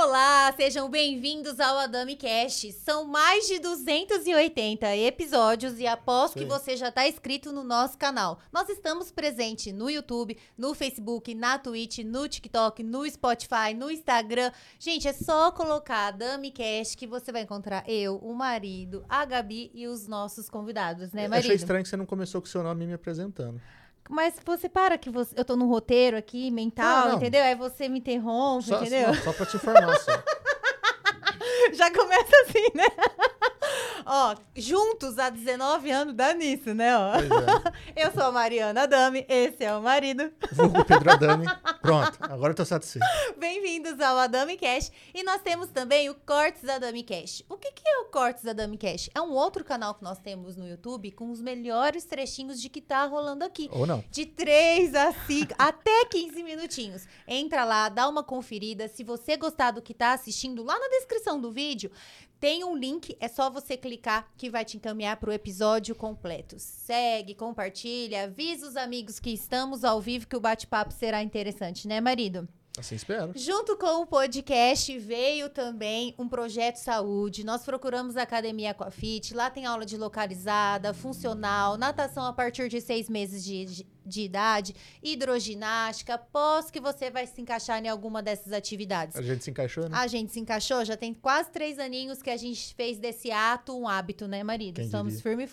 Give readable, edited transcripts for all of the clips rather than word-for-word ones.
Olá, sejam bem-vindos ao Adami Cast. São mais de 280 episódios e aposto que você já está inscrito no nosso canal. Nós estamos presentes no YouTube, no Facebook, na Twitch, no TikTok, no Spotify, no Instagram. Gente, é só colocar Adami Cast que você vai encontrar eu, o marido, a Gabi e os nossos convidados, né, marido? Achei estranho que você não começou com o seu nome me apresentando. Mas você para que eu tô no roteiro aqui, mental, não. entendeu? Aí você me interrompe, entendeu? Só pra te informar, só. Já começa assim, né? Ó, juntos há 19 anos dá nisso, né? Ó. Pois é. Eu sou a Mariana Adami, esse é o marido. Vulgo Pedro Adami. Pronto, agora eu tô satisfeito. Bem-vindos ao Adami Cash. E nós temos também o Cortes Adami Cash. O que é o Cortes Adami Cash? É um outro canal que nós temos no YouTube com os melhores trechinhos de que tá rolando aqui. Ou não. De 3 a 5, até 15 minutinhos. Entra lá, dá uma conferida. Se você gostar do que tá assistindo, lá na descrição do vídeo, tem um link, é só você clicar que vai te encaminhar para o episódio completo. Segue, compartilha, avisa os amigos que estamos ao vivo que o bate-papo será interessante, né, marido? Assim espero. Junto com o podcast veio também um projeto saúde. Nós procuramos a Academia Aquafit. Lá tem aula de localizada, funcional, natação a partir de 6 meses de idade, hidroginástica. Aposto que você vai se encaixar em alguma dessas atividades. A gente se encaixou, né? A gente se encaixou, já tem quase 3 aninhos que a gente fez desse ato um hábito, né, marido? Quem Estamos diria?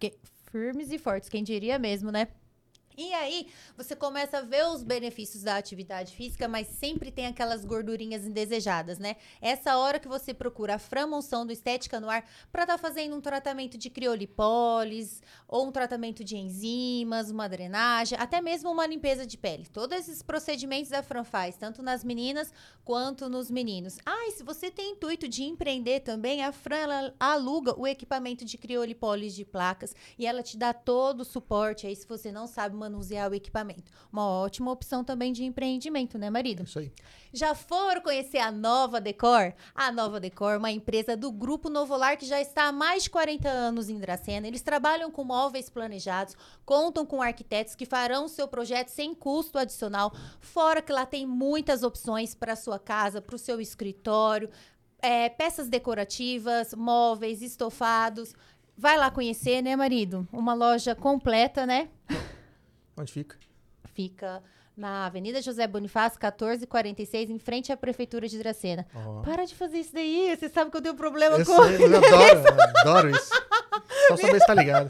firmes e fortes, quem diria mesmo, né? E aí, você começa a ver os benefícios da atividade física, mas sempre tem aquelas gordurinhas indesejadas, né? Essa hora que você procura a Framonção do Estética no Ar para estar fazendo um tratamento de criolipólise, ou um tratamento de enzimas, uma drenagem, até mesmo uma limpeza de pele. Todos esses procedimentos a Fran faz, tanto nas meninas quanto nos meninos. Ah, e se você tem intuito de empreender também, a Fran ela aluga o equipamento de criolipólise de placas e ela te dá todo o suporte aí se você não sabe manusear o equipamento. Uma ótima opção também de empreendimento, né, marido? Isso aí. Já foram conhecer a Nova Decor? A Nova Decor é uma empresa do Grupo Novolar que já está há mais de 40 anos em Dracena. Eles trabalham com móveis planejados, contam com arquitetos que farão o seu projeto sem custo adicional, fora que lá tem muitas opções para a sua casa, para o seu escritório, peças decorativas, móveis, estofados. Vai lá conhecer, né, marido? Uma loja completa, né? Onde fica? Fica na Avenida José Bonifácio, 1446, em frente à Prefeitura de Dracena. Oh. Para de fazer isso daí, você sabe que eu tenho problema Eu com sei, eu adoro isso. Só saber se tá ligado.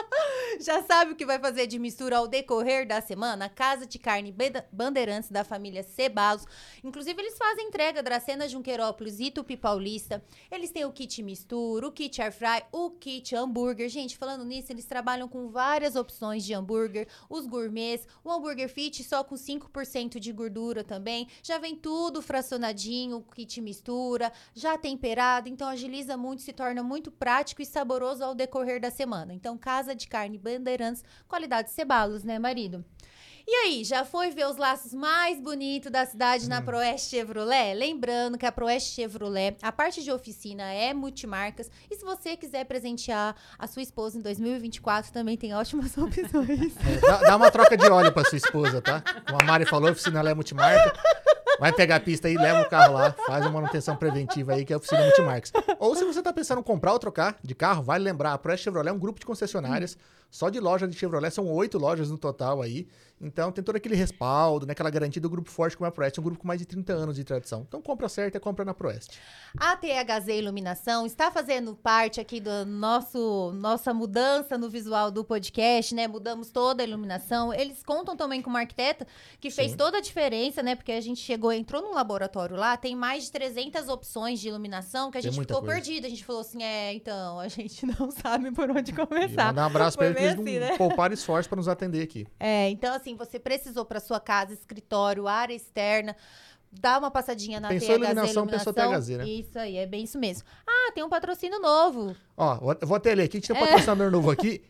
Já sabe o que vai fazer de mistura ao decorrer da semana? Casa de Carne Bandeirantes da família Cebalos. Inclusive, eles fazem entrega Dracena, Junqueirópolis e Tupi Paulista. Eles têm o kit mistura, o kit air fry, o kit hambúrguer. Gente, falando nisso, eles trabalham com várias opções de hambúrguer. Os gourmets, o hambúrguer fit só com 5% de gordura também. Já vem tudo fracionadinho, o kit mistura, já temperado. Então, agiliza muito, se torna muito prático e saboroso ao decorrer da semana. Então, Casa de Carne Bandeirantes, qualidade Cebalos, né, marido? E aí, já foi ver os laços mais bonitos da cidade na Proeste Chevrolet? Lembrando que a Proeste Chevrolet, a parte de oficina é multimarcas. E se você quiser presentear a sua esposa em 2024, também tem ótimas opções. Dá uma troca de óleo pra sua esposa, tá? Como a Mari falou, a oficina ela é multimarca. Vai pegar a pista aí, leva o carro lá, faz uma manutenção preventiva aí, que é a oficina multimarcas. Ou se você tá pensando em comprar ou trocar de carro, vale lembrar, a Proeste Chevrolet é um grupo de concessionárias, só de loja de Chevrolet, são 8 lojas no total aí. Então tem todo aquele respaldo, né, aquela garantia do grupo forte como é a Proeste, um grupo com mais de 30 anos de tradição. Então compra certa, compra na Proeste. A THZ Iluminação está fazendo parte aqui do nossa mudança no visual do podcast, né? Mudamos toda a iluminação. Eles contam também com uma arquiteta que fez toda a diferença, né? Porque a gente entrou num laboratório lá, tem mais de 300 opções de iluminação que a gente ficou perdido. A gente falou assim, então, a gente não sabe por onde começar. Mandar um abraço para eles, que eles assim, não né? pouparam esforço para nos atender aqui. Então assim, você precisou para sua casa, escritório, área externa, dá uma passadinha na Pensou THZ iluminação, pensou THZ, né? Isso aí, é bem isso mesmo. Ah, tem um patrocínio novo. Ó, eu vou até ler aqui, a gente tem um patrocinador novo aqui,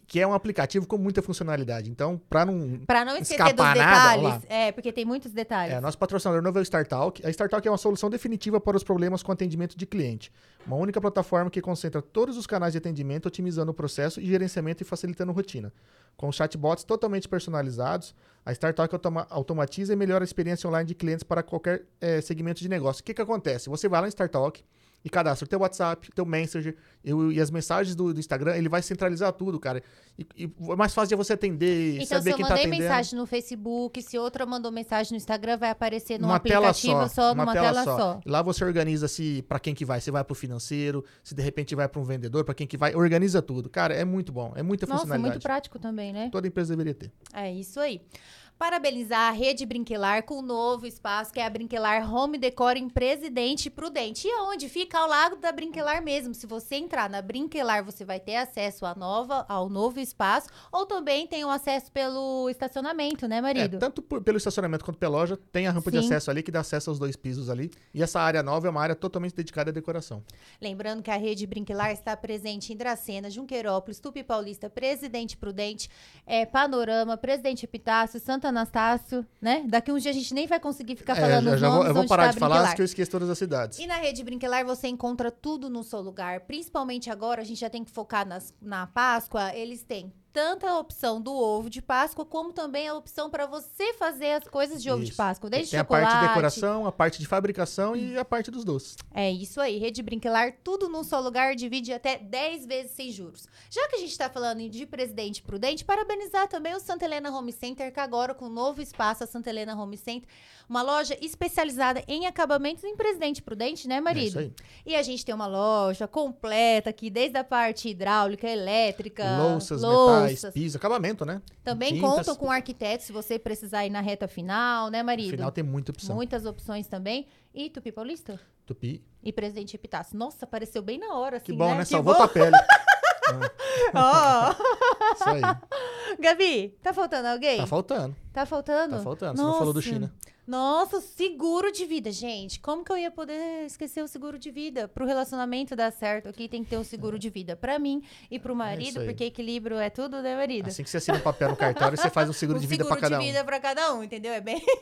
que é um aplicativo com muita funcionalidade. Então, para não esquecer escapar dos nada, detalhes, porque tem muitos detalhes. nosso patrocinador novo é o StarTalk. A StarTalk é uma solução definitiva para os problemas com atendimento de cliente. Uma única plataforma que concentra todos os canais de atendimento, otimizando o processo e gerenciamento e facilitando a rotina. Com chatbots totalmente personalizados, a StarTalk automatiza e melhora a experiência online de clientes para qualquer segmento de negócio. O que acontece? Você vai lá em StarTalk e cadastra o teu WhatsApp, o teu Messenger e as mensagens do Instagram, ele vai centralizar tudo, cara. E é mais fácil de você atender, então, saber quem tá atendendo. Então, se eu mandei mensagem no Facebook, se outra mandou mensagem no Instagram, vai aparecer num numa aplicativo só, numa tela só. Lá você organiza para quem que vai. Se vai pro financeiro, se de repente vai para um vendedor, para quem que vai, organiza tudo. Cara, é muito bom, é muita funcionalidade. Muito prático também, né? Toda empresa deveria ter. É isso aí. Parabenizar a Rede Brinquelar com o novo espaço, que é a Brinquelar Home Decor em Presidente Prudente. E aonde fica? Ao lado da Brinquelar mesmo. Se você entrar na Brinquelar, você vai ter acesso ao novo espaço, ou também tem o acesso pelo estacionamento, né, marido? Tanto pelo estacionamento quanto pela loja, tem a rampa de acesso ali, que dá acesso aos 2 pisos ali. E essa área nova é uma área totalmente dedicada à decoração. Lembrando que a Rede Brinquelar está presente em Dracena, Junquerópolis, Tupi Paulista, Presidente Prudente, Panorama, Presidente Epitácio, Santa Anastácio, né? Daqui uns dias a gente nem vai conseguir ficar falando os nomes. Eu vou parar de falar, antes que eu esqueça todas as cidades. E na Rede Brinquelar você encontra tudo num só lugar. Principalmente agora, a gente já tem que focar na Páscoa. Eles têm tanto a opção do ovo de Páscoa, como também a opção para você fazer as coisas de ovo de Páscoa. Desde tem chocolate. A parte de decoração, a parte de fabricação e a parte dos doces. É isso aí. Rede Brinquelar, tudo num só lugar, divide até 10 vezes sem juros. Já que a gente tá falando de Presidente Prudente, parabenizar também o Santa Helena Home Center, que agora com o novo espaço, a Santa Helena Home Center, uma loja especializada em acabamentos em Presidente Prudente, né, marido? É isso aí. E a gente tem uma loja completa aqui, desde a parte hidráulica, elétrica, louças, metais, piso, acabamento, né? Também tintas. Contam com arquitetos, se você precisar ir na reta final, né, marido? No final tem muita opção. Muitas opções também. E Tupi Paulista? Tupi. E Presidente Epitácio. Nossa, apareceu bem na hora, assim, que bom, né? Que Salvou tua pele. Isso aí. Gabi, tá faltando alguém? Tá faltando. Tá faltando? Tá faltando. Você não falou do China. Nossa, seguro de vida, gente. Como que eu ia poder esquecer o seguro de vida? Pro relacionamento dar certo aqui, tem que ter um seguro de vida pra mim e pro marido, porque equilíbrio é tudo, né, marido? Assim que você assina o papel no cartório, você faz um seguro de vida pra cada um. Seguro de vida pra cada um, entendeu? É bem...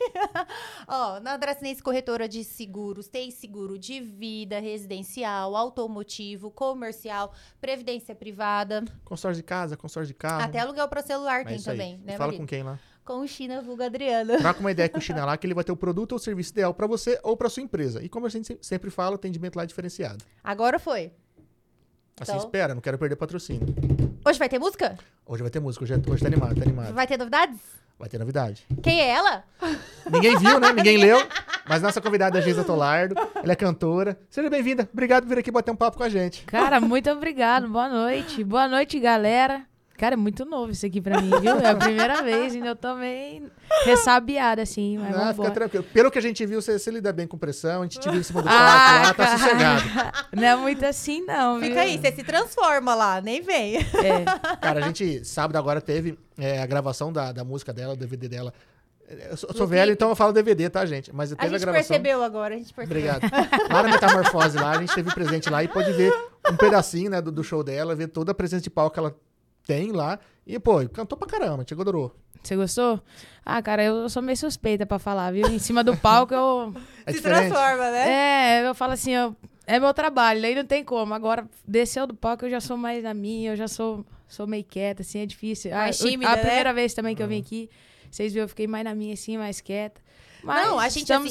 Ó, na Dracenense Corretora de Seguros, tem seguro de vida, residencial, automotivo, comercial, previdência privada. Consórcio de casa, consórcio de carro. Até aluguel pra celular tem isso também, aí. né, Fala marido? com quem lá? Com o China vulgo Adriano. Troca uma ideia com o China lá, que ele vai ter o produto ou serviço ideal pra você ou pra sua empresa. E como a gente sempre fala, o atendimento lá é diferenciado. Agora foi. Assim espera, não quero perder patrocínio. Hoje vai ter música? Hoje vai ter música, hoje tá animado, tá animado. Vai ter novidades? Vai ter novidade. Quem é ela? Ninguém viu, né? Ninguém leu. Mas nossa convidada é a Geisa Tolardo. Ela é cantora. Seja bem-vinda. Obrigado por vir aqui bater um papo com a gente. Cara, muito obrigado. Boa noite. Boa noite, galera. Cara, é muito novo isso aqui pra mim, viu? É a primeira vez, ainda eu tô meio ressabiada, assim, mas não, fica tranquilo. Pelo que a gente viu, você lida bem com pressão, a gente te viu em cima do palco lá, tá sossegado. Não é muito assim, não, viu? Fica aí, você se transforma lá, nem vem. Cara, a gente, sábado agora, teve a gravação da música dela, o DVD dela. Eu sou velho, então eu falo DVD, tá, gente? Mas teve a gravação. Percebeu agora, a gente percebeu. Obrigado. Lá na Metamorfose, lá, a gente teve presente lá e pôde ver um pedacinho, né, do show dela, ver toda a presença de palco que ela tem lá. E, pô, cantou pra caramba, te adorou. Você gostou? Ah, cara, eu sou meio suspeita pra falar, viu? Em cima do palco eu... Se transforma, né? Eu falo assim, é meu trabalho, aí não tem como. Agora, desceu do palco, eu já sou mais na minha, eu já sou meio quieta, assim, é difícil. Mais tímida, a primeira vez também que eu vim aqui, vocês viram, eu fiquei mais na minha, assim, mais quieta. Mas não, a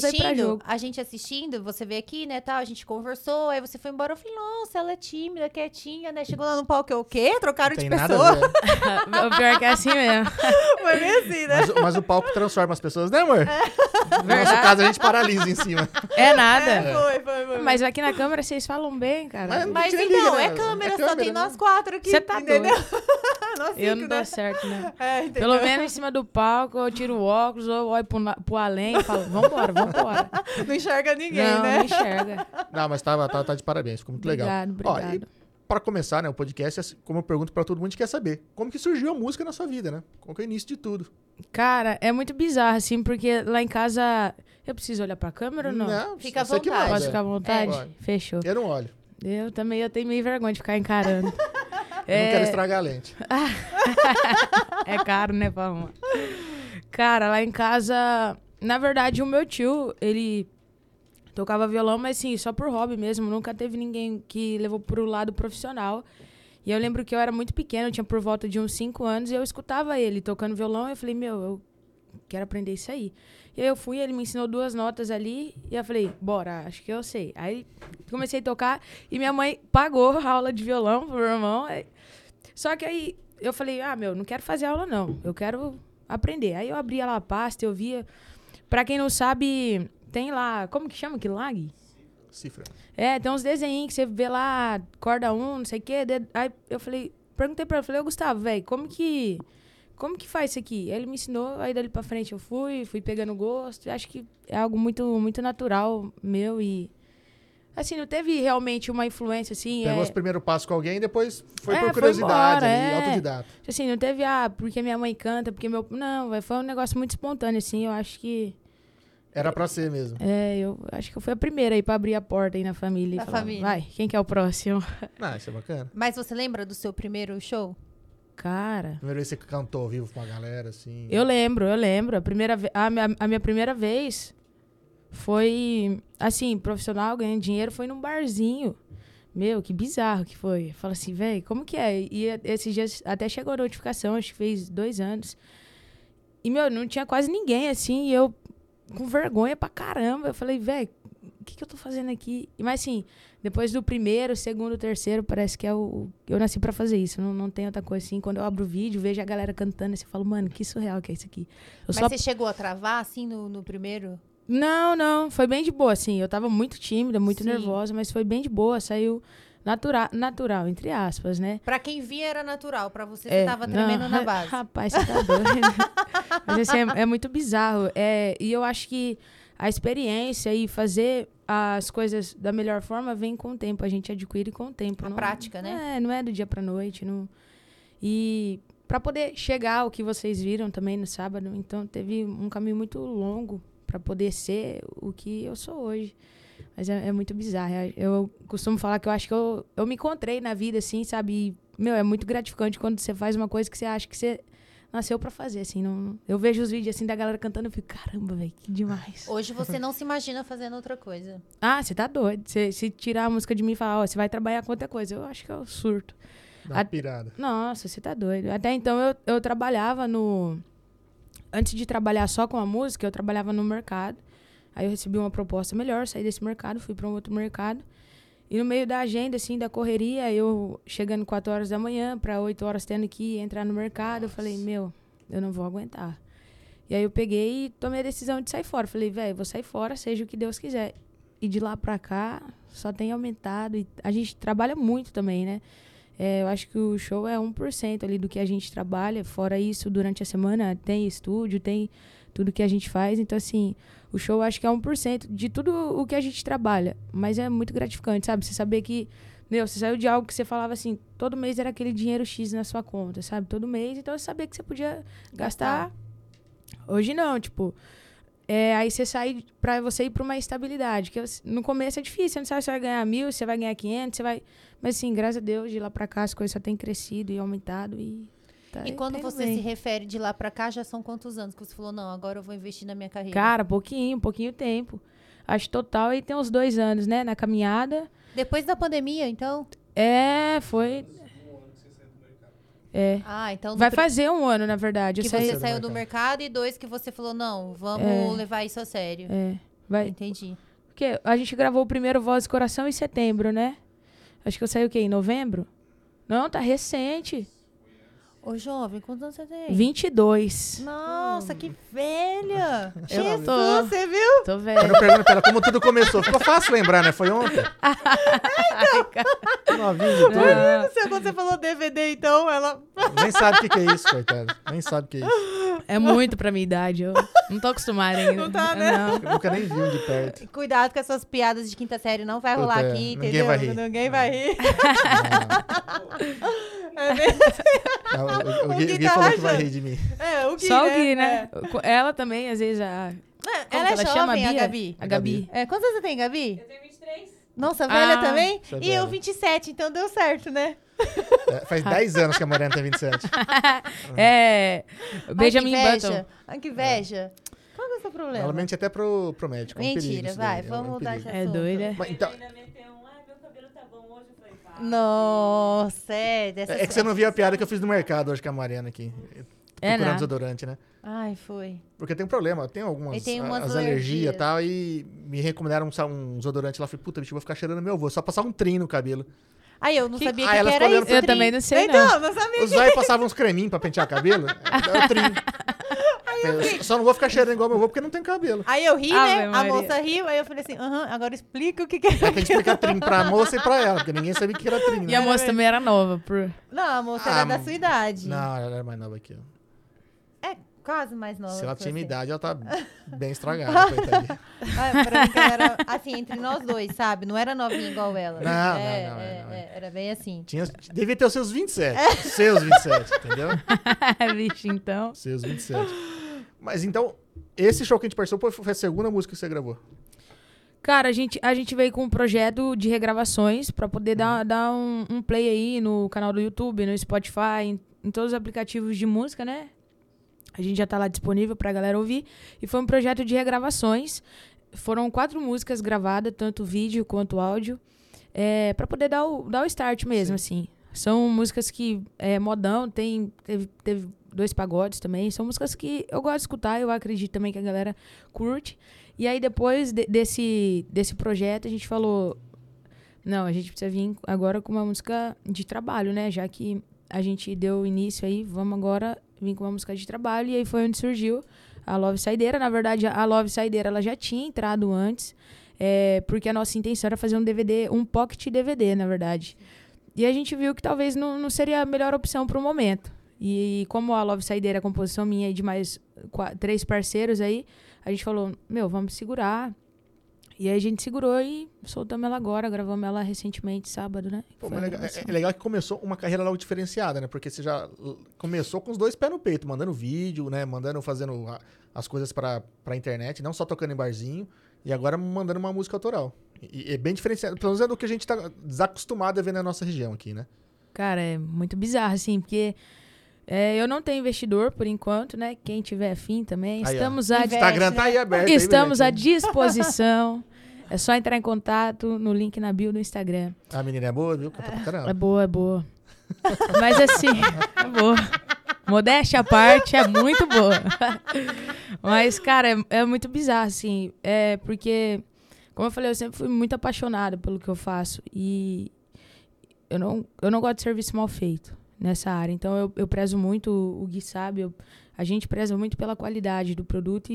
gente assistindo, você veio aqui, né, tal, a gente conversou, aí você foi embora, eu falei, nossa, ela é tímida, quietinha, né, chegou lá no palco, o quê? Trocaram de pessoa? O pior que é assim mesmo. Foi meio assim, né? Mas o palco transforma as pessoas, né, amor? No nosso caso, a gente paralisa em cima. É nada. Foi. Mas aqui na câmera vocês falam bem, cara. Mas então, liga, né? câmera, só tem nós 4 aqui. Você tá entendeu? Eu não dou certo, né? É, pelo menos em cima do palco, eu tiro o óculos, ou olho pro além e falo, vambora. Não enxerga ninguém, né? Não enxerga. Não, mas tá de parabéns, ficou muito legal. Obrigado. Ó, e pra começar, né, o podcast, como eu pergunto pra todo mundo, a gente quer saber, como que surgiu a música na sua vida, né? Qual que é o início de tudo? Cara, é muito bizarro, assim, porque lá em casa... Eu preciso olhar pra câmera ou não? Não, fica à vontade. Pode ficar à vontade? Pode. Fechou. Eu não olho. Eu tenho meio vergonha de ficar encarando. Eu não quero estragar a lente. É caro, né, pra arrumar? Cara, lá em casa, na verdade, o meu tio, ele tocava violão, mas assim, só por hobby mesmo. Nunca teve ninguém que levou pro lado profissional. E eu lembro que eu era muito pequena, eu tinha por volta de uns 5 anos, e eu escutava ele tocando violão, e eu falei, eu quero aprender isso aí. E aí eu fui, ele me ensinou 2 notas ali, e eu falei, bora, acho que eu sei. Aí comecei a tocar, e minha mãe pagou a aula de violão pro meu irmão. Só que aí eu falei, não quero fazer aula não, eu quero aprender. Aí eu abria lá a pasta, eu via. Pra quem não sabe, tem lá, como que chama aquilo lá, Gui? Cifra. Tem uns desenhinhos que você vê lá, corda 1, não sei o quê. Aí eu perguntei pra ele, falei, Gustavo, velho, como que faz isso aqui? Ele me ensinou, aí dali pra frente eu fui pegando gosto. Acho que é algo muito, muito natural meu e... Assim, não teve realmente uma influência, assim... Pegou os primeiros passos com alguém e depois foi por curiosidade, foi embora, autodidata. Assim, não teve, porque minha mãe canta, porque meu... Não, véio, foi um negócio muito espontâneo, assim, eu acho que... Era pra ser mesmo. Eu acho que eu fui a primeira aí pra abrir a porta aí na família. E falar, vai, quem que é o próximo? Isso é bacana. Mas você lembra do seu primeiro show? Cara... Primeira vez que você cantou ao vivo com a galera, assim... Eu lembro. A minha primeira vez foi, assim, profissional, ganhando dinheiro, foi num barzinho. Meu, que bizarro que foi. Fala assim, velho, como que é? E esses dias até chegou a notificação, acho que fez 2 anos. E, não tinha quase ninguém, assim, e eu... com vergonha pra caramba. Eu falei, velho, o que eu tô fazendo aqui? Mas assim, depois do primeiro, segundo, terceiro, parece que eu nasci pra fazer isso. Não tem outra coisa assim. Quando eu abro o vídeo, vejo a galera cantando, e eu falo, mano, que surreal que é isso aqui. Você chegou a travar, assim, no primeiro? Não. Foi bem de boa, assim. Eu tava muito tímida, muito nervosa, mas foi bem de boa. Saiu natural, entre aspas, né? Pra quem via era natural, pra você, você tava tremendo na base. Rapaz, você tá doido. Mas assim, é muito bizarro. E eu acho que a experiência e fazer as coisas da melhor forma vem com o tempo. A gente adquire com o tempo. A prática, né? Não é do dia pra noite. E pra poder chegar ao que vocês viram também no sábado, então teve um caminho muito longo pra poder ser o que eu sou hoje. Mas é muito bizarro. Eu costumo falar que eu acho que eu me encontrei na vida, assim, sabe? E, é muito gratificante quando você faz uma coisa que você acha que você nasceu pra fazer, assim. Eu vejo os vídeos, assim, da galera cantando e fico, caramba, velho, que demais. Hoje você não se imagina fazendo outra coisa. Você tá doido. Se tirar a música de mim e falar, você vai trabalhar com outra coisa, eu acho que eu surto. Dá uma pirada. Nossa, você tá doido. Até então, eu trabalhava Antes de trabalhar só com a música, eu trabalhava no mercado. Aí eu recebi uma proposta melhor, saí desse mercado, fui para um outro mercado. E no meio da agenda, assim, da correria, eu chegando 4 horas da manhã, para 8 horas tendo que entrar no mercado, eu falei, eu não vou aguentar. E aí eu peguei e tomei a decisão de sair fora. Falei, vou sair fora, seja o que Deus quiser. E de lá para cá, só tem aumentado. E a gente trabalha muito também, né? Eu acho que o show é 1% ali do que a gente trabalha. Fora isso, durante a semana, tem estúdio, tem tudo que a gente faz. Então, assim, o show acho que é 1% de tudo o que a gente trabalha. Mas é muito gratificante, sabe? Você saber que, você saiu de algo que você falava assim, todo mês era aquele dinheiro X na sua conta, sabe? Todo mês. Então, você sabia que você podia gastar. Hoje não, tipo... aí você sai pra você ir pra uma estabilidade. Que no começo é difícil, você não sabe se vai ganhar 1.000, se vai ganhar 500, você vai... Mas, assim, graças a Deus, de lá pra cá, as coisas só têm crescido e aumentado e... E quando você se refere de lá pra cá, já são quantos anos que você falou, não, agora eu vou investir na minha carreira? Cara, pouquinho tempo. Acho total aí tem uns 2 anos, né, na caminhada. Depois da pandemia, então? Foi... então... Vai fazer 1 ano, na verdade. Que você saiu do mercado e 2 que você falou, não, vamos levar isso a sério. Entendi. Porque a gente gravou o primeiro Voz e Coração em setembro, né? Acho que eu saí o quê? Em novembro? Não, tá recente. Ô, jovem, quantos anos você tem? 22. Nossa, que velha! Jesus, você viu? Tô velha. Quando eu pergunto pra ela como tudo começou, ficou fácil lembrar, né? Foi ontem. Novinho de tudo. Não sei quando você falou DVD, então, ela... Nem sabe o que é isso, coitada. Nem sabe o que é isso. É muito pra minha idade, eu não tô acostumada ainda. Não tá, né? Não. Eu nunca nem vi um de perto. Cuidado com essas piadas de quinta série, não vai rolar aqui, ninguém entendeu? vai rir. Ninguém vai rir. O Gui falou que vai rir de mim. O Gui, Só o Gui, né? Ela também, às vezes, ela é jovem, chama? a Gabi. A Gabi. Quantos anos você tem, Gabi? Eu tenho 23. Nossa, velha também? Você é E eu velha. 27, então deu certo, né? Faz 10 anos que a Mariana tem 27. Benjamin Button. Ai, que inveja. Qual que é o seu problema? Ela mente até pro médico. Mentira, vai, vamos mudar de assunto. É doida. Mas, então, Ainda meteu um, meu cabelo tá bom hoje. Eu falei, pá. Nossa, é que você não viu a piada que eu fiz no mercado hoje com a Mariana aqui. Procurando nada. desodorante, né? Ai, foi. Porque tem um problema, tem algumas Eu tenho umas as alergias e alergias. tal, e me recomendaram um desodorante lá. Falei, puta, bicho, eu vou ficar cheirando meu avô. Só passar um trim no cabelo. Ai, eu não sabia Ah, que ela era ficou olhando isso. Eu Tri. também não sei, Então, não sabia. Os velhos passavam uns creminhos pra pentear cabelo. Era o trim. Eu só não vou ficar cheirando igual meu avô porque não tem cabelo. Aí eu ri, Ave né? Maria. A moça riu, aí eu falei assim, agora explica o que é. Aí tem que explicar trim pra moça e pra ela, porque ninguém sabia o que era trim, E né? a moça também era nova. Não, a moça Ah, era da sua idade. Não, ela era mais nova que eu. É, quase mais nova. Se ela que tinha minha você. idade, ela tá bem estragada, coitadinha. Ah, pra mim que ela era, assim, entre nós dois, sabe? Não era novinha igual ela. Não, Era bem assim. Devia ter os seus 27. Seus 27, entendeu? Vixe, então. Seus 27. Mas então, esse show que a gente participou foi a segunda música que você gravou. Cara, a gente veio com um projeto de regravações pra poder dar um play aí no canal do YouTube, no Spotify, em todos os aplicativos de música, né? A gente já tá lá disponível pra galera ouvir. E foi um projeto de regravações. Foram 4 músicas gravadas, tanto vídeo quanto áudio, pra poder dar o start mesmo, assim. São músicas que modão, teve 2 pagodes também. São músicas que eu gosto de escutar, eu acredito também que a galera curte. E aí, depois desse projeto, a gente falou... Não, a gente precisa vir agora com uma música de trabalho, né? Já que a gente deu início aí, vamos agora vir com uma música de trabalho. E aí foi onde surgiu a Love Saideira. Na verdade, a Love Saideira, ela já tinha entrado antes, porque a nossa intenção era fazer um DVD, um pocket DVD, na verdade. E a gente viu que talvez não seria a melhor opção para o momento. E como a Love Saideira é a composição minha e de mais 3 parceiros aí, a gente falou, vamos segurar. E aí a gente segurou e soltamos ela agora, gravamos ela recentemente, sábado, né? Pô, Foi mas a legal, gravação. é legal que começou uma carreira logo diferenciada, né? Porque você já começou com os 2 pés no peito, mandando vídeo, né? Fazendo as coisas pra internet, não só tocando em barzinho, e agora mandando uma música autoral. E é bem diferenciado, pelo menos é do que a gente tá desacostumado a ver na nossa região aqui, né? Cara, é muito bizarro, assim, porque eu não tenho investidor por enquanto, né? Quem tiver afim também, Aí, ó. estamos à Instagram tá aí aberto. Estamos à aí, disposição. É só entrar em contato no link na bio do Instagram. A menina é boa, viu? Canta pra caramba. É boa, é boa. Mas assim, é boa. Modéstia à parte, é muito boa. Mas, cara, é muito bizarro, assim. Porque, como eu falei, eu sempre fui muito apaixonada pelo que eu faço. E eu não gosto de serviço mal feito nessa área. Então, eu prezo muito, o Gui sabe, a gente preza muito pela qualidade do produto.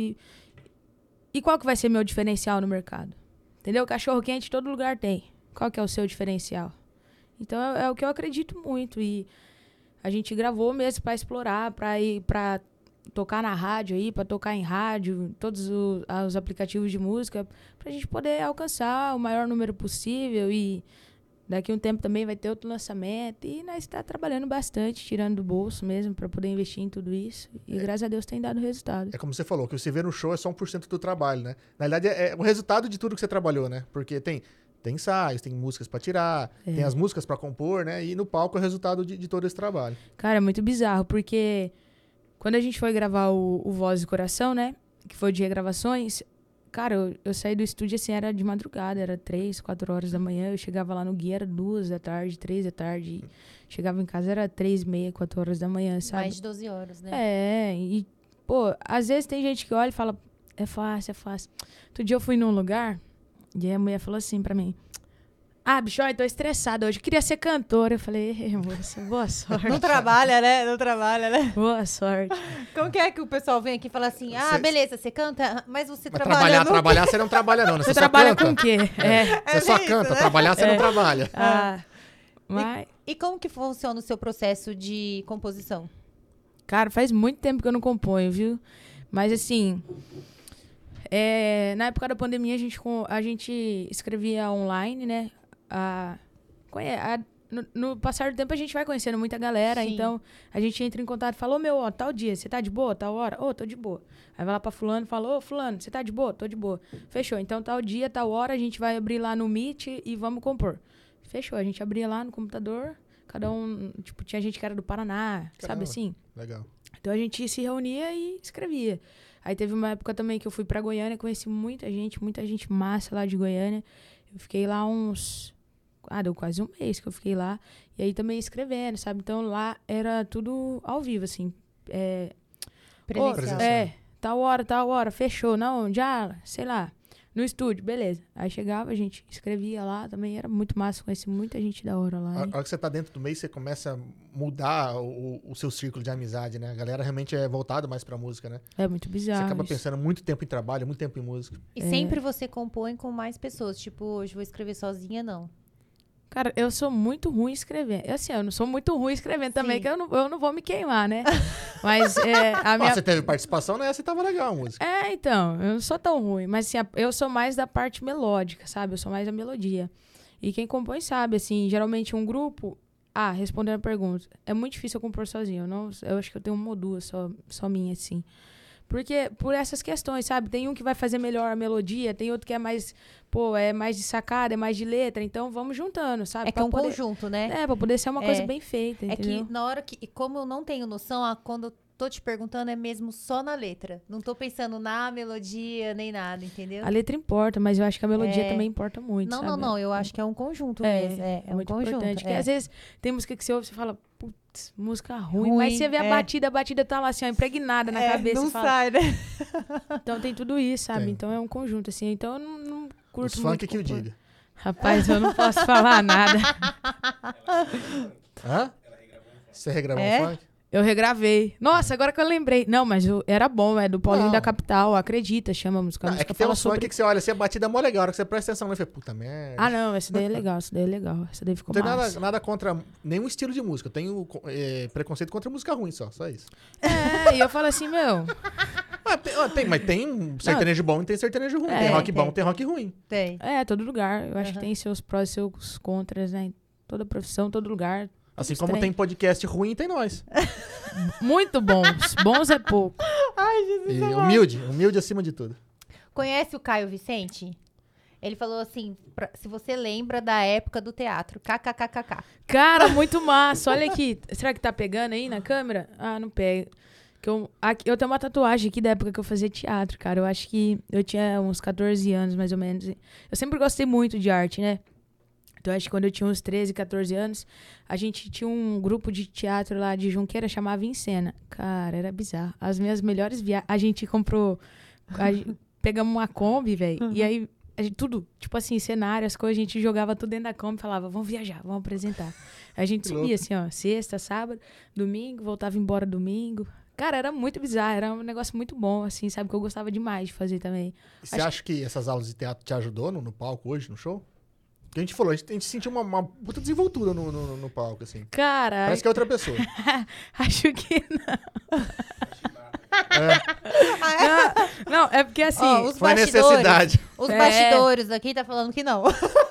E qual que vai ser meu diferencial no mercado? Entendeu? Cachorro quente todo lugar tem. Qual que é o seu diferencial? Então, é o que eu acredito muito. E a gente gravou mesmo para explorar, para tocar na rádio aí, para tocar em rádio, todos os aplicativos de música, pra gente poder alcançar o maior número possível. E daqui a um tempo também vai ter outro lançamento. E nós estamos trabalhando bastante, tirando do bolso mesmo, para poder investir em tudo isso. E graças a Deus tem dado resultado. É como você falou, o que você vê no show é só 1% do trabalho, né? Na verdade, é o resultado de tudo que você trabalhou, né? Porque tem ensaios, tem músicas pra tirar, tem as músicas pra compor, né? E no palco é o resultado de todo esse trabalho. Cara, é muito bizarro, porque quando a gente foi gravar o Voz e Coração, né? Que foi de regravações, cara, eu saí do estúdio assim, era de madrugada, era 3, 4 horas da manhã. Eu chegava lá no Guia, era 2 da tarde, 3 da tarde. Chegava em casa, era 3:30, 4 horas da manhã, sabe? Mais de 12 horas, né? E, pô, às vezes tem gente que olha e fala, é fácil, é fácil. Outro dia eu fui num lugar, e aí a mulher falou assim pra mim, bicho, eu tô estressada hoje, eu queria ser cantora. Eu falei, moça, boa sorte. Não trabalha, né? Não trabalha, né? Boa sorte. Como que é que o pessoal vem aqui e fala assim, beleza, você canta, mas você Mas trabalha trabalhar você não trabalha não, né? Você só trabalha canta. com o quê? Você só isso, canta, né? trabalhar você não trabalha. Mas, E como que funciona o seu processo de composição? cara, faz muito tempo que eu não componho, viu? Mas assim, na época da pandemia a gente escrevia online, né? No passar do tempo a gente vai conhecendo muita galera, Sim. então a gente entra em contato e fala, tal dia, você tá de boa, tal hora? Tô de boa. Aí vai lá pra fulano e fala, fulano, você tá de boa? Tô de boa. Fechou, então tal dia, tal hora, a gente vai abrir lá no Meet e vamos compor. Fechou, a gente abria lá no computador, Cada um, tipo, tinha gente que era do Paraná, sabe Caramba. assim? Legal. Então a gente se reunia e escrevia. Aí teve uma época também que eu fui pra Goiânia, conheci muita gente massa lá de Goiânia. Eu fiquei lá deu quase um mês que eu fiquei lá. E aí também escrevendo, sabe? Então lá era tudo ao vivo, assim. Presencial. Tal hora, fechou. Não, já, sei lá, no estúdio, beleza. Aí chegava, a gente escrevia lá, também era muito massa, conheci muita gente da hora lá. A hora que você tá dentro do meio, você começa a mudar o seu círculo de amizade, né? A galera realmente é voltada mais pra música, né? É muito bizarro. Você acaba isso. pensando muito tempo em trabalho, muito tempo em música. E sempre você compõe com mais pessoas. Tipo, hoje vou escrever sozinha, não. Cara, eu sou muito ruim escrevendo. Assim, eu não sou muito ruim escrevendo também, Sim. que eu não vou me queimar, né? Mas a minha... Você teve participação nessa e tava legal a música. Então, eu não sou tão ruim, mas assim, eu sou mais da parte melódica, sabe? Eu sou mais da melodia. E quem compõe sabe, assim, geralmente um grupo... respondendo a pergunta, é muito difícil eu compor sozinho. Eu acho que eu tenho uma ou duas só minha, assim. Porque, por essas questões, sabe? Tem um que vai fazer melhor a melodia, tem outro que é mais, é mais de sacada, é mais de letra. Então, vamos juntando, sabe? É que é um conjunto, né? Pra poder ser uma coisa bem feita, É entendeu? que na hora que... E como eu não tenho noção, quando eu tô te perguntando é mesmo só na letra. Não tô pensando na melodia, nem nada, entendeu? A letra importa, mas eu acho que a melodia também importa muito, Não, sabe? não. Eu acho que é um conjunto mesmo. É um muito conjunto. importante. Porque às vezes tem música que você ouve e você fala, putz, música ruim. Ruim, Mas você vê a batida tá lá assim, ó, impregnada na cabeça. Não e fala, sai, né? Então tem tudo isso, sabe? Tem. Então é um conjunto, assim. Então eu não curto Os muito funk que o compor. diga. Rapaz, eu não posso falar nada. Hã? Você regravou É? um funk? Eu regravei. Nossa, agora que eu lembrei. Não, mas era bom, é do Paulinho Não. da Capital, Acredita, chama a música. A Não, é música que tem fala uns funk sobre... que você olha assim, a batida é mó legal. A hora que você presta atenção, você fala, puta merda. Ah, não, essa daí é legal, essa daí é legal. Essa daí ficou Não tem massa. nada contra nenhum estilo de música. Eu tenho preconceito contra música ruim só isso. E eu falo assim, meu... Mas tem um sertanejo bom e tem sertanejo ruim. É, tem rock tem. bom, tem rock ruim. Tem. todo lugar. Eu acho que tem seus prós e seus contras, né? Em toda profissão, todo lugar. Assim Tudo como estranho. tem podcast ruim, tem nós. Muito bons. Bons é pouco. Ai, Jesus. E humilde acima de tudo. Conhece o Caio Vicente? Ele falou assim, se você lembra da época do teatro, kkkk. Cara, muito massa. Olha aqui. Será que tá pegando aí na câmera? Ah, não pega. Eu tenho uma tatuagem aqui da época que eu fazia teatro, cara. Eu acho que eu tinha uns 14 anos, mais ou menos. Eu sempre gostei muito de arte, né? Então, acho que quando eu tinha uns 13, 14 anos, a gente tinha um grupo de teatro lá de Junqueira, chamava Em Cena. Cara, era bizarro. As minhas melhores viagens... A gente comprou... Pegamos uma Kombi, velho, e aí... tudo, tipo assim, cenário, as coisas, a gente jogava tudo dentro da Kombi e falava, vamos viajar, vamos apresentar. A gente subia assim, ó, sexta, sábado, domingo, voltava embora domingo. Cara, era muito bizarro, era um negócio muito bom, assim, sabe? Que eu gostava demais de fazer também. E você acha que essas aulas de teatro te ajudou no palco hoje, no show? Porque a gente falou, a gente sentiu uma puta desenvoltura no palco, assim. Cara, Parece que é outra pessoa. acho que não. Não, é porque assim... Ó, os Foi bastidores, necessidade. os É. bastidores aqui tá falando que não.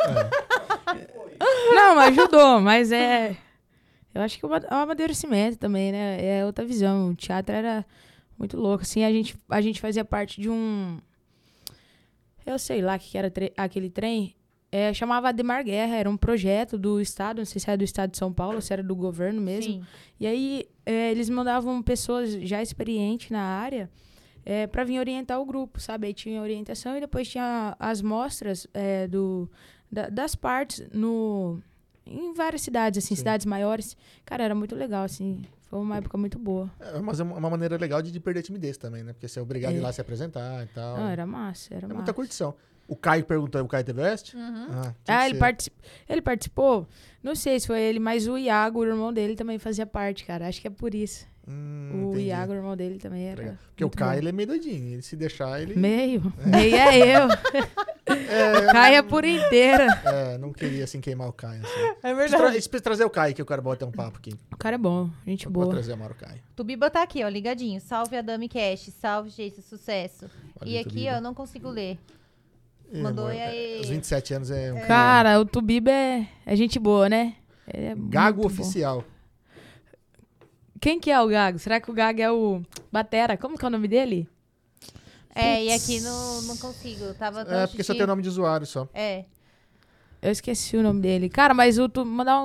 Não, mas ajudou, mas eu acho que é um amadurecimento também, né? É outra visão. O teatro era muito louco. Assim, a gente fazia parte de um... Eu sei lá o que era aquele trem. Chamava Ademar Guerra, era um projeto do Estado, não sei se era do Estado de São Paulo, se era do governo mesmo. Sim. E aí, eles mandavam pessoas já experientes na área para vir orientar o grupo, sabe? Aí tinha orientação e depois tinha as mostras das partes em várias cidades, assim, Sim. cidades maiores. Cara, era muito legal, assim. Foi uma época muito boa. Mas é uma maneira legal de perder timidez também, né? Porque você é obrigado a ir lá se apresentar e tal. Não, era massa, era É massa. muita curtição. O Caio perguntou, o Caio teve Oeste? Ah, ele participou? Não sei se foi ele, mas o Iago, o irmão dele, também fazia parte, cara. Acho que é por isso. O Entendi. Iago, o irmão dele, também era. Legal. Porque o muito Caio, bom. ele é meio doidinho. Ele se deixar, ele... Meio é eu. O Caio é por inteira. não queria, assim, queimar o Caio, assim. É Precisa trazer o Caio, que eu quero bater um papo aqui. O cara é bom, gente Pode boa. trazer o Caio. Tubiba tá aqui, ó, ligadinho. Salve Adami Cash, salve Jace, sucesso. Valeu, E aqui, Tubiba. ó, eu não consigo ler. Mandou amor, e aí? Os 27 anos é um Cara, o Tubiba é gente boa, né? Ele é Gago muito bom. oficial. Quem que é o Gago? Será que o Gago é o Batera? Como que é o nome dele? E aqui não consigo. Tava tão Porque só tem o nome de usuário só. É. Eu esqueci o nome dele. Cara, mas mandar um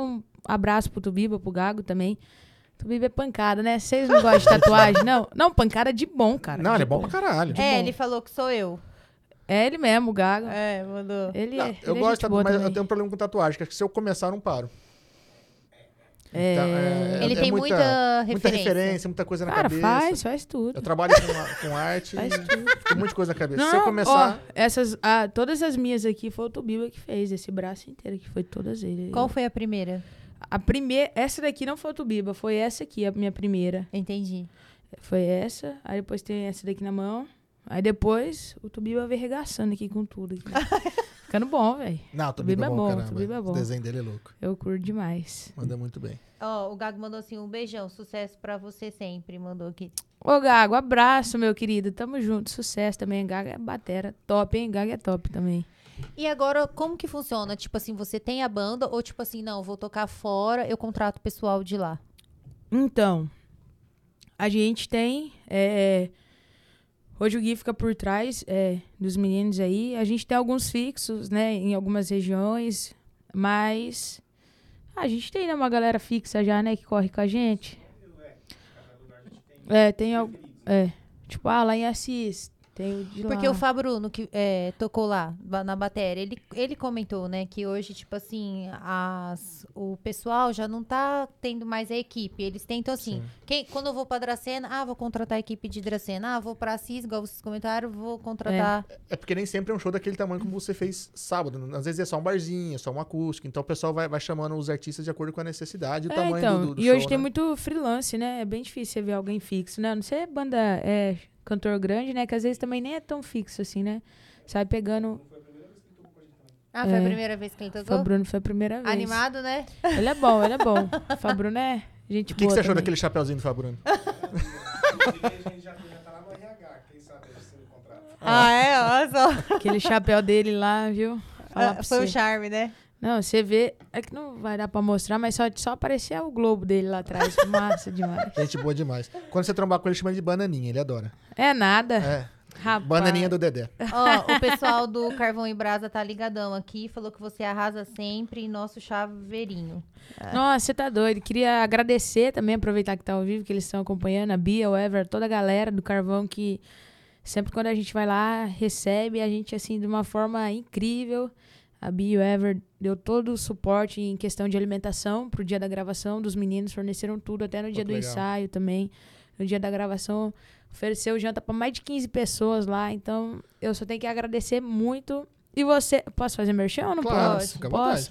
abraço pro Tubiba, pro Gago também. Tubiba é pancada, né? Vocês não gostam de tatuagem, não? Não, pancada de bom, cara. Não, de ele é bom pra caralho. Ele falou que sou eu. É ele mesmo, o Gago. Mandou. Ele Não, é. eu ele é gosto, gente boa mas eu também. tenho um problema com tatuagem, que acho que se eu começar, eu não paro. É... Então, Ele tem muita referência, muita coisa na Cara, cabeça. faz tudo. Eu trabalho com arte Faz e tudo. fica muita coisa na cabeça. Não, se eu começar... ó, todas as minhas aqui foi o Tubiba que fez. Esse braço inteiro aqui foi todas ele. Qual foi a primeira? A primeira... Essa daqui não foi o Tubiba, foi essa aqui, a minha primeira. Entendi. Foi essa, aí depois tem essa daqui na mão. Aí depois o Tubiba veio arregaçando aqui com tudo. Aqui. Ficando bom, velho. Não, o Tubiba é bom, caramba. Tubiba é bom. O desenho dele é louco. Eu curto demais. Manda muito bem. Ó, o Gago mandou assim, um beijão, sucesso pra você sempre, mandou aqui. Ô, Gago, abraço, meu querido. Tamo junto, sucesso também. Gago é batera. Top, hein? Gago é top também. E agora, como que funciona? Tipo assim, você tem a banda ou tipo assim, não, vou tocar fora, eu contrato o pessoal de lá? Então, a gente tem... Hoje o Gui fica por trás dos meninos aí. A gente tem alguns fixos, né? Em algumas regiões. Mas a gente tem, né? Uma galera fixa já, né? Que corre com a gente. Tem algo... Tipo, lá em Assis. Tem o de lá. Porque o Fá Bruno, que tocou lá na bateria, ele comentou, né, que hoje, tipo assim, o pessoal já não tá tendo mais a equipe. Eles tentam assim, quando eu vou pra Dracena, vou contratar a equipe de Dracena. Vou pra Assis, igual vocês comentaram, vou contratar... É porque nem sempre é um show daquele tamanho como você fez sábado. Às vezes é só um barzinho, é só um acústico. Então o pessoal vai chamando os artistas de acordo com a necessidade e o tamanho do e show, hoje tem né? muito freelance, né? É bem difícil você ver alguém fixo, né? Não sei banda... cantor grande, né? Que às vezes também nem é tão fixo assim, né? Sai pegando... foi a primeira vez que ele O tocou? Fabruno foi a primeira vez. Animado, né? Ele é bom, ele é bom. O Fabruno é gente O que boa você achou também. daquele chapeuzinho do Fabruno? A gente já tá lá no RH, quem sabe se ele contrata. Olha só. Aquele chapéu dele lá, viu? Falar pra Foi o você. charme, né? Não, você vê... É que não vai dar pra mostrar, mas só aparecia o globo dele lá atrás. Massa demais. Gente boa demais. Quando você trombar com ele, chama ele de bananinha. Ele adora. É nada. É. Rapaz. Bananinha do Dedé. Ó, o pessoal do Carvão e Brasa tá ligadão aqui. Falou que você arrasa sempre em nosso chaveirinho. Nossa, você tá doido. Queria agradecer também, aproveitar que tá ao vivo, que eles estão acompanhando, a Bia, o Ever, toda a galera do Carvão que sempre quando a gente vai lá, recebe a gente assim de uma forma incrível. A Bia e o Ever deu todo o suporte em questão de alimentação pro dia da gravação dos meninos, forneceram tudo, até no dia do legal. ensaio também. No dia da gravação, ofereceu janta para mais de 15 pessoas lá, então eu só tenho que agradecer muito. E você, posso fazer merchan ou não Claro, posso? fica à vontade. Posso?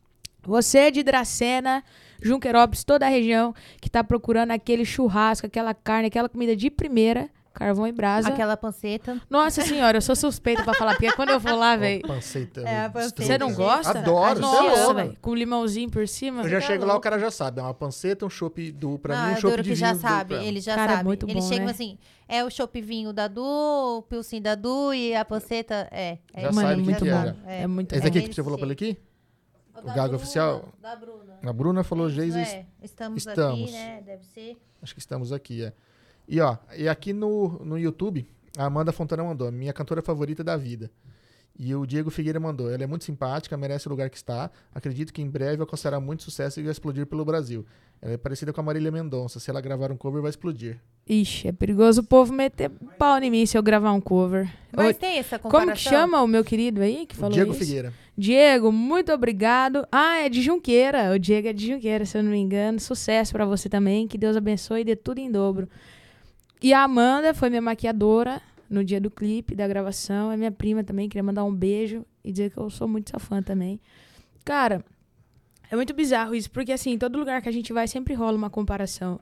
Você de Dracena, Junquerópolis, toda a região que tá procurando aquele churrasco, aquela carne, aquela comida de primeira, Carvão e Brasa. Aquela panceta. Nossa senhora, eu sou suspeita pra falar, porque quando eu vou lá, velho... Panceta. É, a panceta. Você não gosta? Adoro, A você é gente Nossa, louco. velho. Com limãozinho por cima. Eu já Tá chego lá, o louco. cara já sabe. É uma panceta, um chopp do pra Não, mim, um eu chopp duro de que vinho já do sabe, pra ela. ele já Cara, é sabe. muito Eles bom, chegam né? assim, é o chopp vinho da Du, o pilcinho da Du e a panceta Já Mano, sabe é o que muito que bom. era. É muito Esse bom. aqui que você falou pra ele aqui? O Gago Oficial? Da Bruna. A Bruna falou, Jesus. Estamos Estamos. aqui, né? Deve ser. Acho que estamos aqui, é. E ó, e aqui no YouTube, a Amanda Fontana mandou, minha cantora favorita da vida. E o Diego Figueira mandou, ela é muito simpática, merece o lugar que está. Acredito que em breve alcançará muito sucesso e vai explodir pelo Brasil. Ela é parecida com a Marília Mendonça. Se ela gravar um cover, vai explodir. Ixi, é perigoso o povo meter pau em mim se eu gravar um cover. Mas Ô, tem essa comparação? como que chama o meu querido aí que O falou Diego isso? Figueira. Diego, muito obrigado. É de Junqueira. O Diego é de Junqueira, se eu não me engano. Sucesso pra você também. Que Deus abençoe e dê tudo em dobro. E a Amanda foi minha maquiadora no dia do clipe, da gravação. É minha prima também. Queria mandar um beijo e dizer que eu sou muito sua fã também. Cara, é muito bizarro isso. Porque, assim, em todo lugar que a gente vai sempre rola uma comparação.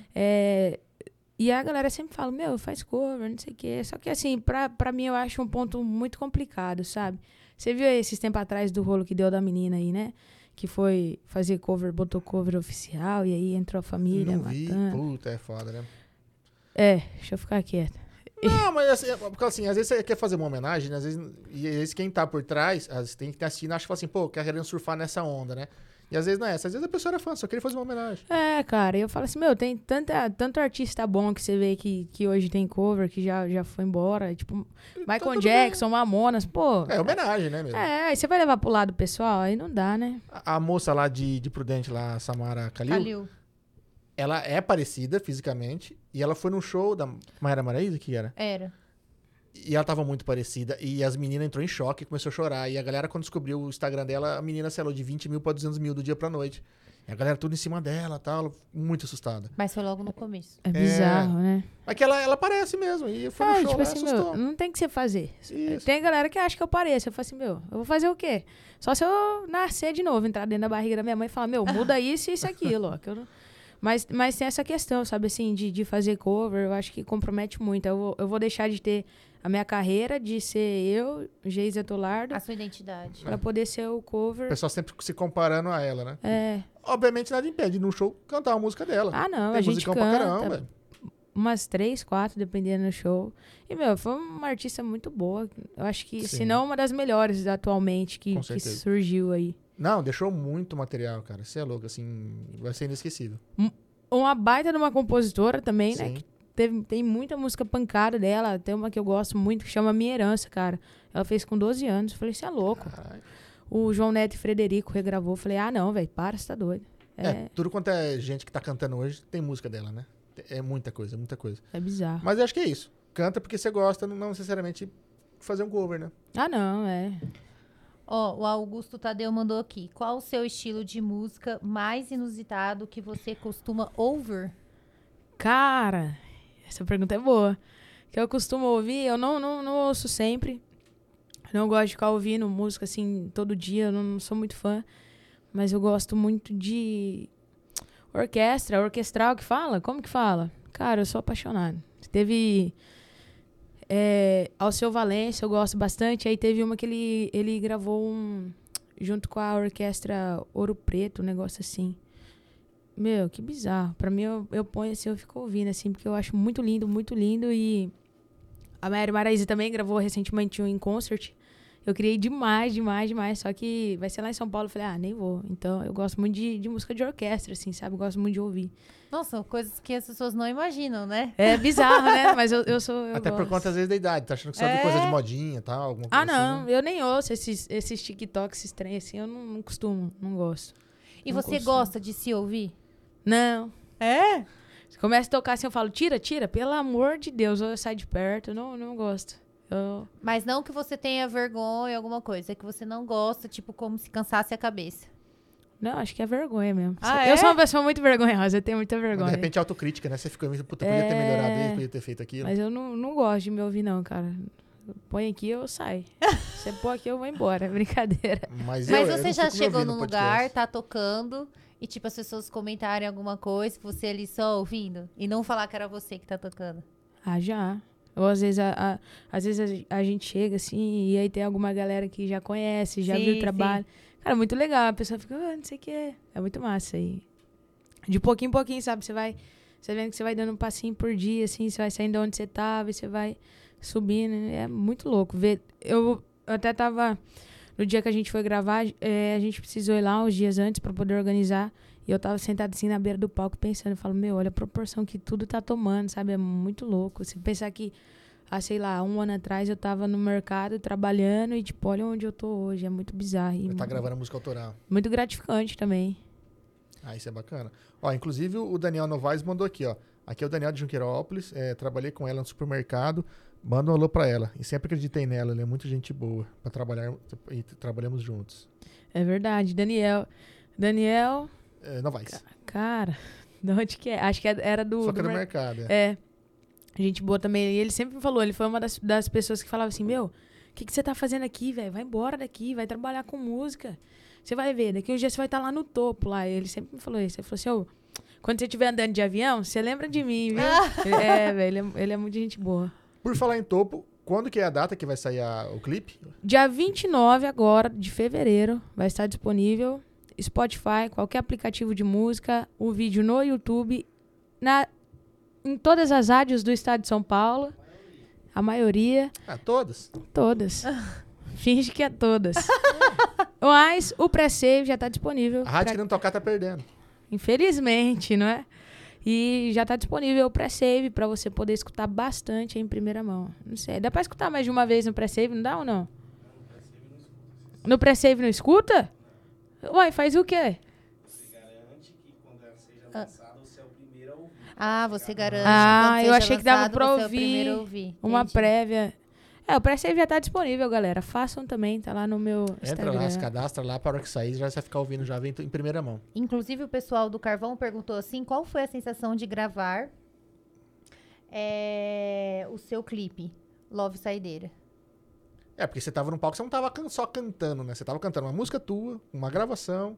E a galera sempre fala, meu, faz cover, não sei o quê. Só que, assim, pra mim eu acho um ponto muito complicado, sabe? Você viu esses tempos atrás do rolo que deu da menina aí, né? Que foi fazer cover, botou cover oficial e aí entrou a família Não vi. matando. Puta, é foda, né? Deixa eu ficar quieta. Não, mas assim, porque assim, às vezes você quer fazer uma homenagem, né? Às vezes quem tá por trás, às vezes tem que estar assistindo, acha que fala assim, pô, querendo surfar nessa onda, né? E às vezes não é essa. Às vezes a pessoa era fã, só queria fazer uma homenagem. É, cara, eu falo assim, meu, tem tanto artista bom que você vê que hoje tem cover, que já foi embora. Tipo, Michael tudo Jackson, Mamonas, pô. É homenagem, né, mesmo? Aí você vai levar pro lado pessoal, aí não dá, né? A moça lá de Prudente, lá, a Samara Khalil, Calil. ela é parecida fisicamente. E ela foi num show da Mayara Maraíza, que era? Era. E ela tava muito parecida. E as meninas entrou em choque e começou a chorar. E a galera, quando descobriu o Instagram dela, a menina selou de 20 mil pra 200 mil do dia pra noite. E a galera tudo em cima dela e tal, muito assustada. Mas foi logo no começo. É bizarro, né? Mas que ela parece mesmo. E foi no show Tipo lá, assim, assustou. meu, não tem que você fazer. Isso. Tem galera que acha que eu pareço. Eu falo assim, meu, eu vou fazer o quê? Só se eu nascer de novo, entrar dentro da barriga da minha mãe e falar, meu, muda isso e isso e aquilo, ó. Que eu não... Mas tem essa questão, sabe, assim, de fazer cover, eu acho que compromete muito. Eu vou deixar de ter a minha carreira, de ser eu, Geisa Tolardo, A sua identidade. pra poder ser o O cover. pessoal sempre se comparando a ela, né? É. Obviamente nada impede de num show cantar uma música dela. Ah, não, Tem a gente musicão pra canta. caramba. Umas 3, 4, dependendo do show. E, meu, foi uma artista muito boa. Eu acho que, Sim. se não uma das melhores atualmente que Com certeza. surgiu aí. Não, deixou muito material, cara. Você é louco, assim, vai ser inesquecível. Uma baita de uma compositora também, né? Sim. Que tem muita música pancada dela. Tem uma que eu gosto muito que chama Minha Herança, cara. Ela fez com 12 anos. Eu falei, você é louco. Caralho. O João Neto e Frederico regravou. Eu falei, ah, não, velho, para, você tá doido. Tudo quanto é gente que tá cantando hoje, tem música dela, né? É muita coisa, muita coisa. É bizarro. Mas eu acho que é isso. Canta porque você gosta, não necessariamente fazer um cover, né? Ah, não, é. Ó, o Augusto Tadeu mandou aqui. Qual o seu estilo de música mais inusitado que você costuma ouvir? Cara, essa pergunta é boa. Que eu costumo ouvir, eu não ouço sempre. Não gosto de ficar ouvindo música assim todo dia, eu não sou muito fã. Mas eu gosto muito de orquestral que fala? Como que fala? Cara, eu sou apaixonado. Teve Alceu Valença, eu gosto bastante. Aí teve uma que ele gravou junto com a orquestra Ouro Preto, um negócio assim. Meu, que bizarro. Pra mim, eu ponho assim, eu fico ouvindo, assim, porque eu acho muito lindo, muito lindo. E a Mayara Maraíza também gravou recentemente um In Concert. Eu criei demais. Só que vai ser lá em São Paulo. Eu falei, nem vou. Então, eu gosto muito de música de orquestra, assim, sabe? Eu gosto muito de ouvir. Nossa, coisas que as pessoas não imaginam, né? É bizarro, né? Mas eu Até por gosto. conta, às vezes, da idade. Tá achando que só de coisa de modinha e tal, alguma coisa Não. assim, Eu nem ouço esses TikToks, esses trem, assim. Eu não costumo, não gosto. E Não você consigo. gosta de se ouvir? Não. É? Se começa a tocar assim, eu falo, tira. Pelo amor de Deus. Ou eu saio de perto. Eu não gosto. Mas não que você tenha vergonha, alguma coisa. É que você não gosta, tipo, como se cansasse a cabeça. Não, acho que é vergonha mesmo. Ah, Eu é? sou uma pessoa muito vergonhosa, eu tenho muita Mas, de vergonha. repente, autocrítica, né? Você fica vendo, puta, podia ter melhorado isso, podia ter feito aquilo. Mas eu não gosto de me ouvir, não, cara. Põe aqui, eu saio. Você pôr aqui, eu vou embora. É brincadeira. Mas Mas eu você não já fico me chegou ouvindo num no lugar, podcast. tá tocando, e tipo, as pessoas comentarem alguma coisa, você ali só ouvindo, e não falar que era você que tá tocando. Ah, já. Ou às vezes a gente chega assim, e aí tem alguma galera que já conhece, já Sim, viu o trabalho. Cara, muito legal. A pessoa fica, não sei o que. É muito massa aí. De pouquinho em pouquinho, sabe? Você vendo que você vai dando um passinho por dia, assim, você vai saindo de onde você tava e você vai subindo. É muito louco. Eu até tava. No dia que a gente foi gravar, a gente precisou ir lá uns dias antes pra poder organizar. E eu tava sentada assim na beira do palco pensando, eu falo, meu, olha a proporção que tudo tá tomando, sabe? É muito louco. Se pensar que, sei lá, 1 ano atrás eu tava no mercado trabalhando e, tipo, olha onde eu tô hoje. É muito bizarro. E Tá gravando música autoral. muito gratificante também. Isso é bacana. Ó, inclusive o Daniel Novaes mandou aqui, ó. Aqui é o Daniel de Junqueirópolis. Trabalhei com ela no supermercado. Manda um alô pra ela. E sempre acreditei nela. Ela é muito gente boa pra trabalhar e trabalhamos juntos. É verdade. Daniel, Novaes. cara, de onde que é? Acho que era do... Só que é do mer- mercado. É. Gente boa também. E ele sempre me falou, ele foi uma das pessoas que falava assim, meu, o que você tá fazendo aqui, velho? Vai embora daqui, vai trabalhar com música. Você vai ver, daqui uns dias você vai estar lá no topo, lá. E ele sempre me falou isso. Ele falou assim, quando você estiver andando de avião, você lembra de mim, viu? Velho, ele é muito gente boa. Por falar em topo, quando que é a data que vai sair o clipe? Dia 29 agora, de fevereiro, vai estar disponível Spotify, qualquer aplicativo de música, o vídeo no YouTube, em todas as rádios do estado de São Paulo, a maioria, Todas? todas. Finge que é todas. Mas o pré-save já tá disponível. A rádio que não tocar tá perdendo. Infelizmente, não é? E já tá disponível o pré-save pra você poder escutar bastante em primeira mão. Não sei, dá pra escutar mais de uma vez no pré-save, não dá ou não? No pré-save não escuta? Uai, faz o quê? Você garante que quando ela seja lançada, você é o primeiro a ouvir. Ah, você garante. Ah, quando eu seja achei que dava lançado, pra você é o ouvir primeiro a ouvir. uma Entendi. prévia. O pré-save já tá disponível, galera. Façam também, tá lá no meu Entra Instagram. lá, se cadastra lá, para hora que sair, já vai ficar ouvindo, já vem em primeira mão. Inclusive, o pessoal do Carvão perguntou assim, qual foi a sensação de gravar o seu clipe, Love Saideira? É, porque você tava num palco, você não tava só cantando, né? Você tava cantando uma música tua, uma gravação.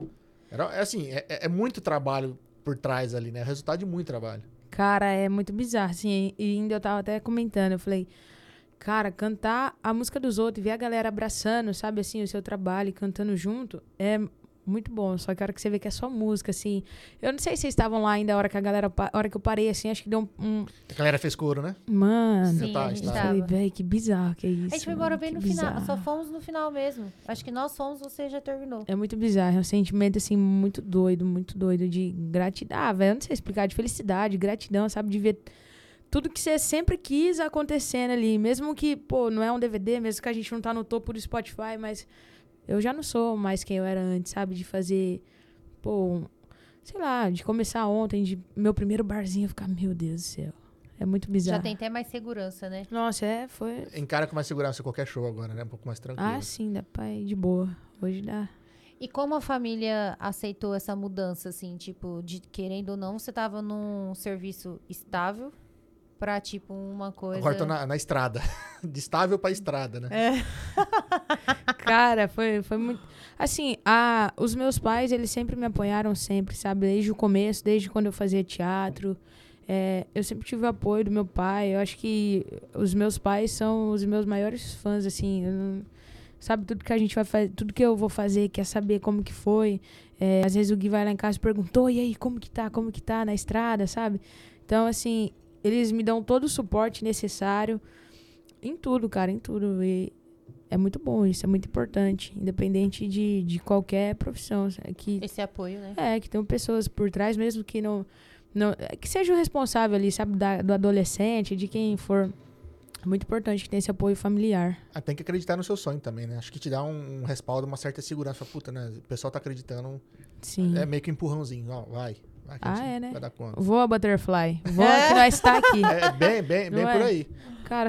É muito trabalho por trás ali, né? É resultado de muito trabalho. Cara, é muito bizarro, assim. E ainda eu tava até comentando, eu falei... Cara, cantar a música dos outros e ver a galera abraçando, sabe, assim, o seu trabalho e cantando junto, é muito bom. Só que a hora que você vê que é só música, assim... Eu não sei se vocês estavam lá ainda a hora que a hora que eu parei, assim, acho que deu um... A galera fez coro, né? Mano, Sim, tá, a gente tá. eu falei, tava. velho, que bizarro que é isso. A gente foi mano, embora bem que no final, bizarro. só fomos no final mesmo. Acho que nós fomos, você já terminou. É muito bizarro, é um sentimento, assim, muito doido de gratidão. Ah, velho, eu não sei explicar, de felicidade, gratidão, sabe, de ver tudo que você sempre quis acontecendo ali. Mesmo que, pô, não é um DVD, mesmo que a gente não tá no topo do Spotify, mas eu já não sou mais quem eu era antes, sabe, de fazer, pô, sei lá, de começar ontem, de meu primeiro barzinho, ficar, meu Deus do céu, é muito bizarro. Já tem até mais segurança, né? Nossa, foi... Encara com mais segurança qualquer show agora, né? Um pouco mais tranquilo. Ah, sim, dá pra ir de boa. Hoje dá. E como a família aceitou essa mudança, assim, tipo, de querendo ou não, você tava num serviço estável pra, tipo, uma coisa... Agora tô na estrada. De estável pra estrada, né? Cara, foi muito... Assim, os meus pais, eles sempre me apoiaram, sempre, sabe? Desde o começo, desde quando eu fazia teatro. Eu sempre tive o apoio do meu pai. Eu acho que os meus pais são os meus maiores fãs, assim. Sabe, tudo que a gente vai fazer, tudo que eu vou fazer, quer saber como que foi. Às vezes o Gui vai lá em casa e perguntou, e aí, como que tá na estrada, sabe? Então, assim, eles me dão todo o suporte necessário em tudo, cara, em tudo. E é muito bom isso, é muito importante, independente de qualquer profissão. Esse apoio, né? Que tem pessoas por trás, mesmo que não que seja o responsável ali, sabe, do adolescente, de quem for. É muito importante que tenha esse apoio familiar. Tem que acreditar no seu sonho também, né? Acho que te dá um respaldo, uma certa segurança. Puta, né? O pessoal tá acreditando. Sim. É meio que um empurrãozinho, ó, vai que a gente né? vai dar conta. Voa, Butterfly. Voa que nós tá aqui. É bem Não por aí. Cara,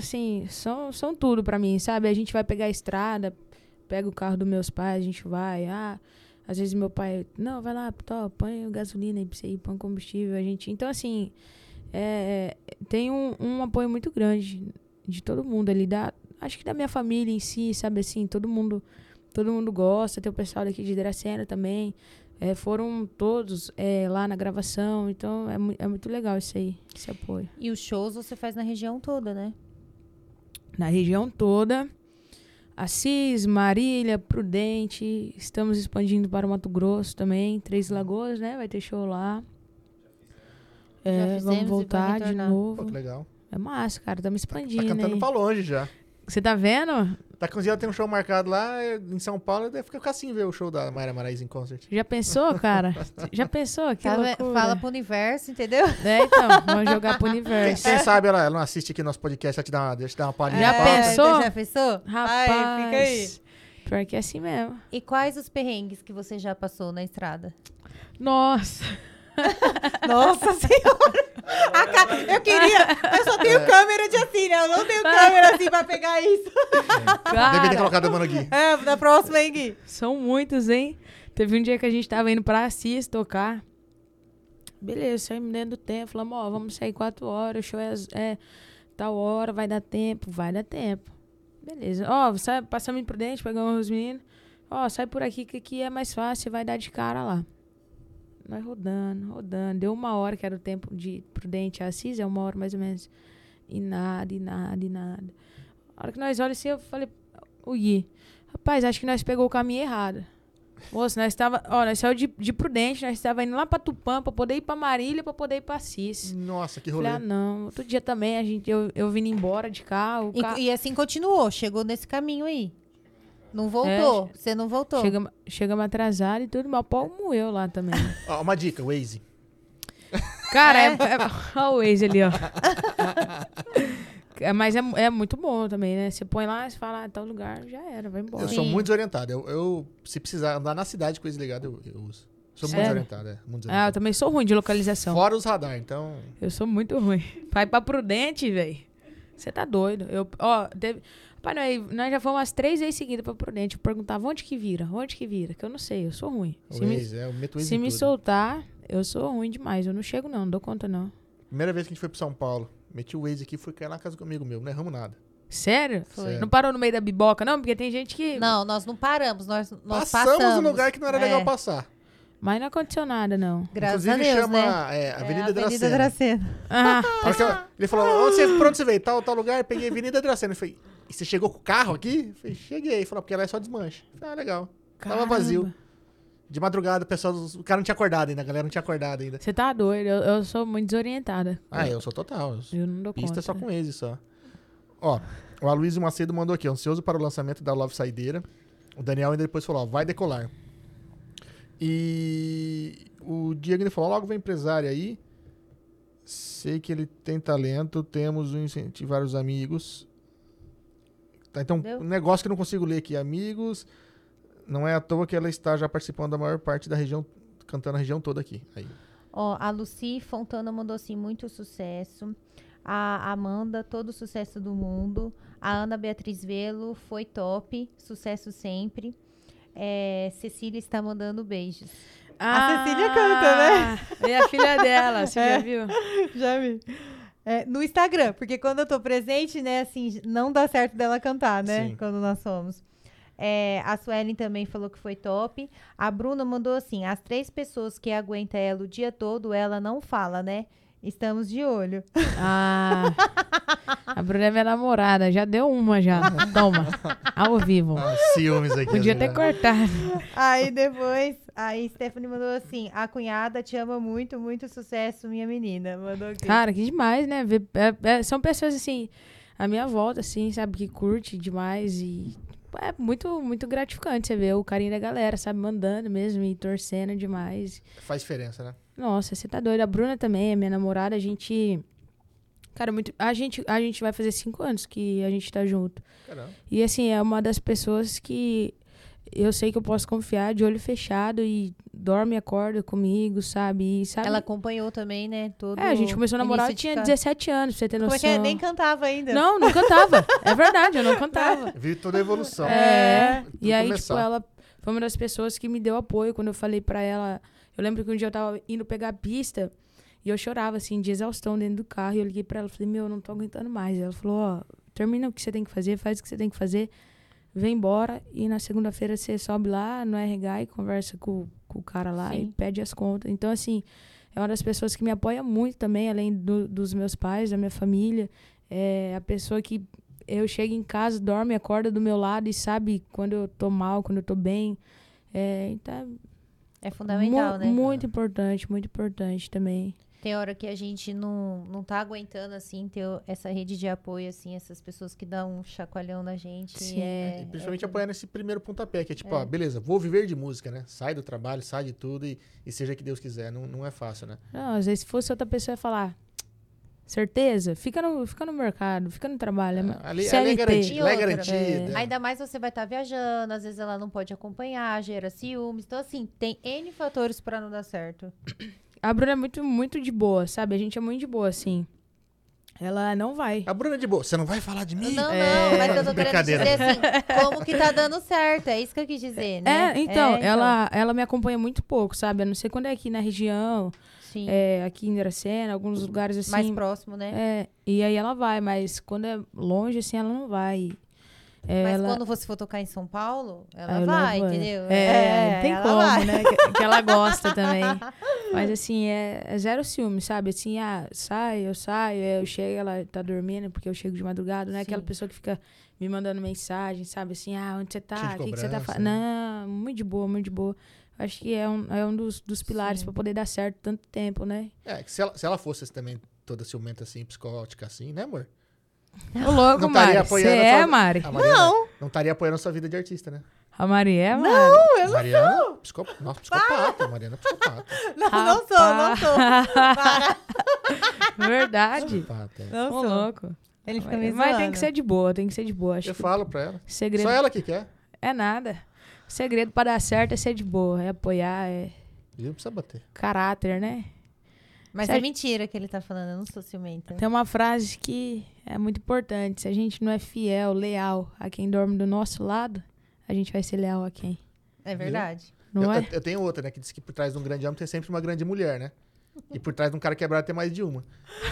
são tudo pra mim, sabe? A gente vai pegar a estrada, pega o carro dos meus pais, a gente vai. Às vezes meu pai, não, vai lá, põe gasolina aí pra você ir, põe combustível. Então, assim, tem um apoio muito grande de todo mundo ali, acho que da minha família em si, sabe? Assim, todo mundo gosta, tem o pessoal daqui de Dracena também. Foram todos lá na gravação, então é muito legal isso aí, esse apoio. E os shows você faz na região toda, né? Na região toda, Assis, Marília, Prudente, estamos expandindo para o Mato Grosso também, Três Lagoas, né? Vai ter show lá. fizemos Vamos e voltar vamos de retornar. Pô, novo. que legal. É massa, cara, estamos Tá expandindo, cantando hein? pra longe já. Você tá vendo? Daqui uns dias tem um show marcado lá em São Paulo, deve ficar assim ver o show da Mayra Moraes em concert. Já pensou, cara? Já pensou? Que loucura. Fala pro universo, entendeu? Então, vamos jogar pro universo. Quem sabe ela não assiste aqui nosso podcast, deixa eu te dar uma palhinha. Já de pauta. pensou? Então já pensou? Rapaz, Ai, fica aí. pior que é assim mesmo. E quais os perrengues que você já passou na estrada? Nossa. Nossa senhora! Eu só tenho câmera de assim, né? Eu não tenho câmera assim pra pegar isso. Devia ter Cara, colocado a mano Gui. Da próxima, hein, Gui? são muitos, hein? Teve um dia que a gente tava indo pra Assis tocar. Beleza, saímos dentro do tempo. Falamos, vamos sair 4 horas. O show é tal hora, vai dar tempo. Vai dar tempo. Beleza. Passamos em Prudente, pegamos os meninos. Sai por aqui que aqui é mais fácil, vai dar de cara lá. Nós rodando. Deu 1 hora, que era o tempo de Prudente a Assis, 1 hora mais ou menos. E nada. A hora que nós olhamos assim, eu falei, o Gui, rapaz, acho que nós pegou o caminho errado. Moço, nós saímos de Prudente, nós estávamos indo lá pra Tupã, pra poder ir pra Marília, pra poder ir pra Assis. Nossa, que rolê. Falei, não. Outro dia também, eu vindo embora de carro. E assim continuou, chegou nesse caminho aí. Não voltou. Você não voltou. Chegamos atrasados e tudo, mas o pau moeu lá também. Ó, uma dica, Waze. Cara, olha o Waze ali, ó. Mas é muito bom também, né? Você põe lá, você fala, tal lugar, já era, vai embora. Eu sou muito desorientado. Eu, se precisar andar na cidade com esse ligado, eu uso. Sou muito Sério? desorientado, muito Ah, eu desorientado. também sou ruim de localização. Fora os radar, então... Eu sou muito ruim. Vai pra Prudente, velho. Você tá doido. Pai, nós já fomos umas 3 vezes seguidas pra Prudente. Eu perguntava onde que vira? Onde que vira? Que eu não sei, eu sou ruim. O Waze, eu meto o Waze Se em me tudo. soltar, eu sou ruim demais. Eu não chego, não dou conta, não. Primeira vez que a gente foi pro São Paulo, meti o Waze aqui e fui cair na casa do amigo meu. Não erramos nada. Sério? Foi. Não parou no meio da biboca, não? Porque tem gente que... Não, nós não paramos. Nós Passamos passamos. no lugar que não era legal passar. Mas não aconteceu nada, não. Graças Inclusive a Deus, chama né? Avenida Avenida Dracena. Dracena. Ah, A hora que ele falou, por onde você veio? Tal lugar. Peguei Avenida Dracena. Eu falei, e você chegou com o carro aqui? Eu falei, cheguei. Ele falou, porque lá é só desmanche. Eu falei, legal. Tava vazio. De madrugada, o cara não tinha acordado ainda, a galera não tinha acordado ainda. Você tá doido, eu sou muito desorientada. Eu sou total. Eu não dou Pista conta. só com Waze, só. Ó, o Aloysio Macedo mandou aqui, ansioso para o lançamento da Love Saideira. O Daniel ainda depois falou, ó, vai decolar. E o Diego ainda falou, logo vem empresário aí. Sei que ele tem talento, temos um incentivar os amigos. Tá, então, Entendeu? um negócio que eu não consigo ler aqui, amigos. Não é à toa que ela está já participando da maior parte da região, cantando a região toda aqui. Aí. Ó, a Lucy Fontana mandou assim, muito sucesso. A Amanda, todo o sucesso do mundo. A Ana Beatriz Velo, foi top. Sucesso sempre. Cecília está mandando beijos. A Cecília canta, né? É a filha dela, você já viu? Já vi. No Instagram, porque quando eu tô presente, né, assim, não dá certo dela cantar, né? Sim. Quando nós somos. A Suelen também falou que foi top. A Bruna mandou assim, as 3 pessoas que aguentam ela o dia todo, ela não fala, né? Estamos de olho. Ah, a Bruna é minha namorada, já deu uma já. Toma, ao vivo. Ciúmes aqui. Podia assim, ter né? cortado. Aí depois, Stephanie mandou assim, a cunhada te ama muito, muito sucesso, minha menina. Mandou aqui. Cara, que demais, né? São pessoas assim, à minha volta, assim, sabe, que curte demais e é muito, muito gratificante você ver o carinho da galera, sabe, mandando mesmo e torcendo demais. Faz diferença, né? Nossa, você tá doido. A Bruna também é minha namorada, a gente... Cara, a gente vai fazer 5 anos que a gente tá junto. Caramba. E assim, é uma das pessoas que eu sei que eu posso confiar de olho fechado e dorme e acorda comigo, sabe? E, sabe? Ela acompanhou também, né? Todo a gente começou a namorar, eu início de tinha ca- 17 anos, pra você ter Como noção. é que é? Nem cantava ainda. Não cantava. É verdade, eu não cantava. Vi toda a evolução. E Tudo aí, começar. tipo, ela foi uma das pessoas que me deu apoio quando eu falei pra ela. Eu lembro que um dia eu tava indo pegar a pista e eu chorava, assim, de exaustão dentro do carro. E eu liguei pra ela e falei, eu não tô aguentando mais. Ela falou, ó, termina o que você tem que fazer, faz o que você tem que fazer, vem embora. E na segunda-feira você sobe lá no RH e conversa com o cara lá Sim. e pede as contas. Então, assim, é uma das pessoas que me apoia muito também, além dos meus pais, da minha família. É a pessoa que eu chego em casa, dorme, acorda do meu lado e sabe quando eu tô mal, quando eu tô bem. Então, É fundamental, né? muito importante também. Tem hora que a gente não tá aguentando, assim, ter essa rede de apoio, assim, essas pessoas que dão um chacoalhão na gente. Sim. E principalmente apoiar nesse primeiro pontapé, que é tipo, ó, beleza, vou viver de música, né? Sai do trabalho, sai de tudo e seja que Deus quiser. Não é fácil, né? Não, às vezes se fosse outra pessoa ia falar, certeza? Fica no mercado, fica no trabalho. Ali é CLT. garantido. E Lá é outra, garantida. Ainda mais você vai estar viajando, às vezes ela não pode acompanhar, gera ciúmes. Então, assim, tem N fatores pra não dar certo. A Bruna é muito, muito de boa, sabe? A gente é muito de boa, assim. Ela não vai. A Bruna é de boa, você não vai falar de mim? Não, mas eu tô querendo Brincadeira. dizer assim, como que tá dando certo, é isso que eu quis dizer, né? Então, ela me acompanha muito pouco, sabe? Eu não sei quando é aqui na região, Sim, aqui em Dracena, alguns lugares assim. mais próximo, né? E aí ela vai, mas quando é longe, assim, ela não vai. Mas quando você for tocar em São Paulo, ela eu vai, levo, entendeu? Não tem ela como, vai. né? Que ela gosta também. Mas assim, é zero ciúme, sabe? Assim, eu saio, eu chego, ela tá dormindo, porque eu chego de madrugada, não é aquela Sim. pessoa que fica me mandando mensagem, sabe? Assim, onde você tá? Cheio de O que você tá cobrança, fazendo? né? Não, muito de boa, muito de boa. Acho que é um dos pilares Sim. pra poder dar certo tanto tempo, né? É, que se ela fosse também toda ciumenta assim, psicótica assim, né, amor? Ô, louco, Não estaria Mari. Você apoiando é, sua- Mari? A Mariana Não. Não estaria apoiando a sua vida de artista, né? A Mari é, Mari? Não, Mariana, nossa, psicopata. Mariana é psicopata. não sou, não sou. Para. Verdade. Psicopata. Não Ô, sou. louco. Ele fica me Mas tem zoando. que ser de boa, tem que ser de boa. Acho Eu que falo pra ela. segredo Só ela que quer. é nada. O segredo pra dar certo é ser de boa, é apoiar, é E não precisa bater. caráter, né? Mas Certo. é mentira que ele tá falando, eu não sou ciumenta. Tem uma frase que é muito importante. Se a gente não é fiel, leal a quem dorme do nosso lado, a gente vai ser leal a quem? É verdade. Não é? Eu tenho outra, né? Que diz que por trás de um grande homem tem sempre uma grande mulher, né? E por trás de um cara quebrado tem mais de uma.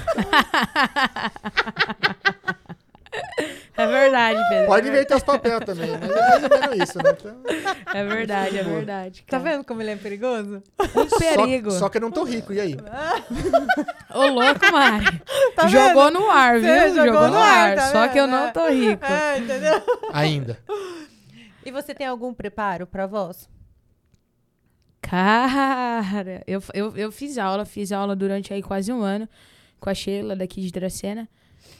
É verdade, Pedro. Pode inverter os papéis também, mas é mais ou menos isso, né? Então, É verdade, é verdade. Tá cara. vendo como ele é perigoso? Um perigo. só que eu não tô rico, e aí? Ô, louco, Mari. Tá Jogou no ar, viu? Você jogou no ar, tá Só vendo? que eu não tô rico. É, entendeu? Ainda. E você tem algum preparo pra voz? Cara, eu fiz aula durante aí quase um ano com a Sheila daqui de Dracena.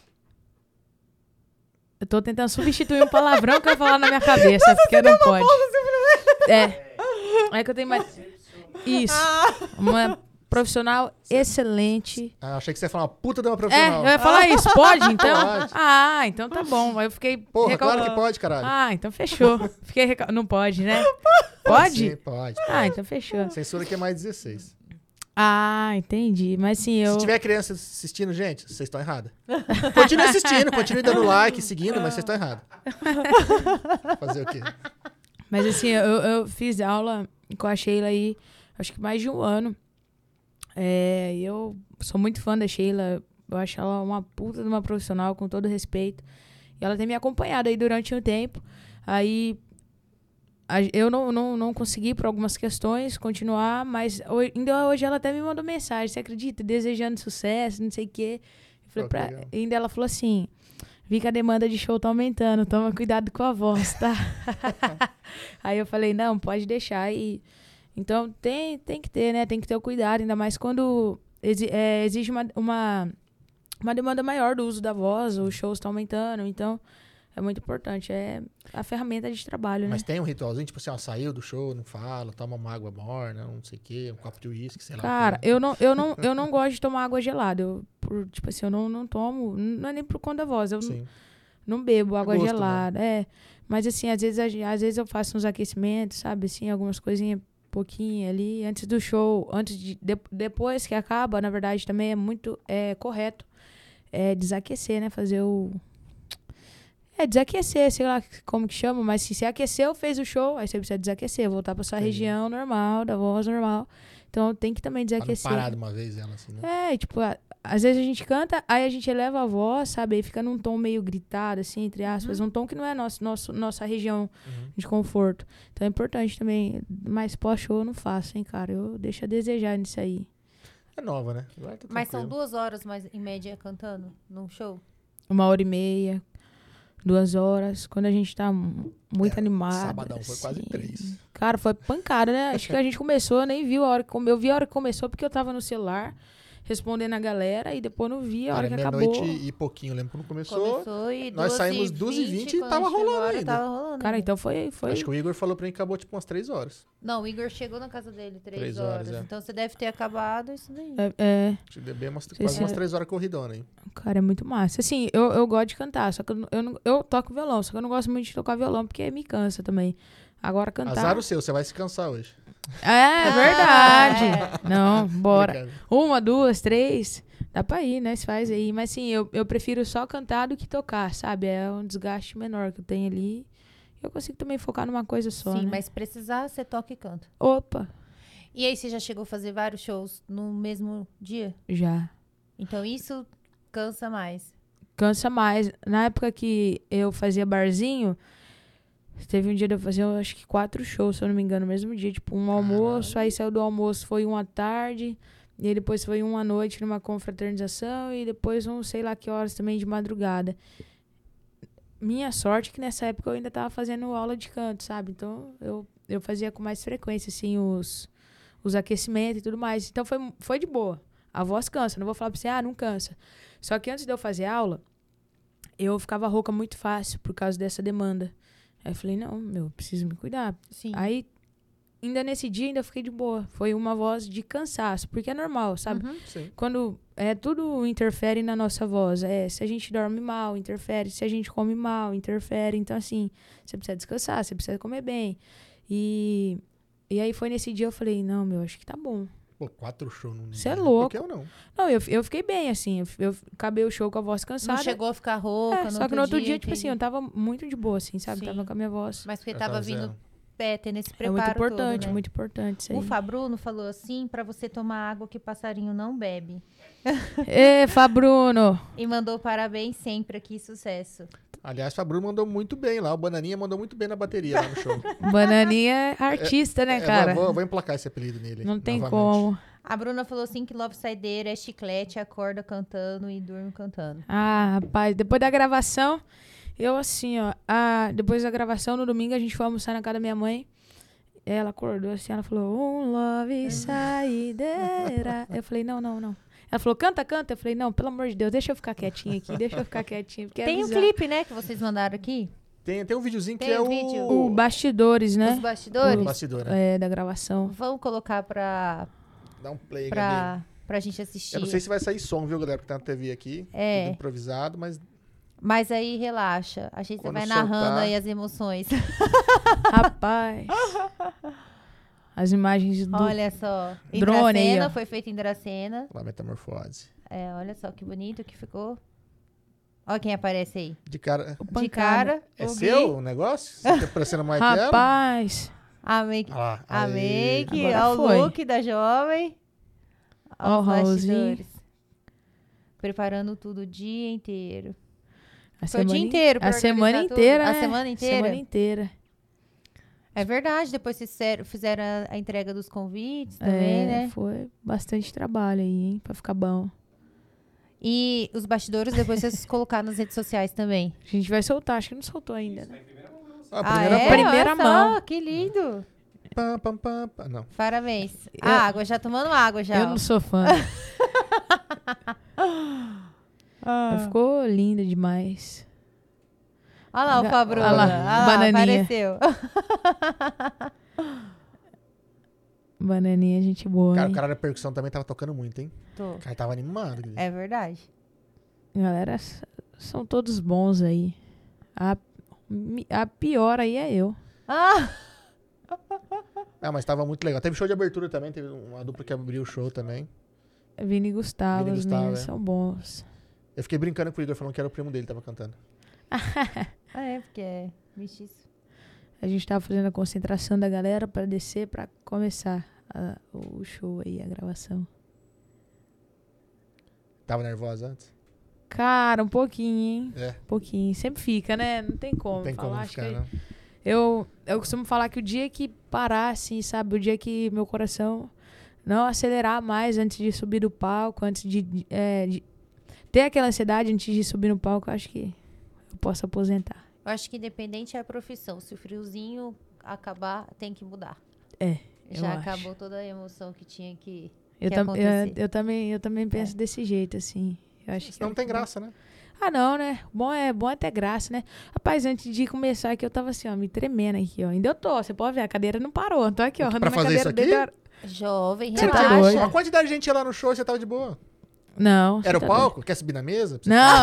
Eu tô tentando substituir um palavrão que eu ia falar na minha cabeça, porque não pode. É que eu tenho mais... Isso. Uma profissional excelente. Ah, achei que você ia falar uma puta de uma É, profissional. eu ia falar isso. Pode, então? Pode. Ah, então tá bom. Aí eu fiquei... Porra, recalcando. claro que pode, caralho. Ah, então fechou. Não pode, né? Pode? Sim, pode. Ah, então fechou. Censura que é mais 16. Ah, entendi. Mas sim, eu... Se tiver criança assistindo, gente, vocês estão erradas. Continue assistindo, continue dando like, seguindo, mas vocês estão errados. Fazer o quê? Mas assim, eu fiz aula com a Sheila aí, acho que mais de um ano. E eu sou muito fã da Sheila. Eu acho ela uma puta de uma profissional, com todo respeito. E ela tem me acompanhado aí durante um tempo. Aí eu não consegui, por algumas questões, continuar, mas ainda hoje ela até me mandou mensagem, você acredita? Desejando sucesso, não sei o quê. Eu falei legal. ainda ela falou assim: vi que a demanda de show tá aumentando, toma cuidado com a voz, tá? Aí eu falei, não, pode deixar. Então tem que ter, né? Tem que ter o cuidado, ainda mais quando exige uma demanda maior do uso da voz, os shows estão aumentando, então é muito importante. É a ferramenta de trabalho, né? Mas tem um ritualzinho, tipo assim, ó, saiu do show, não fala, toma uma água morna, não sei o quê, um copo de uísque, sei lá. Cara, eu não gosto de tomar água gelada. Tipo assim, eu não tomo, não é nem por conta da voz, eu Sim. não bebo água gosto, gelada. Mas assim, às vezes eu faço uns aquecimentos, sabe? Assim, algumas coisinhas, pouquinho ali, antes do show, depois que acaba, na verdade, também é muito correto desaquecer, né? Fazer o... desaquecer, sei lá como que chama, mas se você aqueceu, fez o show, aí você precisa desaquecer, voltar pra sua região normal, da voz normal. Então tem que também Pra não desaquecer. parar de uma vez ela, assim, né? Tipo, às vezes a gente canta, aí a gente eleva a voz, sabe? Aí fica num tom meio gritado, assim, entre aspas. Um tom que não é nossa região de conforto. Então é importante também. Mas pós-show eu não faço, hein, cara? Eu deixo a desejar nisso aí. É nova, né? Agora tá Mas são tranquilo. 2 horas, mais, em média, cantando num show? 1h30, 2 horas. Quando a gente tá muito animado. Sabadão foi quase assim. 3. Cara, foi pancada, né? Acho que a gente começou, nem viu a hora que... Eu vi a hora que começou porque eu tava no celular, respondendo a galera, e depois não vi a hora que acabou. Meia-noite e pouquinho, lembro quando começou. E nós saímos 2h20 e quando tava chegou a rolando hora, ainda. Tava rolando Cara, ainda. então foi... Acho que o Igor falou pra mim que acabou tipo umas 3 horas. Não, o Igor chegou na casa dele 3 3 horas. horas, é. Então você deve ter acabado isso daí. Acho que deu bem quase umas 3 horas corridona, hein? Cara, é muito massa. Assim, eu gosto de cantar, só que eu toco violão, só que eu não gosto muito de tocar violão, porque me cansa também. Agora cantar... Azar o seu, você vai se cansar hoje. É verdade. Não, bora. Brincando. 1, 2, 3... Dá pra ir, né? Se faz aí. Mas sim, eu prefiro só cantar do que tocar, sabe? É um desgaste menor que eu tenho ali. Eu consigo também focar numa coisa só, Sim, né? mas precisar, você toca e canta. Opa, E aí, você já chegou a fazer vários shows no mesmo dia? já. Então isso cansa mais. Cansa mais. Na época que eu fazia barzinho, teve um dia de eu fazer, eu acho que 4 shows, se eu não me engano, no mesmo dia. Tipo, um almoço, aí saiu do almoço, foi um à tarde, e aí depois foi um à noite numa confraternização, e depois um sei lá que horas também de madrugada. Minha sorte é que nessa época eu ainda tava fazendo aula de canto, sabe? Então eu fazia com mais frequência, assim, os aquecimentos e tudo mais. Então foi de boa. A voz cansa, não vou falar pra você, não cansa. Só que antes de eu fazer aula, eu ficava rouca muito fácil por causa dessa demanda. Aí eu falei, não, eu preciso me cuidar. Sim. Aí, ainda nesse dia, ainda fiquei de boa. Foi uma voz de cansaço, porque é normal, sabe? Sim. Quando tudo interfere na nossa voz. Se a gente dorme mal, interfere. Se a gente come mal, interfere. Então, assim, você precisa descansar, você precisa comer bem. E aí foi nesse dia, eu falei, não, meu, acho que tá bom. Pô, 4 shows num dia. Você é louco. Por que eu não? Não, eu fiquei bem, assim. Eu acabei o show com a voz cansada. Não chegou a ficar rouca Só que no outro dia, tipo entendi. assim, eu tava muito de boa, assim, sabe? Sim. Tava com a minha voz. Mas porque Eu tava tava vindo zero. tendo esse É preparo muito importante, todo, né? muito importante isso aí. O Fabruno falou assim, pra você tomar água que passarinho não bebe. Ê, Fabruno! E mandou parabéns sempre aqui, sucesso. Aliás, o Fabrício mandou muito bem lá. O Bananinha mandou muito bem na bateria lá no show. Bananinha é artista, né, cara? Vou emplacar esse apelido nele. Não tem novamente. como. A Bruna falou assim que Love Saideira é chiclete, acorda cantando e dorme cantando. Ah, rapaz, depois da gravação, eu assim, ó. Depois da gravação, no domingo, a gente foi almoçar na casa da minha mãe. Ela acordou assim, ela falou, love saideira. Eu falei, não. Ela falou, canta. Eu falei, não, pelo amor de Deus, deixa eu ficar quietinha aqui, porque Tem um clipe, né, que vocês mandaram aqui? Tem um videozinho Tem que é um vídeo? O bastidores, né? Os bastidores? o bastidor, né? Da gravação. Vamos colocar pra Dá um play, Gabi. gente assistir. Eu não sei se vai sair som, viu, galera? Porque tá na TV aqui. É. Tudo improvisado, mas Mas aí, relaxa. A gente Quando vai soltar- narrando aí as emoções. Rapaz. As imagens do... Olha só. Em Drone aí, Dracena, ó. foi feito em Dracena. lá metamorfose. Olha só que bonito que ficou. Olha quem aparece aí. De cara. o De pancada. cara, É o Gui. seu o negócio? Você tá parecendo mais que ela? Rapaz. A make, Ah, a aí. make, Agora ó, o foi. look da jovem. Ó, Ó, os o Raulzinho. bastidores. Preparando tudo o dia inteiro. A Foi o dia semana in- inteiro pra A semana organizar tudo? inteira, A né? semana inteira? Semana inteira. É verdade, depois vocês fizeram a entrega dos convites também, né? Foi bastante trabalho aí, hein? Pra ficar bom. E os bastidores depois vocês colocaram nas redes sociais também. A gente vai soltar, acho que não soltou ainda, né? Ah, primeira é? mão. Primeira Olha mão. só, que lindo. Pam, pam, pam, pam. Não. Parabéns. Água, já tomando água já. Eu ó. não sou fã. Mas ficou linda demais. Olha lá o Fabro. Olha lá, bananinha. Apareceu. Bananinha, gente boa, Cara, hein? o cara da percussão também tava tocando muito, hein? Tô. O cara tava animado. Guilherme. É verdade. Galera, são todos bons aí. A pior aí é eu. Ah, Ah, mas tava muito legal. Teve show de abertura também, teve uma dupla que abriu o show também. Vini e Gustavo, Vini e os Gustavo, meninos é. são bons. Eu fiquei brincando com o Igor, falando que era o primo dele que tava cantando. porque é mestiço. A gente tava fazendo a concentração da galera pra descer, pra começar o show aí, a gravação. Tava nervosa antes? Cara, um pouquinho, hein? É. Um pouquinho. Sempre fica, né? Não tem como Não tem falar. como Acho ficar, que não. eu costumo falar que o dia que parar, assim, sabe? O dia que meu coração não acelerar mais antes de subir do palco, antes de ter aquela ansiedade antes de subir no palco, eu acho que eu posso aposentar. Eu acho que independente é a profissão. Se o friozinho acabar, tem que mudar. É, Já eu acabou acho. toda a emoção que tinha que Eu, que tam- acontecer. eu também penso desse jeito, assim. Eu acho que Não tem graça, né? Ah, não, né? Bom é ter graça, né? Rapaz, antes de começar aqui, eu tava assim, ó, me tremendo aqui, ó. Ainda eu tô, você pode ver, a cadeira não parou. Eu tô aqui, ó. Pra na minha fazer isso cadeira aqui? desde a hora- Jovem, Você tá relaxa. doido? A quantidade de gente ia lá no show e você tava de boa. Não. Era o você tá palco? Quer subir na mesa? doido. Não.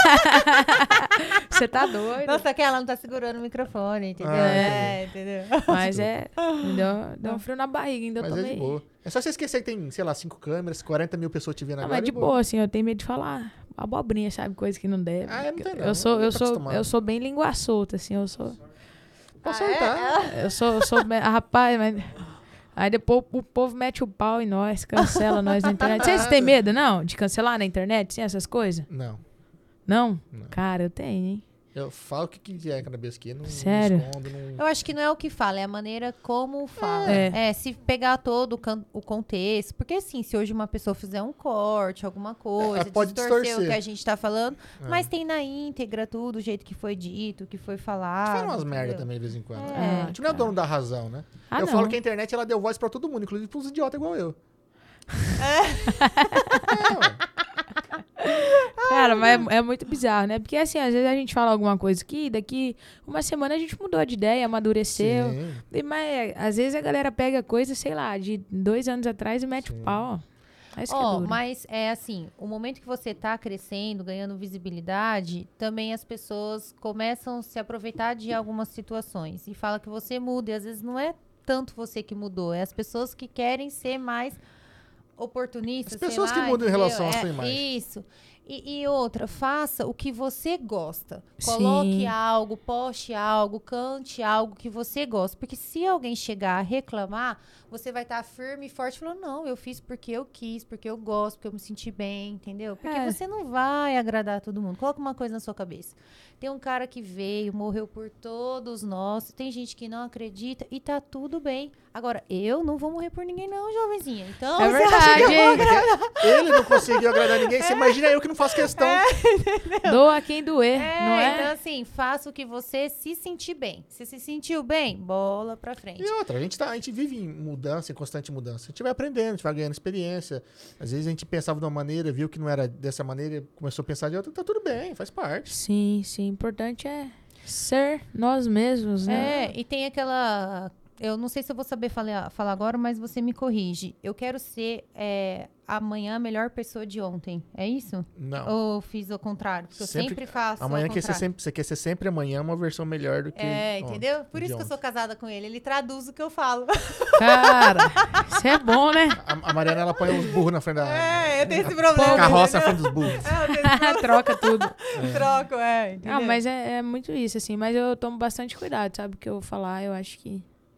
Você tá doido. Nossa, que ela não tá segurando o microfone, entendeu? Ah, Entendeu? Mas deu um frio na barriga, ainda eu Mas é tomei. de boa. É só você esquecer que tem, sei lá, 5 câmeras, 40 mil pessoas te vendo Não, agora. mas de boa, assim, eu tenho medo de falar abobrinha, sabe? Coisa que não deve. Ah, não tem não. Eu tô acostumado. sou bem língua solta, assim, eu sou... Posso soltar. Eu sou rapaz, mas... Aí depois o povo mete o pau em nós, cancela nós na internet. Vocês têm medo, não? De cancelar na internet, sim, essas coisas? Não. Não? Não. Cara, eu tenho, hein? Eu falo o que quiser cada vez que não Sério? Não escondo, não... Eu acho que não é o que fala, é a maneira como fala. É. Se pegar todo o contexto. Porque, assim, se hoje uma pessoa fizer um corte, alguma coisa, pode distorcer o distorcer. que a gente tá falando, É. mas tem na íntegra tudo, o jeito que foi dito, o que foi falado. Fala umas merda entendeu? também de vez em quando. É. A gente não é dono da razão, né? Ah, eu não. falo que a internet ela deu voz pra todo mundo, inclusive pros idiotas igual eu. Cara, mas é muito bizarro, né? Porque assim, às vezes a gente fala alguma coisa aqui, daqui uma semana a gente mudou de ideia, amadureceu. Sim. Mas às vezes a galera pega coisa, sei lá, de 2 anos atrás e mete o pau. É isso que é duro. Mas é assim, o momento que você tá crescendo, ganhando visibilidade, também as pessoas começam a se aproveitar de algumas situações e fala que você muda, e às vezes não é tanto você que mudou, é as pessoas que querem ser mais oportunistas. As pessoas sei lá, que mudam em entendeu? relação à sua imagem. Isso. E outra, faça o que você gosta. Coloque Sim. algo, poste algo, cante algo que você gosta. Porque se alguém chegar a reclamar, você vai estar firme e forte falando, não, eu fiz porque eu quis, porque eu gosto, porque eu me senti bem, entendeu? Porque É. você não vai agradar todo mundo. Coloca uma coisa na sua cabeça. Tem um cara que veio, morreu por todos nós, tem gente que não acredita e tá tudo bem. Agora, eu não vou morrer por ninguém não, jovenzinha. Então, É você acha que eu vou verdade. Ele não conseguiu agradar ninguém. Você imagina eu que não faço questão. Doa quem doer, não Então, é? assim, faça o que você se sentir bem. Se sentiu bem, bola pra frente. E outra, a gente vive em mudança, em constante mudança. A gente vai aprendendo, a gente vai ganhando experiência. Às vezes a gente pensava de uma maneira, viu que não era dessa maneira, começou a pensar de outra. Tá tudo bem, faz parte. Sim, sim. O importante é ser nós mesmos, né? E tem aquela... Eu não sei se eu vou saber falar agora, mas você me corrige. Eu quero ser amanhã a melhor pessoa de ontem. É isso? Não. Ou fiz ao contrário? Porque eu sempre faço Amanhã ao quer ser contrário. sempre, você quer ser sempre amanhã uma versão melhor do que ontem, Entendeu? Por de isso que eu ontem. sou casada com ele. Ele traduz o que eu falo. Cara, isso é bom, né? A Mariana, ela põe uns burros na frente da... Eu tenho esse problema. Carroça na frente dos burros. Eu tenho esse Troca tudo. troco, entendeu? Ah, mas é muito isso, assim. Mas eu tomo bastante cuidado, sabe? O que eu vou falar, eu acho que...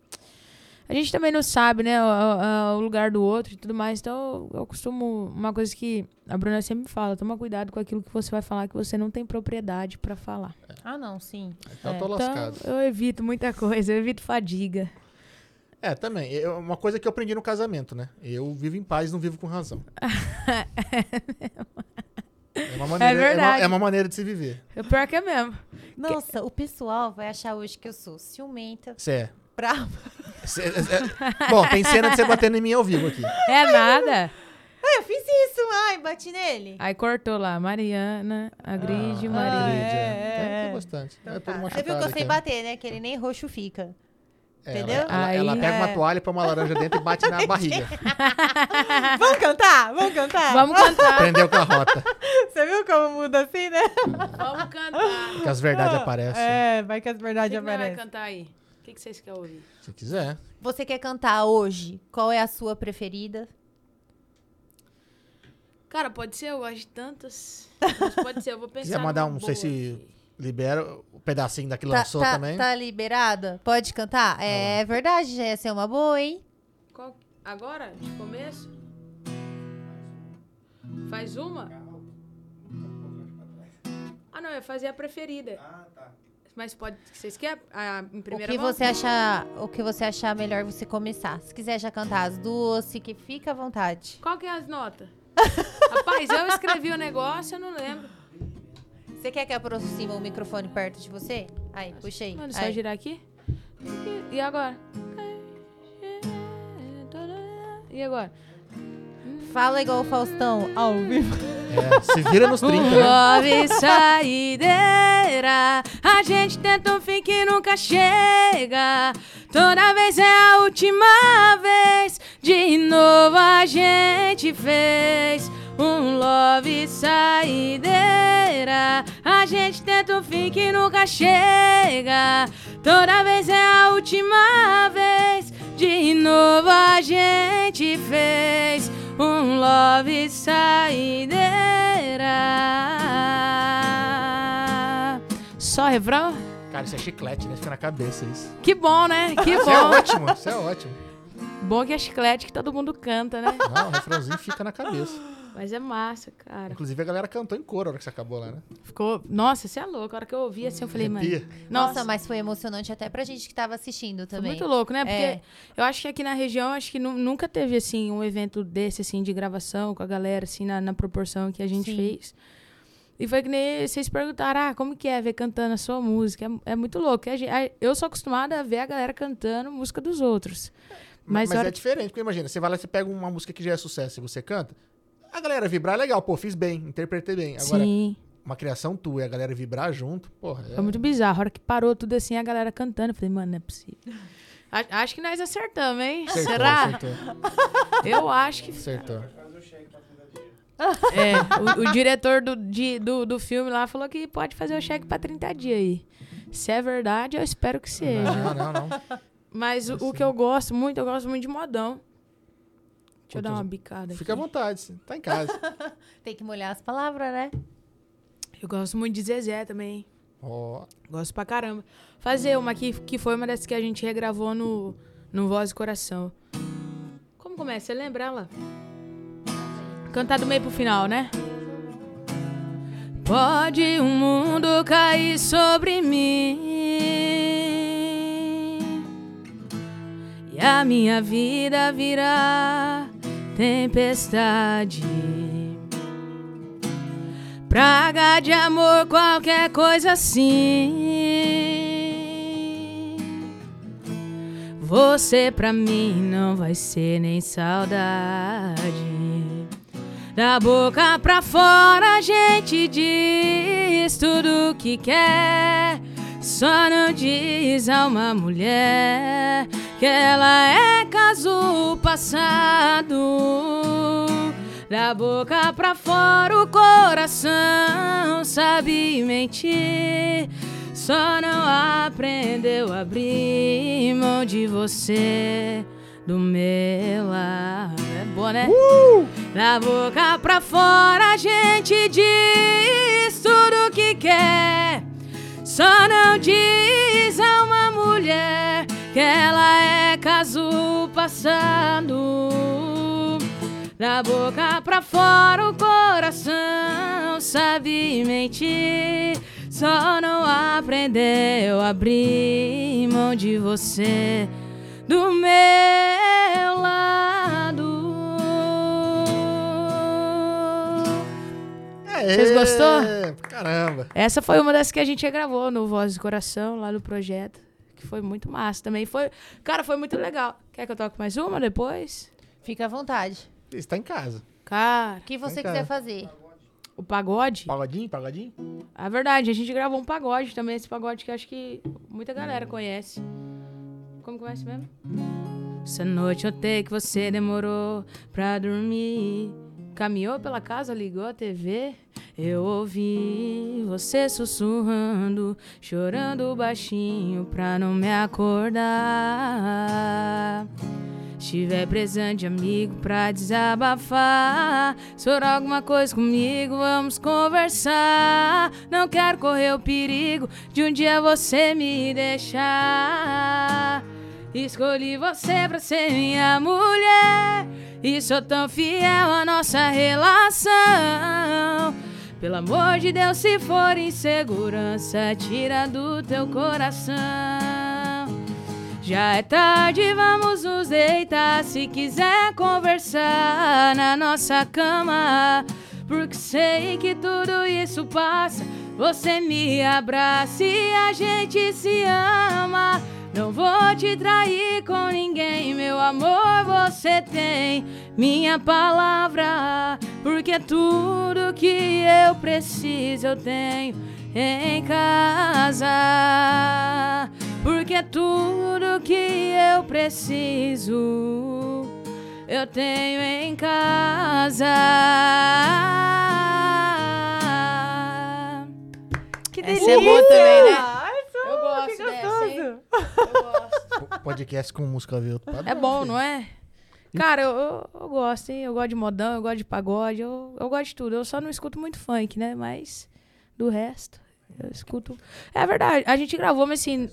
A gente também não sabe, né? O lugar do outro e tudo mais. Então, eu costumo... Uma coisa que a Bruna sempre me fala. Toma cuidado com aquilo que você vai falar, que você não tem propriedade pra falar. Ah, não, sim. Então eu tô lascado. Então, eu evito muita coisa. Eu evito fadiga. Também. Uma coisa que eu aprendi no casamento, né? Eu vivo em paz, não vivo com razão. É uma maneira, verdade. é uma maneira de se viver. O pior que é mesmo. Nossa, o pessoal vai achar hoje que eu sou ciumenta, Você é. brava. Bom, tem cena de você batendo em mim ao vivo aqui. É nada. Eu fiz isso, ai, bati nele. Aí cortou lá. Mariana, agride, Ah, Maria. agride, é. Tem bastante. Então É tá. todo Você viu que eu machucado sei aqui, bater, né? Que ele nem roxo fica. né? entendeu? Ela Aí- pega uma toalha, põe uma laranja dentro e bate na barriga. Vamos cantar? Vamos cantar? Vamos cantar. Prendeu com a rota. Você viu como muda assim, né? Vamos cantar. Que as verdades aparecem. Vai que as verdades Quem que nós vai aparecem. cantar aí? O que vocês querem ouvir? Se quiser. Você quer cantar hoje? Qual é a sua preferida? Cara, pode ser, eu gosto de tantas. Mas pode ser, eu vou pensar. Quiser mandar numa não sei boa se aqui. libera o pedacinho da que lançou também. Tá liberada? Pode cantar? É verdade, já ia ser uma boa, hein? Qual- Agora? De começo? Faz uma? Ah, não, eu fazia a preferida. Ah, tá. Mas pode. Vocês querem em primeira O que mão? você achar melhor você começar. Se quiser já cantar as duas, se que fica à vontade. Qual que é as notas? Rapaz, eu escrevi o negócio, eu não lembro. Você quer que aproxime o microfone perto de você? Aí, puxa aí. Mano, só Aí. girar aqui. E agora? E agora? Fala igual o Faustão, ao vivo. Se vira nos 30, né? Love saideira, a gente tenta um fim que nunca chega. Toda vez é a última vez. De novo a gente fez um love saideira. A gente tenta um fim que nunca chega. Toda vez é a última vez. De novo a gente fez um love saideira. Só refrão? Cara, isso é chiclete, né? Fica na cabeça isso. Que bom, né? Que Isso é bom. ótimo, isso é ótimo. Bom que é chiclete que todo mundo canta, né? Não, o refrãozinho fica na cabeça. Mas é massa, cara. Inclusive a galera cantou em coro a hora que você acabou lá, né? Ficou... Nossa, você é louco. A hora que eu ouvi assim, eu falei, mano... Arrepia. Nossa, mas foi emocionante até pra gente que tava assistindo Foi também. muito louco, né? Porque É. eu acho que aqui na região, acho que nunca teve, assim, um evento desse, assim, de gravação com a galera, assim, na proporção que a gente Sim. fez. E foi que nem vocês perguntaram, como que é ver cantando a sua música? É muito louco. Eu sou acostumada a ver a galera cantando música dos outros. Mas a hora é diferente, porque imagina, você vai lá, você pega uma música que já é sucesso e você canta, A galera vibrar é legal, pô, fiz bem, interpretei bem. Agora, Sim. uma criação tua e a galera vibrar junto, porra. Foi muito bizarro. A hora que parou tudo assim, a galera cantando. Eu falei, mano, não é possível. Acho que nós acertamos, hein? Acertou, Será? Acertou. Eu acho que... Acertou. Faz o cheque pra 30 dias. O diretor do filme lá falou que pode fazer o cheque pra 30 dias aí. Se é verdade, eu espero que seja. Não. Mas o que eu gosto muito de modão. Deixa eu dar uma bicada aqui. Fica à vontade, você tá em casa. Tem que molhar as palavras, né? Eu gosto muito de Zezé também. Ó, Gosto pra caramba. Fazer uma aqui, que foi uma dessas que a gente regravou no Voz e Coração. Como começa? Você lembra ela? Cantar do meio pro final, né? Pode o mundo cair sobre mim e a minha vida virar tempestade, praga de amor, qualquer coisa assim. Você pra mim não vai ser nem saudade. Da boca pra fora a gente diz tudo que quer, só não diz a uma mulher que ela é caso passado. Da boca pra fora o coração sabe mentir, só não aprendeu a abrir mão de você do meu lado. É boa, né? Da boca pra fora a gente diz tudo que quer, só não diz a uma mulher que ela é caso passado. Da boca pra fora o coração sabe mentir, só não aprendeu a abrir mão de você do meu lado. Vocês gostou? Caramba. Essa foi uma das que a gente gravou no Voz do Coração, lá no projeto, que foi muito massa também. Cara, foi muito legal. Quer que eu toque mais uma depois? Fica à vontade. Você tá em casa. Cara, O que você Vem cá. quiser fazer. o pagode? Pagodinho? É verdade, a gente gravou um pagode também, esse pagode que acho que muita galera conhece. Como começa mesmo? Essa noite eu notei que você demorou pra dormir. Caminhou pela casa, ligou a TV. Eu ouvi você sussurrando, chorando baixinho pra não me acordar. Estiver precisando de amigo pra desabafar, se for alguma coisa comigo, vamos conversar. Não quero correr o perigo de um dia você me deixar. Escolhi você pra ser minha mulher e sou tão fiel à nossa relação. Pelo amor de Deus, se for insegurança, tira do teu coração. Já é tarde, vamos nos deitar. Se quiser conversar na nossa cama, porque sei que tudo isso passa. Você me abraça e a gente se ama. Não vou te trair com ninguém, meu amor, você tem minha palavra, porque tudo que eu preciso eu tenho em casa. Porque tudo que eu preciso eu tenho em casa. Que Essa é boa também, né? Eu gosto que dessa, hein? gostoso. Eu gosto. Podcast com música, viu? É bom, não é? Cara, eu gosto, hein? Eu gosto de modão, eu gosto de pagode, eu gosto de tudo. Eu só não escuto muito funk, né? Mas do resto, eu escuto. É verdade, a gente gravou, mas assim.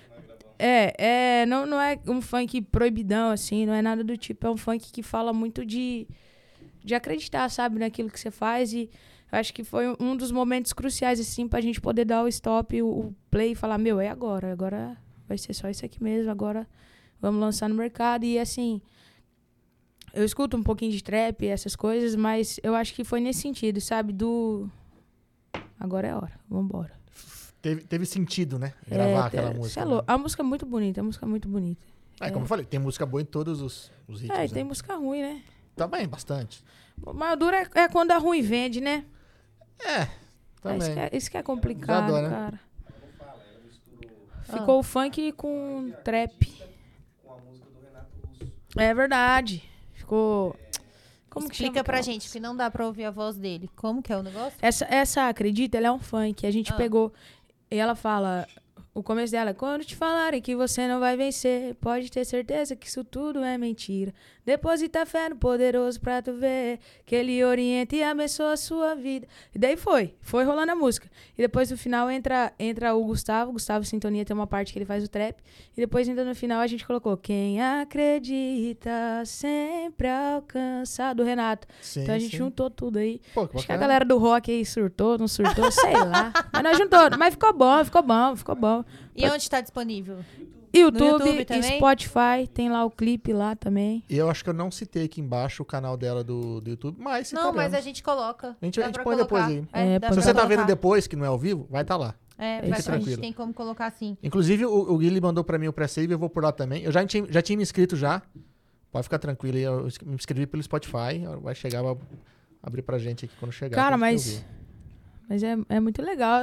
Não é um funk proibidão, assim, não é nada do tipo. É um funk que fala muito de acreditar, sabe, naquilo que você faz. E eu acho que foi um dos momentos cruciais, assim, pra gente poder dar o stop, o play e falar, meu, é agora. Agora vai ser só isso aqui mesmo, agora vamos lançar no mercado. E, assim, eu escuto um pouquinho de trap, essas coisas, mas eu acho que foi nesse sentido, sabe, agora é a hora, vambora. Teve sentido, né? Gravar aquela música. Né? A música é muito bonita, Como eu falei, tem música boa em todos os ritmos. E tem música ruim, né? Também, bastante. Mas duro é quando é ruim vende, né? Também. Isso que é complicado, Jogador, né? cara. Ela fala, ela misturou Ficou o funk com trap. com a música do Renato Russo. É verdade. Ficou... Como que Explica chama pra aquela gente, que não dá pra ouvir a voz dele. Como que é o negócio? Essa acredita, ela é um funk. A gente pegou e ela fala, o começo dela, quando te falarem que você não vai vencer, pode ter certeza que isso tudo é mentira. Deposita fé no poderoso pra tu ver que ele orienta e abençoa a sua vida. E daí foi rolando a música. E depois no final entra o Gustavo Sintonia tem uma parte que ele faz o trap. E depois ainda no final a gente colocou quem acredita sempre alcança, do Renato. Sim, Então a gente sim. juntou tudo aí. Pô, que Acho que a bacana. galera do rock aí surtou, não surtou, sei lá. Mas nós juntou. Mas ficou bom. E onde tá disponível? YouTube, YouTube também? Spotify, tem lá o clipe lá também. E eu acho que eu não citei aqui embaixo o canal dela do YouTube, mas Não, mas a citaremos. gente coloca. A gente Dá pra põe depois aí. dá põe Se pra você tá vendo colocar. depois, que não é ao vivo, vai estar lá. É, Fique a gente tranquilo. tem como colocar assim. Inclusive, o Guilherme mandou pra mim o pré-save, eu vou por lá também. Eu já tinha me inscrito já. Pode ficar tranquilo aí, eu me inscrevi pelo Spotify. Vai chegar, vai abrir pra gente aqui quando chegar. Cara, pra gente mas ouvir. é muito legal.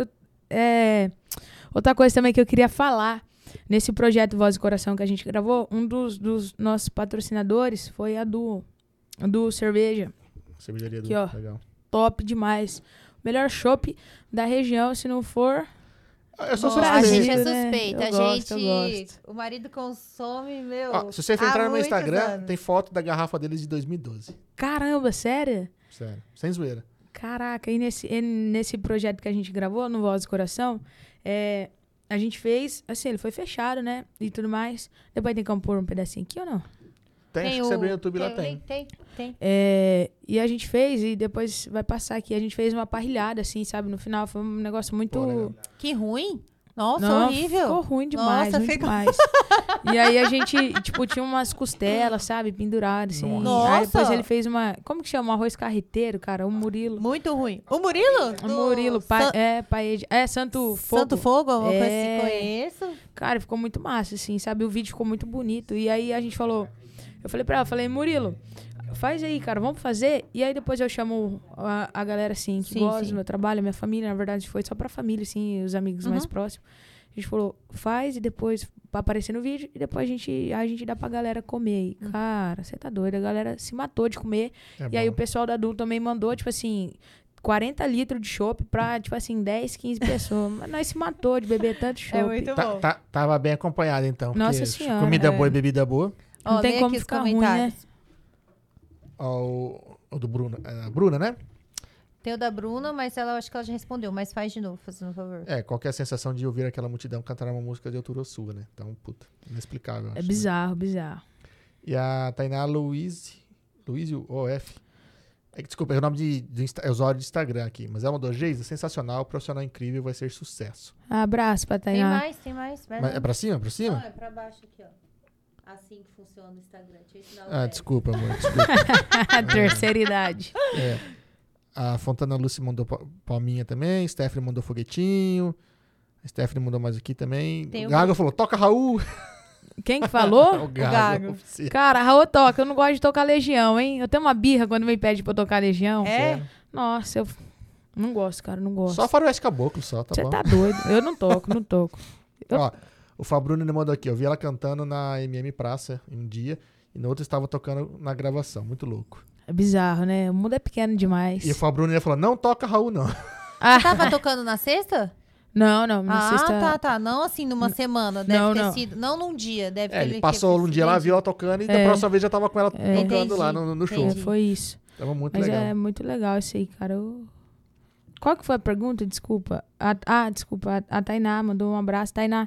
Outra coisa também que eu queria falar, nesse projeto Voz e Coração que a gente gravou, um dos nossos patrocinadores foi a do Cerveja. Cervejaria do Aqui, ó. legal. Top demais. Melhor chopp da região, se não for... Eu sou Bom, a Brasil, gente é suspeito. né? suspeita. Eu A gosto, eu gente. gosto. O marido consome, meu. Ó, se você for há entrar no meu muitos Instagram, anos. tem foto da garrafa deles de 2012. Caramba, sério? Sério, sem zoeira. Caraca, e nesse projeto que a gente gravou, no Voz do Coração, a gente fez, assim, ele foi fechado, né? E tudo mais. Depois tem como pôr um pedacinho aqui ou não? Tem, acho que você abrir no YouTube lá tem. Tem. E a gente fez, e depois vai passar aqui, a gente fez uma parrilhada, assim, sabe? No final foi um negócio muito... Pô, legal. Que ruim. Nossa, Não, horrível. ficou ruim demais, Nossa, ruim ficou- demais. E aí a gente, tipo, tinha umas costelas, sabe? Penduradas, assim. Nossa. Aí depois ele fez uma... Como que chama? Um arroz carreteiro, cara? O Murilo. Muito ruim. O Murilo? O Murilo, pai de... Santo Fogo. Santo Fogo, alguma coisa assim, É. conheço. Cara, ficou muito massa, assim, sabe? O vídeo ficou muito bonito. E aí a gente falou... Eu falei pra ela, Murilo, faz aí, cara, vamos fazer. E aí depois eu chamo a galera, assim, que Sim, gosta sim. do meu trabalho, a minha família. Na verdade, foi só pra família, assim, os amigos mais próximos. A gente falou, faz e depois pra aparecer no vídeo. E depois a gente dá pra galera comer. E, cara, você tá doido. A galera se matou de comer. E aí o pessoal da Adulto também mandou, tipo assim... 40 litros de chopp pra, tipo assim, 10, 15 pessoas. Mas nós se matou de beber tanto chopp. É muito bom. Tava bem acompanhado, então. Nossa porque Senhora, comida boa e bebida boa. Não Ó, tem lê como aqui os ficar ruim, comentários. né? Ó, o do Bruno. A Bruna, né? Tem o da Bruna, mas ela acho que ela já respondeu. Mas faz de novo, fazendo um favor. Qual que é a sensação de ouvir aquela multidão cantar uma música de altura sua, né? Então, puta, inexplicável. É acho, né? bizarro. E a Tainá Luiz OF. Desculpa, é o nome é usuário de Instagram aqui. Mas ela mandou, Geisa, sensacional, profissional incrível, vai ser sucesso. Abraço pra Tem Tainá. mais. Vai Mas lá. é pra cima? Pra Não, cima? é pra baixo aqui, ó. Assim que funciona o Instagram. Deixa eu ensinar o Ah, resto. desculpa, amor, desculpa. Terceira idade. A Fontana Lucy mandou palminha também. Stephanie mandou foguetinho. A Stephanie mandou mais aqui também. Tem O o- Gago falou, toca Raul. Quem que falou? O Gago. Gago. oficial. Cara, Raul toca. Eu não gosto de tocar Legião, hein? Eu tenho uma birra quando me pede pra eu tocar Legião. É? Nossa, eu não gosto, cara. Não gosto. Só Faroeste Caboclo, só, tá Você bom? tá doido. Eu não toco. Ó, o Fabruno me mandou aqui. Eu vi ela cantando na MM Praça um dia. E no outro estava tocando na gravação. Muito louco. É bizarro, né? O mundo é pequeno demais. E o Fabruno falou, não toca Raul, não. Tava tocando na sexta? Não. Na sexta... Tá. Não assim numa semana. Deve Não, ter não. sido. Não num dia. Deve ter Ele passou um dia lá, viu ela tocando. E da próxima vez já tava com ela tocando Entendi. lá no show. Entendi. Foi isso. Tava muito Mas legal. é muito legal isso aí, cara. Qual que foi a pergunta? Desculpa. Desculpa. A Tainá mandou um abraço. Tainá,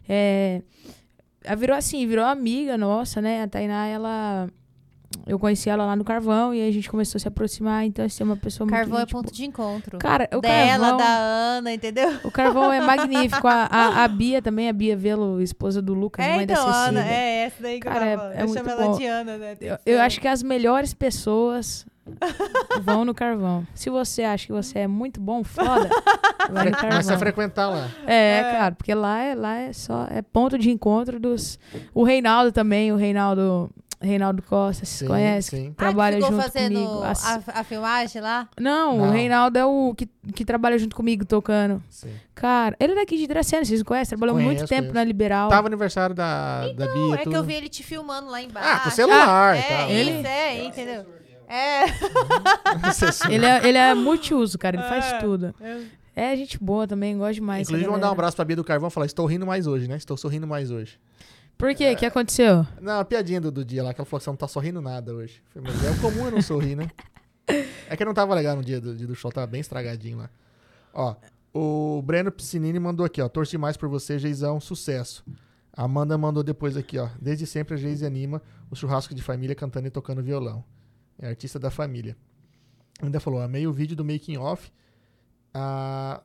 ela virou amiga nossa, né? A Tainá, eu conheci ela lá no Carvão e aí a gente começou a se aproximar. Então, assim, é uma pessoa Carvão é muito... ponto de encontro. Cara, o Dela, Carvão... da Ana, entendeu? O Carvão é magnífico. A Bia também, a Bia Velo, esposa do Lucas, mãe da Cecília. Ana, é essa daí que Cara, eu tava. é Eu muito chamo ela bom. de Ana, né? Eu acho que as melhores pessoas vão no Carvão. Se você acha que você é muito bom, foda, vai no Carvão. Começa a frequentar lá. Cara, porque lá é só ponto de encontro dos... O Reinaldo também, Reinaldo Costa, vocês Sim, conhecem? sim. Trabalha que ficou junto fazendo comigo. a filmagem lá? Não, Não. o Reinaldo é o que trabalha junto comigo, tocando. Sim. Cara, ele é daqui de Dracena, vocês conhecem? Trabalhou muito Conheço, tempo conheço. na Liberal. Tava aniversário da Bia Não, e é tudo. que eu vi ele te filmando lá embaixo. Ah, com o celular. É, tá. isso, entendeu? É. Ele é multiuso, cara, ele faz tudo. É gente boa também, gosto demais. Inclusive, dessa mandar um galera. abraço pra Bia do Carvão e falar, estou rindo mais hoje, né? Estou sorrindo mais hoje. Por quê? O que aconteceu? Não, a piadinha do dia lá, que ela falou que você não tá sorrindo nada hoje. Falei, mas é comum eu não sorrir, né? É que não tava legal no dia do show, tava bem estragadinho lá. Ó, o Breno Piscinini mandou aqui, ó. Torço demais por você, Geizão, sucesso. A Amanda mandou depois aqui, ó. Desde sempre a Geise anima o churrasco de família cantando e tocando violão. É artista da família. Ainda falou, amei o vídeo do making off. A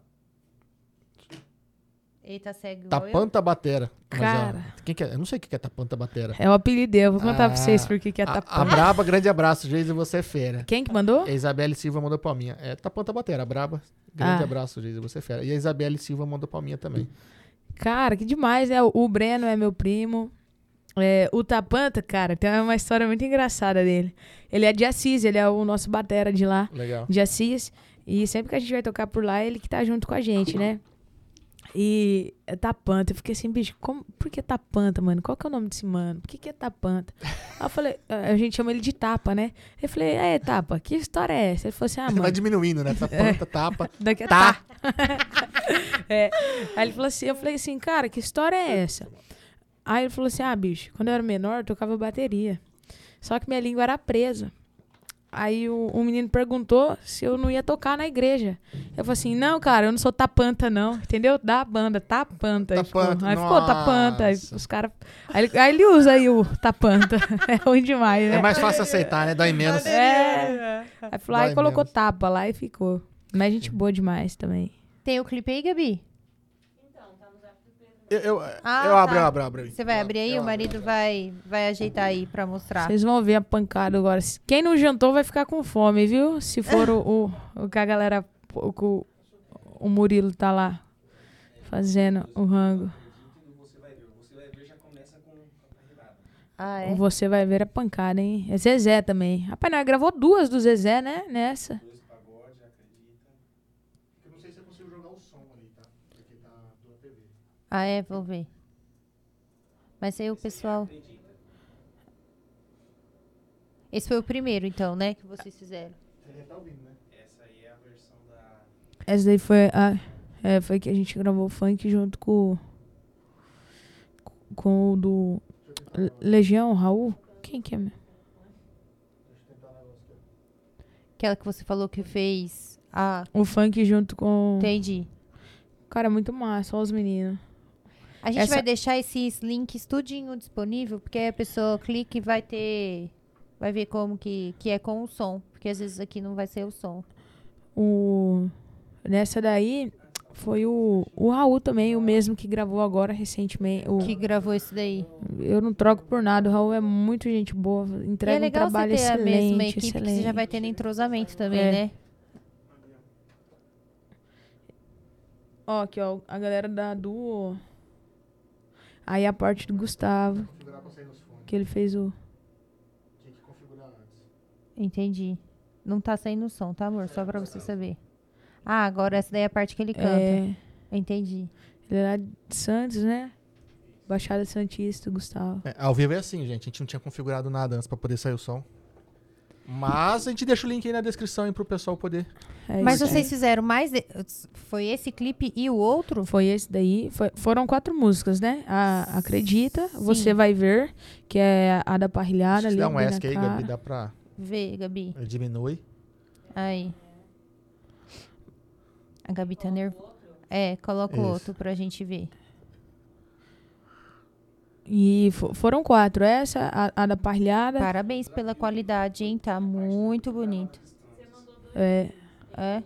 Eita, segue igual eu. Tapanta Batera. Mas, ó, Cara. quem que é? Eu não sei o que é Tapanta Batera. É o apelido dele, eu vou contar pra vocês Ah, por que é A Tapanta. Braba, grande abraço, Geise, você é fera. Quem que mandou? A Isabelle Silva mandou palminha. É Tapanta Batera, a Braba. Grande Ah. abraço, Geise, você é fera. E a Isabelle Silva mandou palminha também. Cara, que demais, né? O Breno é meu primo. É, o Tapanta, cara, tem uma história muito engraçada dele. Ele é de Assis, ele é o nosso batera de lá, Legal. de Assis. E sempre que a gente vai tocar por lá, ele que tá junto com a gente, né? E é Tapanta. Eu fiquei assim, bicho, por que Tapanta, mano? Qual que é o nome desse mano? Por que é Tapanta? Aí eu falei, a gente chama ele de Tapa, né? Eu falei, Tapa, que história é essa? Ele falou assim, Vai mano, diminuindo, né? Tapanta, tapa. daqui a Tá. É. Aí ele falou assim, eu falei assim, cara, que história é essa? Aí ele falou assim, bicho, quando eu era menor, eu tocava bateria. Só que minha língua era presa. Aí o menino perguntou se eu não ia tocar na igreja. Eu falei assim, não, cara, eu não sou Tapanta, não. Entendeu? Da banda, Tapanta. Aí Tapanta, ficou Tapanta. Aí nossa. os caras... Aí ele usa aí o Tapanta. É ruim demais, né? É mais fácil aceitar, né? Dói menos. Aí falou, aí Dói colocou menos. tapa lá e ficou. Mas gente boa demais também. Tem o clipe aí, Gabi? Eu Ah, abro, tá. eu abro. Você vai abrir aí? Eu O marido vai ajeitar aí pra mostrar. Vocês vão ver a pancada agora. Quem não jantou vai ficar com fome, viu? Se for o que a galera... O Murilo tá lá fazendo o rango. Você vai ver, já começa com a carreirada. Ah, é? Você vai ver a pancada, hein? É Zezé também. Rapaz, nós gravou 2 do Zezé, né? Nessa. Dois pagode, acredita. Eu não sei se eu consigo jogar o som ali, tá? Porque tá pela TV. Ah, é? Vou ver. Mas aí o pessoal... Esse foi o primeiro, então, né? Que vocês fizeram. Ele tá ouvindo, né? Essa aí é a versão da... Essa daí foi foi que a gente gravou o funk junto com o do Legião, Raul. Quem que é mesmo? Aquela que você falou que fez... Ah, O funk junto com... entendi. Cara, muito massa, olha os meninos. A gente Essa- vai deixar esses links tudinho disponível, porque aí a pessoa clica e vai ter... Vai ver como que é com o som. Porque às vezes aqui não vai ser o som. Nessa daí foi o Raul também, o mesmo que gravou agora recentemente. Que gravou isso daí. Eu não troco por nada, o Raul é muito gente boa, E é entrega um legal você trabalho ter a excelente, mesma equipe, que excelente. você já vai tendo entrosamento também, É. né? Ó, aqui ó, a galera da Duo. Aí a parte do Gustavo, Configurar pra sair nos fones. que ele fez o... Tinha que configurar antes. Entendi. Não tá saindo o som, tá, amor? Só pra você saber. Ah, agora essa daí é a parte que ele canta. É, Entendi. ele era de Santos, né? Baixada Santista, Gustavo. Ao vivo é assim, gente. A gente não tinha configurado nada antes pra poder sair o som. Mas a gente deixa o link aí na descrição aí pro pessoal poder. É Mas isso aí. vocês fizeram mais... Foi esse clipe e o outro? Foi esse daí. Foram 4 músicas, né? A Acredita, Sim. Você Vai Ver, que é a da parrilhada Se ali. der um bem na ESC aí, cara. Gabi, dá pra... Vê, Gabi. Diminui. Aí. A Gabi tá nervosa. É, coloca o Isso. outro pra gente ver. E foram 4. Essa, a da parrilhada. Parabéns pela qualidade, hein? Tá muito bonito. É, É.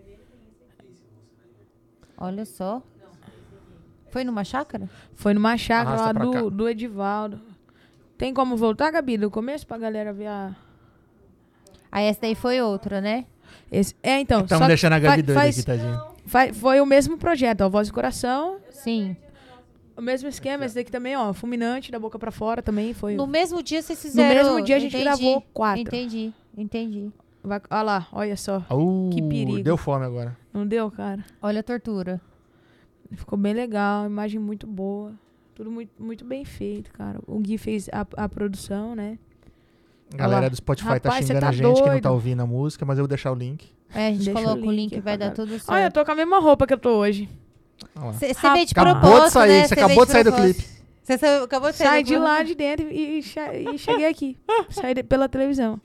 Olha só. Foi numa chácara? foi numa chácara lá Arrasta pra cá. do Edivaldo. Tem como voltar, Gabi, do começo pra galera ver a... Aí essa daí foi outra, né? Então. Estamos só deixando a Gabi fa- doida faz- aqui, tadinho. Foi o mesmo projeto, ó, Voz do Coração. Sim. O mesmo esquema, esse daqui também, ó. Fulminante, da boca pra fora também foi. No mesmo dia vocês No fizeram... mesmo dia a gente gravou 4. Entendi. Olha lá, olha só. Que perigo. Deu fome agora. Não deu, cara? Olha a tortura. Ficou bem legal, imagem muito boa. Tudo muito, muito bem feito, cara. O Gui fez a produção, né? A galera lá. do Spotify tá Rapaz, você xingando tá a gente que não doido. tá ouvindo a música, mas eu vou deixar o link. É, a gente Deixa coloca o link, aí vai pra dar tudo certo. Olha, eu tô com a mesma roupa que eu tô hoje. Olha lá. Você veio de Acabou propósito, de sair, né? você acabou de sair do propósito. clipe. Você acabou de sair Saí do de clipe. lá de dentro e cheguei aqui. Saí pela televisão.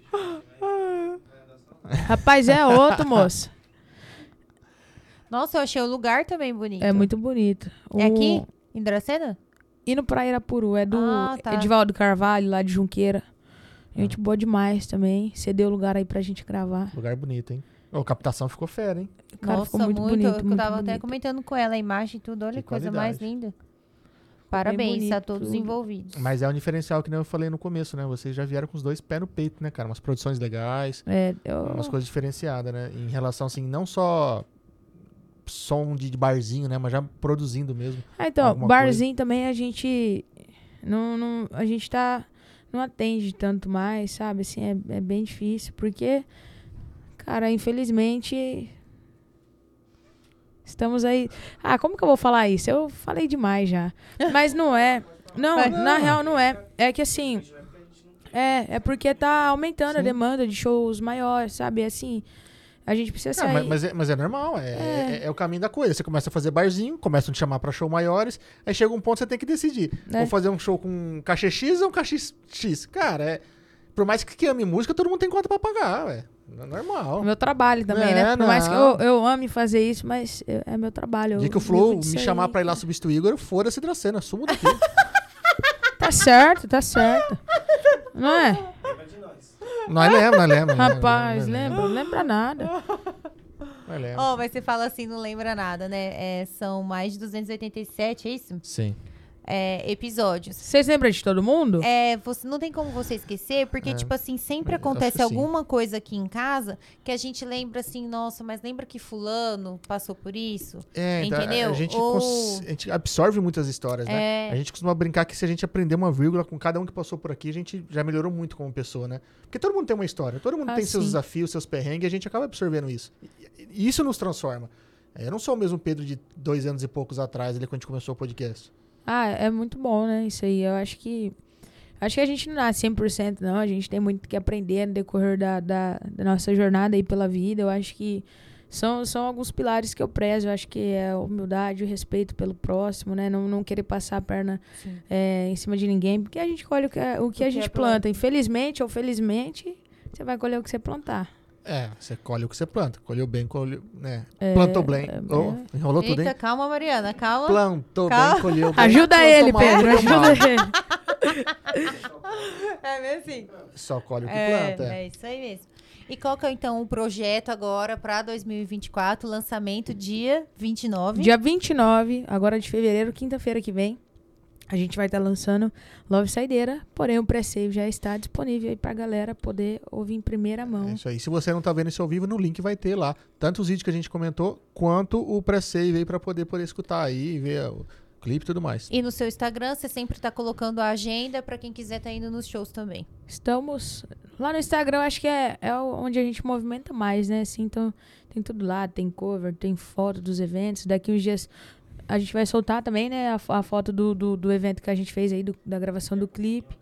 Rapaz, é outro, moço. Nossa, eu achei o lugar também bonito. É muito bonito. É aqui? Em Dracena? Indo pra Irapuru. É do Ah, tá. Edivaldo Carvalho, lá de Junqueira. Gente boa demais também. Cedeu o lugar aí pra gente gravar. Lugar bonito, hein? A captação ficou fera, hein? Cara, Nossa, ficou muito bonito. Eu muito tava até bonito. comentando com ela a imagem e tudo. Olha Que que coisa qualidade. mais linda. Parabéns bonito a todos tudo. envolvidos. Mas é um diferencial que nem eu falei no começo, né? Vocês já vieram com os dois pés no peito, né, cara? Umas produções legais, umas coisas diferenciadas, né? Em relação, assim, não só som de barzinho, né? Mas já produzindo mesmo. Então, alguma barzinho também a gente a gente não atende tanto mais, sabe? Assim, é bem difícil, porque, cara, infelizmente estamos aí... Ah, como que eu vou falar isso? Eu falei demais já. Mas não é. Não, na real não é. É que assim... É porque tá aumentando a Sim. demanda de shows maiores, sabe? Assim, a gente precisa Ah, sair... mas é normal, é o caminho da coisa. Você começa a fazer barzinho, começam a te chamar pra show maiores, aí chega um ponto que você tem que decidir. Vou fazer um show com cachê X ou um cachê X? Cara, por mais que ame música, todo mundo tem conta pra pagar, ué. É normal. Meu trabalho também, É, né? Por mais que não. eu ame fazer isso, mas é meu trabalho. O dia eu que o Flow vivo me disso chamar aí. pra ir lá substituir o Igor, foda-se Dracena, sumo daqui. Tá certo. Não é? Lembra de nós. Nós lembra. Rapaz, lembra? Não lembra nada. Nós lembra. Oh, mas você fala assim, não lembra nada, né? São mais de 287, é isso? Sim. Episódios. Vocês lembram de todo mundo? Você não tem como você esquecer, porque, tipo assim, sempre Acho acontece que sim. alguma coisa aqui em casa que a gente lembra assim, nossa, mas lembra que fulano passou por isso? Então, Entendeu? a gente, Ou- a gente absorve muitas histórias, né? A gente costuma brincar que se a gente aprender uma vírgula com cada um que passou por aqui, a gente já melhorou muito como pessoa, né? Porque todo mundo tem uma história, todo mundo tem seus sim. desafios, seus perrengues, e a gente acaba absorvendo isso. E isso nos transforma. Eu não sou o mesmo Pedro de 2 anos e poucos atrás, ali, quando a gente começou o podcast. Ah, é muito bom, né? Isso aí. Eu acho que a gente não nasce 100%, não. A gente tem muito que aprender no decorrer da nossa jornada aí pela vida. Eu acho que são alguns pilares que eu prezo. Eu acho que é a humildade, o respeito pelo próximo, né? Não querer passar a perna em cima de ninguém. Porque a gente colhe o que a gente planta. Infelizmente ou felizmente, você vai colher o que você plantar. Você colhe o que você planta. Colheu bem, né? Plantou bem. Enrolou tudo, hein? Eita, calma, Mariana, calma. Plantou Calma. bem, colheu bem. Ajuda plantou ele, mal, Pedro. colheu mal. Ajuda ele. É mesmo assim. Só colhe o que planta. É isso aí mesmo. E qual que é, então, o projeto agora para 2024? Lançamento dia 29. Dia 29, agora de fevereiro, quinta-feira que vem, a gente vai estar lançando Love Saideira, porém o pré-save já está disponível aí pra galera poder ouvir em primeira mão. É isso aí. Se você não tá vendo isso ao vivo, no link vai ter lá tanto os vídeos que a gente comentou, quanto o pré-save aí pra poder escutar aí e ver o clipe e tudo mais. E no seu Instagram, você sempre tá colocando a agenda para quem quiser tá indo nos shows também. Estamos lá no Instagram, acho que é onde a gente movimenta mais, né? Assim, então tem tudo lá, tem cover, tem foto dos eventos. Daqui uns dias a gente vai soltar também, né? A foto do evento que a gente fez aí, da gravação do clipe.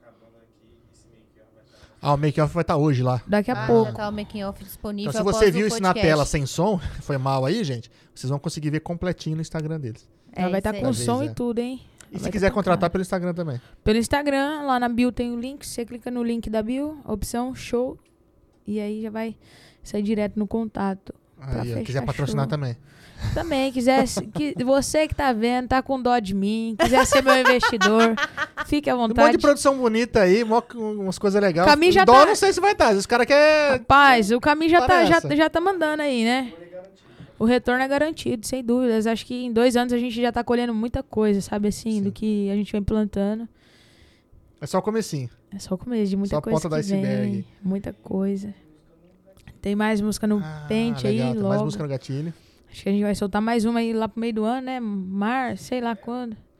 O make-off vai estar hoje lá. Daqui a Já pouco. tá o making off disponível. Então, se você após viu o isso na podcast. tela sem som, foi mal aí, gente, vocês vão conseguir ver completinho no Instagram deles. Ela vai estar isso com aí. Talvez, som é. e tudo, hein? E se Vai quiser tá contratar pancada. pelo Instagram também. Pelo Instagram, lá na bio tem o link. Você clica no link da bio, opção show. E aí já vai sair direto no contato. Pra Aí, ó, fechar quiser patrocinar show. também. Também, você que tá vendo, tá com dó de mim, quiser ser meu investidor, fique à Um monte vontade. de produção bonita aí, umas coisas legais. Caminho já Dó tá- não sei se vai estar. Os caras querem... Rapaz, o caminho já Parece. já tá mandando aí, né? O retorno é garantido, sem dúvidas. Acho que em 2 anos a gente já tá colhendo muita coisa, sabe assim, Sim. do que a gente vem plantando. É só o comecinho. É só o começo de muita Só a coisa ponta do que vem. iceberg. Muita coisa. Tem mais música no pente legal, aí, tem logo. mais música no gatilho. Acho que a gente vai soltar mais uma aí lá pro meio do ano, né? Sei lá quando.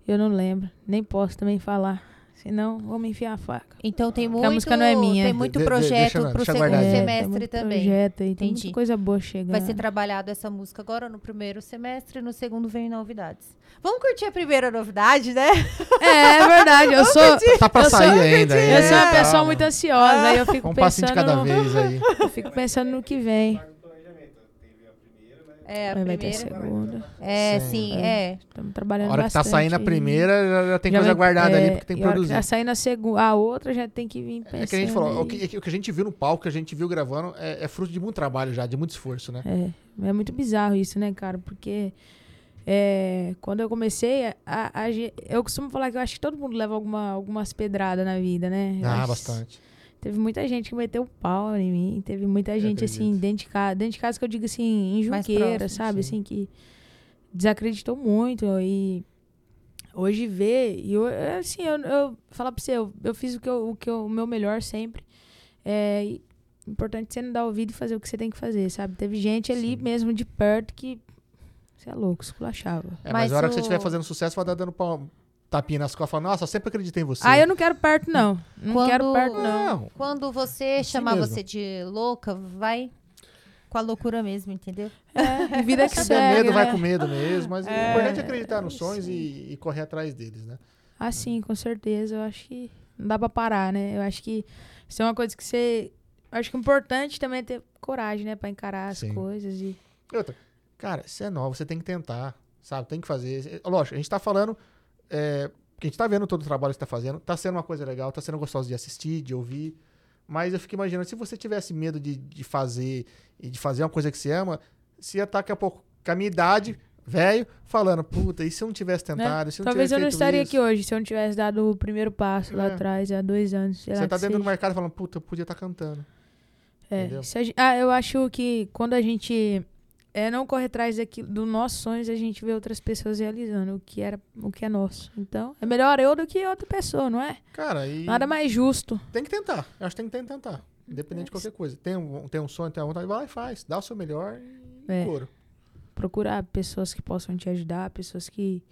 Eu não lembro. Nem posso também falar. Senão, vou me enfiar a faca. Então tem a muito, música não é minha. tem muito Deixa projeto pro deixa segundo guardado. tem semestre muito também. projeto aí, tem Entendi. muita coisa boa chegando. Vai ser trabalhado essa música agora no primeiro semestre, no segundo vem novidades. Vamos curtir a primeira novidade, né? É verdade, eu sou... Tá pra Eu sou- sair ainda. Eu sou uma calma. pessoa muito ansiosa, aí eu fico Um passinho de pensando... cada vez aí. Eu fico pensando no que vem. Tá no planejamento. Teve a primeira, né? É, a Aí vai ter a primeira. segunda. É, Sim. sim, é. Estamos A trabalhando hora que tá bastante saindo a aí. primeira, já tem Já coisa vai- guardada ali, é, porque tem que e a hora que produzir. tá saindo a outra já tem que vir pensando. É que a gente falou, aí. o que a gente viu no palco, que a gente viu gravando, é fruto de muito trabalho já, de muito esforço, né? É muito bizarro isso, né, cara? Porque quando eu comecei, eu costumo falar que eu acho que todo mundo leva algumas pedradas na vida, né? Eu Ah, acho- bastante. Teve muita gente que meteu o pau em mim. Teve muita gente, assim, acredito. dentro de casa que eu digo assim, em Mais Junqueira, próximo, sabe? sim. Assim, que desacreditou muito. E hoje assim, eu falar pra você, eu fiz o meu melhor sempre. E importante você não dar ouvido e fazer o que você tem que fazer, sabe? Teve gente ali Sim. mesmo de perto que, você é louco, esculachava. Mas Mas a hora que o- você estiver fazendo sucesso, vai dar dando tapinha nas costas, falando, nossa, eu sempre acreditei em você. Eu não quero perto, não. Não Quando- quero perto, não. Não, Quando você Assim chamar mesmo. você de louca, vai com a loucura mesmo, entendeu? Vida que se segue, der medo, né? vai com medo mesmo, mas o importante é acreditar nos sonhos e correr atrás deles, né? Ah, sim, com certeza. Eu acho que não dá pra parar, né? Eu acho que isso é uma coisa que você... Eu acho que o importante também é ter coragem, né? Pra encarar as Sim. coisas e... E outra, cara, você é novo, você tem que tentar, sabe? Tem que fazer. Lógico, a gente tá falando, porque a gente tá vendo todo o trabalho que você tá fazendo, tá sendo uma coisa legal, tá sendo gostoso de assistir, de ouvir, mas eu fico imaginando, se você tivesse medo de fazer, e de fazer uma coisa que você ama, se ia estar daqui a pouco, com a minha idade, velho, falando, puta, e se eu não tivesse tentado, e se eu não Talvez eu tivesse não feito estaria isso? aqui hoje se eu não tivesse dado o primeiro passo lá É. atrás, há 2 anos. sei lá Você tá que dentro do seja. mercado falando, puta, eu podia estar cantando. Entendeu? Eu acho que quando a gente não corre atrás dos nossos sonhos, a gente vê outras pessoas realizando o que é nosso. Então, é melhor eu do que outra pessoa, não é? Cara, e Nada mais justo. tem que tentar. Eu acho que tem que tentar. Independente de qualquer coisa. Tem um sonho, tem uma vontade, vai lá e faz. Dá o seu melhor e É. couro. Procurar pessoas que possam te ajudar, pessoas que...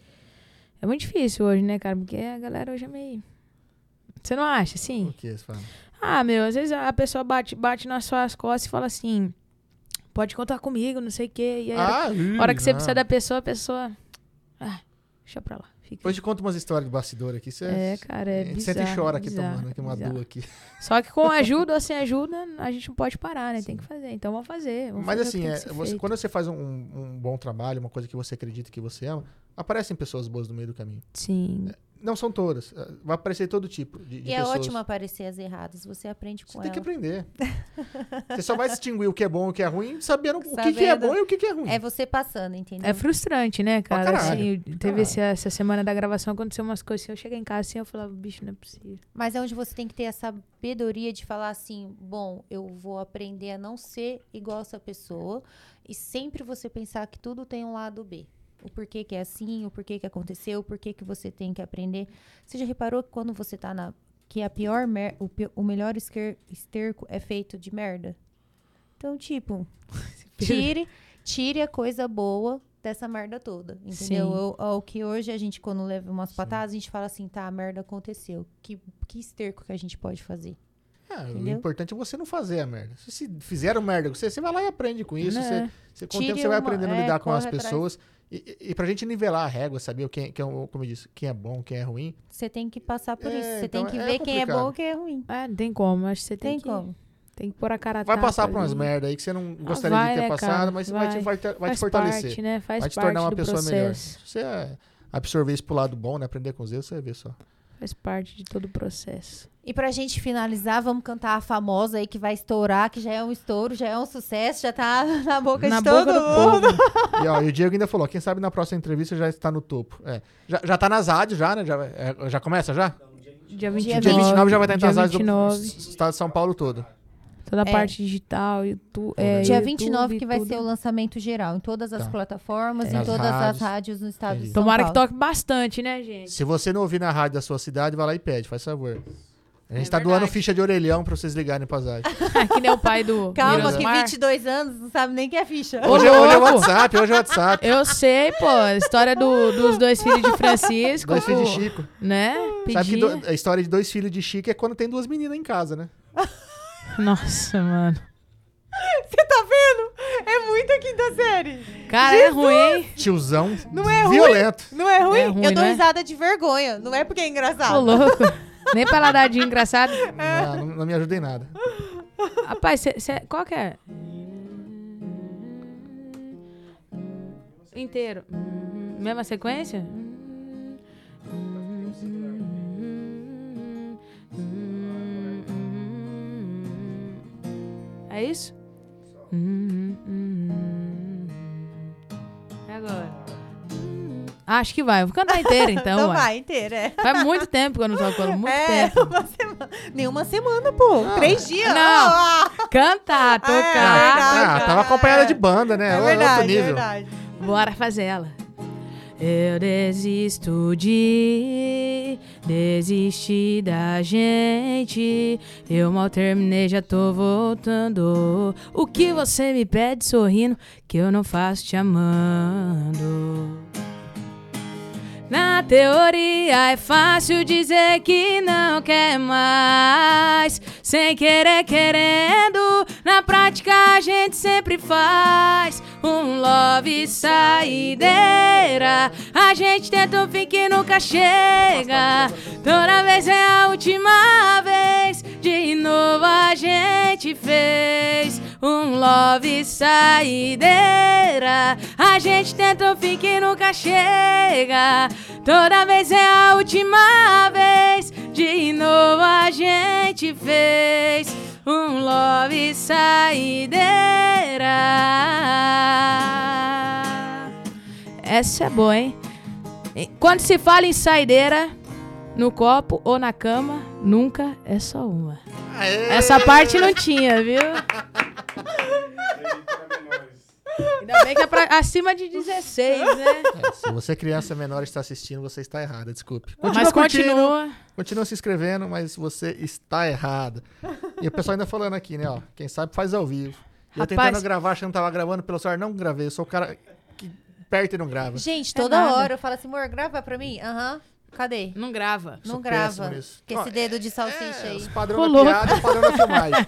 É muito difícil hoje, né, cara? Porque a galera hoje é meio... Você não acha, assim? O que você fala? Ah, meu, às vezes a pessoa bate nas suas costas e fala assim... Pode contar comigo, não sei o quê. E aí, a hora que você precisa da pessoa, a pessoa... Ah, deixa pra lá. Fica. Depois te conto umas histórias de bastidor aqui. Você, Cara, é a gente bizarro. senta e chora aqui bizarro, tomando aqui uma bizarro. dor aqui. Só que com ajuda ou sem ajuda, a gente não pode parar, né? Tem que fazer. Então vamos fazer. Vamos Mas fazer o assim, que tem que ser feito. quando você faz um bom trabalho, uma coisa que você acredita que você ama, aparecem pessoas boas no meio do caminho. Sim. Não são todas. Vai aparecer todo tipo de E é pessoas. ótimo aparecer as erradas, você aprende com Você tem que ela. aprender. Você só vai distinguir o que é bom e o que é ruim, sabendo o que é Sabendo. bom e o que é ruim. É você passando, entendeu? É frustrante, né, cara? caralho, Assim, teve essa semana da gravação, aconteceu umas coisas assim, eu cheguei em casa assim, eu falava, bicho, não é possível. Mas é onde você tem que ter a sabedoria de falar assim, bom, eu vou aprender a não ser igual essa pessoa e sempre você pensar que tudo tem um lado B. O porquê que é assim, o porquê que aconteceu, o porquê que você tem que aprender. Você já reparou que quando você tá que a pior o melhor esterco é feito de merda? Então, tipo, tire a coisa boa dessa merda toda, entendeu? O que hoje a gente, quando leva umas patadas, a gente fala assim, tá, a merda aconteceu. Que esterco que a gente pode fazer? O Entendeu? importante é você não fazer a merda. Se fizeram merda com você vai lá e aprende com isso. Né? Com o tempo Tire você vai uma- aprendendo a lidar com as corre atrás. pessoas. E pra gente nivelar a régua, saber como eu disse, quem é bom, quem é ruim. Você tem que passar por É, isso. Você então tem que é ver quem é complicado. bom e quem é ruim. Não tem como. Acho que você Tem que, como. tem que pôr a cara a Vai tapa passar por umas ali. merda aí que você não gostaria vai, de ter né, passado, cara? mas Vai. vai te Faz fortalecer. parte, né? Faz Vai te parte tornar uma do pessoa processo. melhor. Se você absorver isso pro lado bom, né? Aprender com os erros, você vai ver só. Faz parte de todo o processo. E pra gente finalizar, vamos cantar a famosa aí que vai estourar, que já é um estouro, já é um sucesso, já tá na boca Na de todo boca do mundo. povo. E o Diego ainda falou, quem sabe na próxima entrevista já está no topo. Já tá nas rádios já, né? Já começa já? Dia Dia 29. Dia 29 já vai estar dia nas rádios do 29. estado de São Paulo todo. Toda a É. parte digital, YouTube. Dia 29 que vai ser o lançamento geral, em todas as Tá. plataformas, em Nas todas as rádios. rádios no estado de Entendi. São Tomara que Paulo. toque bastante, né, gente? Se você não ouvir na rádio da sua cidade, vai lá e pede, faz favor. A gente É tá doando verdade. ficha de orelhão pra vocês ligarem pra Zay. Que nem o pai do Calma, Miras que Mar. 22 anos não sabe nem que é ficha. Ô, Hoje é louco. WhatsApp, hoje é WhatsApp. Eu sei, pô. A história dos 2 filhos de Francisco. 2 filhos de pô, Chico. Né? Sabe que Pedir. a história de 2 filhos de Chico é quando tem 2 meninas em casa, né? Nossa, mano. Você tá vendo? É muita quinta série. Cara, é ruim, hein? Tiozão Não é ruim? violento. Não é ruim? É ruim, Eu dou né? risada de vergonha. Não é porque é Ô, engraçado. louco. Nem pra ela dar de engraçado. Não me ajuda em nada. Rapaz, qual que é? Inteiro. Mesma sequência? É isso? É agora. Acho que vai. Vou cantar inteira então. Então ué. vai, inteira, é. Faz muito tempo que eu não toco ela. Muito É, tempo. uma semana. Nenhuma semana, pô. 3 dias. Não. Ah, Cantar, verdade. tocar. Tava acompanhada de banda, né? é Outro verdade, é nível. verdade. Bora fazer ela. Eu desisto de desistir da gente. Eu mal terminei, já tô voltando. O que você me pede sorrindo que eu não faço te amando? Na teoria é fácil dizer que não quer mais, sem querer querendo. Na prática a gente sempre faz um love saideira. A gente tenta um fim que nunca chega. Toda vez é a última vez. De novo a gente fez um love saideira. A gente tenta um fim que nunca chega. Toda vez é a última vez. De novo a gente fez um love saideira. Essa é boa, hein? Quando se fala em saideira, no copo ou na cama, nunca é só uma. Aê! Essa parte não tinha, viu? Ainda bem que é pra acima de 16, né? Se você criança menor está assistindo, você está errada, desculpe. Mas continua. Continua se inscrevendo, mas você está errada. E o pessoal ainda falando aqui, né? Ó, quem sabe faz ao vivo. Eu Rapaz. tentando gravar, achando que tava gravando pelo celular, não gravei. Eu sou o cara que aperta e não grava. Gente, toda nada. hora eu falo assim, amor, grava pra mim? Aham. Cadê? Não grava. Não Sou grava. péssimo nisso. Que Ó, esse dedo de salsicha aí. Os padrão Ô, da louco. piada e o padrão da filmagem.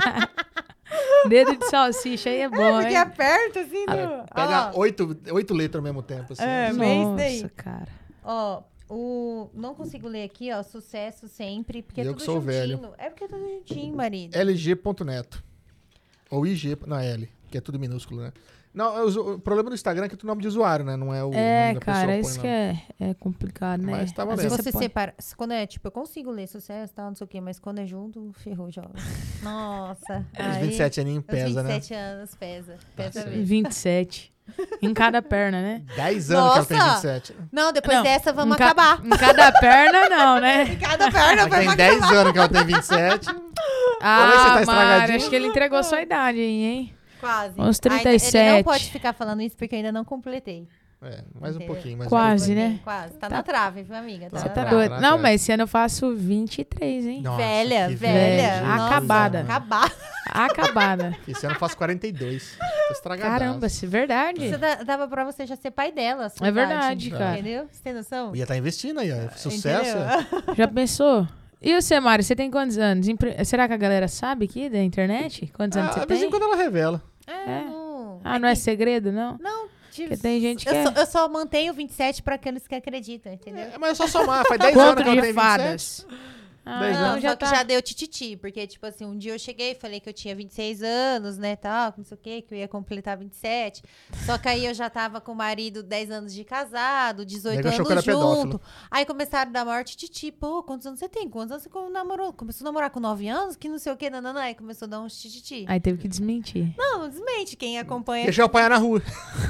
Dedo de salsicha aí é bom, Porque hein? aperta assim, no... Pega ó, 8 letras ao mesmo tempo. Assim. É, bem isso daí. Nossa, cara. Ó, não consigo ler aqui, ó, sucesso sempre, porque é Eu tudo que sou juntinho. velho. É porque é tudo juntinho, marido. LG.neto. Ou IG, não, L, que é tudo minúsculo, né? Não, o problema do Instagram é que é o nome de usuário, né? Não é o É, nome da pessoa. cara, põe isso lá. que é complicado, né? Mas tá Às valendo. vezes Se você põe- separa, quando é tipo, eu consigo ler sucesso e tal, não sei o quê, mas quando é junto, ferrou, jovem. Nossa. Os aí, 27 aninhos os pesa, 27 anos pesa. Pesa Nossa, mesmo. 27. Em cada perna, né? 10 anos que ela tem Nossa! 27. Não, depois Não, dessa vamos em ca- acabar. Em cada perna, não, né? Cada perna Ela vai tem 10 anos que ela tem 27. Ah, você tá Mari, estragadinho? acho que ele entregou sua idade aí, hein? Quase. Uns Ele não 37. pode ficar falando isso porque eu ainda não completei. É, mais um Entendeu? pouquinho. Mais Quase, um né? Quase. Tá, Tá- na trave, viu, amiga? Você Você na tá Tá, trave. doido. tá, Não, tá. mas esse ano eu faço 23, hein? Nossa, Velha, que velha. velho. Nossa, Acabada. Acabada. Acabada. Esse ano eu faço 42. Tô estragadaço. Caramba, se verdade. Isso dava pra você já ser pai dela. a sua É idade. verdade, cara. Entendeu? Você tem noção? Ia estar investindo aí, ó. Sucesso. Entendeu? Já pensou? E você, Mário, você tem quantos anos? Será que a galera sabe aqui da internet? Quantos anos Ah, você de vez tem? em quando ela revela. É. Não. Ah, não é segredo, não? Não, tipo, Porque tem gente que eu só mantenho 27 pra aqueles que acreditam, entendeu? É, mas é só somar. Faz 10 anos Conto que ela de tem 27. fadas. Ah, 10 Não, anos. só já que tá. já deu tititi, porque, tipo assim, um dia eu cheguei e falei que eu tinha 26 anos, né, tal, não sei o quê, que eu ia completar 27. Só que aí eu já tava com o marido 10 anos de casado, 18 Nego achou que anos era junto. pedófilo. Aí começaram a dar maior tititi. Pô, quantos anos você tem? Quantos anos você namorou? Começou a namorar com 9 anos? Que não sei o quê, nananã. Aí começou a dar uns tititi. Aí teve que desmentir. Não desmente. Quem acompanha... Deixa eu apanhar na rua.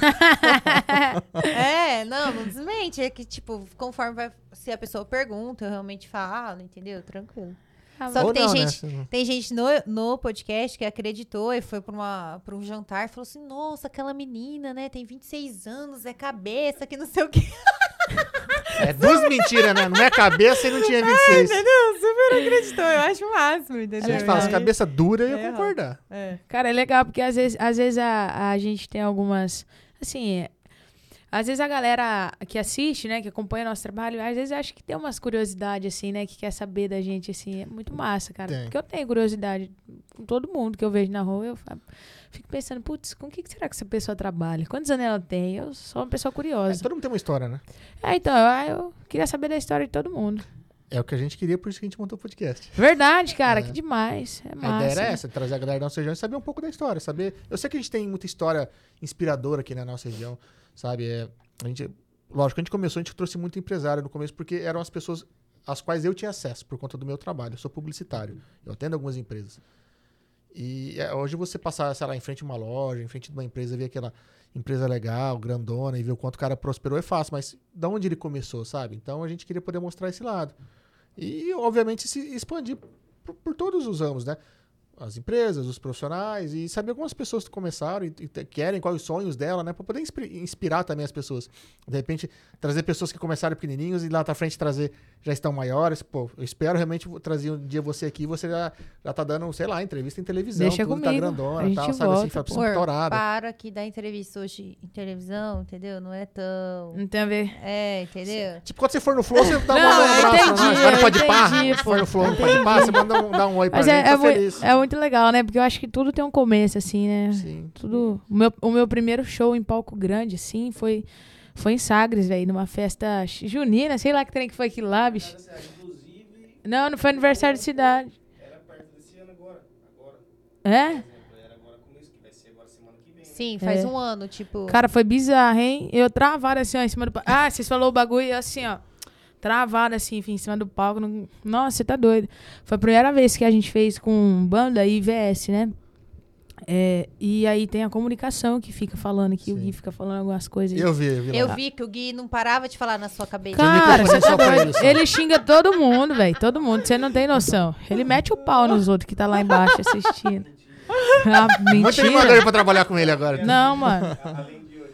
não desmente. É que, tipo, conforme vai... Se a pessoa pergunta, eu realmente falo, entendeu? Tranquilo. Só que Ou tem não, gente, né? tem gente no podcast que acreditou e foi pra um jantar e falou assim, nossa, aquela menina, né, tem 26 anos, é cabeça, que não sei o quê. É duas mentiras, né? Na minha cabeça ele não tinha 26. Entendeu? Super acreditou. Eu acho o máximo, A entendeu? gente fala, Aí- cabeça dura, eu ia É, concordar. É. Cara, é legal porque às vezes a gente tem algumas. Assim, às vezes a galera que assiste, né, que acompanha nosso trabalho, às vezes acha que tem umas curiosidades, assim, né, que quer saber da gente, assim. É muito massa, cara. Tem. Porque eu tenho curiosidade com todo mundo que eu vejo na rua. Fico pensando, putz, com o que será que essa pessoa trabalha? Quantos anos ela tem? Eu sou uma pessoa curiosa. Todo mundo tem uma história, né? Então, eu queria saber da história de todo mundo. É o que a gente queria, por isso que a gente montou o podcast. Verdade, cara, É. que demais. É A massa. ideia era essa, trazer a galera da nossa região e saber um pouco da história, saber... Eu sei que a gente tem muita história inspiradora aqui na nossa região, sabe? Lógico, a gente começou, a gente trouxe muito empresário no começo, porque eram as pessoas às quais eu tinha acesso por conta do meu trabalho. Eu sou publicitário, eu atendo algumas empresas. E hoje você passar, sei lá, em frente a uma loja, em frente de uma empresa, ver aquela empresa legal, grandona, e ver o quanto o cara prosperou é fácil, mas de onde ele começou, sabe? Então a gente queria poder mostrar esse lado. E, obviamente, se expandir por todos os ramos, né? As empresas, os profissionais, e saber algumas pessoas que começaram e querem, quais os sonhos dela, né? Pra poder inspirar também as pessoas. De repente, trazer pessoas que começaram pequenininhos e lá pra frente trazer, já estão maiores. Pô, eu espero realmente trazer um dia você aqui, você já tá dando, sei lá, entrevista em televisão, Deixa tudo tá comigo, grandona a e gente tal, sabe? Assim, volta, fala, pô. pessoa estourada. Para que dar entrevista hoje em televisão, entendeu? Não é tão... Não tem a ver. É, entendeu? Tipo, quando você for no Flow, você dá Não, um eu abraço. entendi, Vai no eu Pode Pá, entendi, se pô. for no Flow, no Pode Pá, você manda dá um oi pra Mas gente, tô muito, feliz. é muito legal, né? Porque eu acho que tudo tem um começo, assim, né? Sim. Tudo. O meu primeiro show em palco grande, assim, foi em Sagres, velho, numa festa junina, sei lá que trem que foi aquilo lá, bicho. Inclusive, Não foi aniversário de cidade. era perto desse ano agora. É? Era agora começo, que vai ser agora semana que vem. Sim, faz É. um ano, tipo... Cara, foi bizarro, hein? Eu travada assim, ó, em cima do palco. Ah, vocês falaram o bagulho e assim, ó. Travada assim, enfim, em cima do palco. Nossa, você tá doido. Foi a primeira vez que a gente fez com banda e IVS, né? E aí tem a comunicação que fica falando aqui, o Sim. Gui fica falando algumas coisas. Eu vi lá. Eu vi que o Gui não parava de falar na sua cabeça. Cara, microfone você só tá pra doido. ele só. Ele xinga todo mundo, velho. Todo mundo. Você não tem noção. Ele mete o pau nos outros que tá lá embaixo assistindo. Ah, Muito mentira. animador pra trabalhar com ele agora. Não, mano. Além de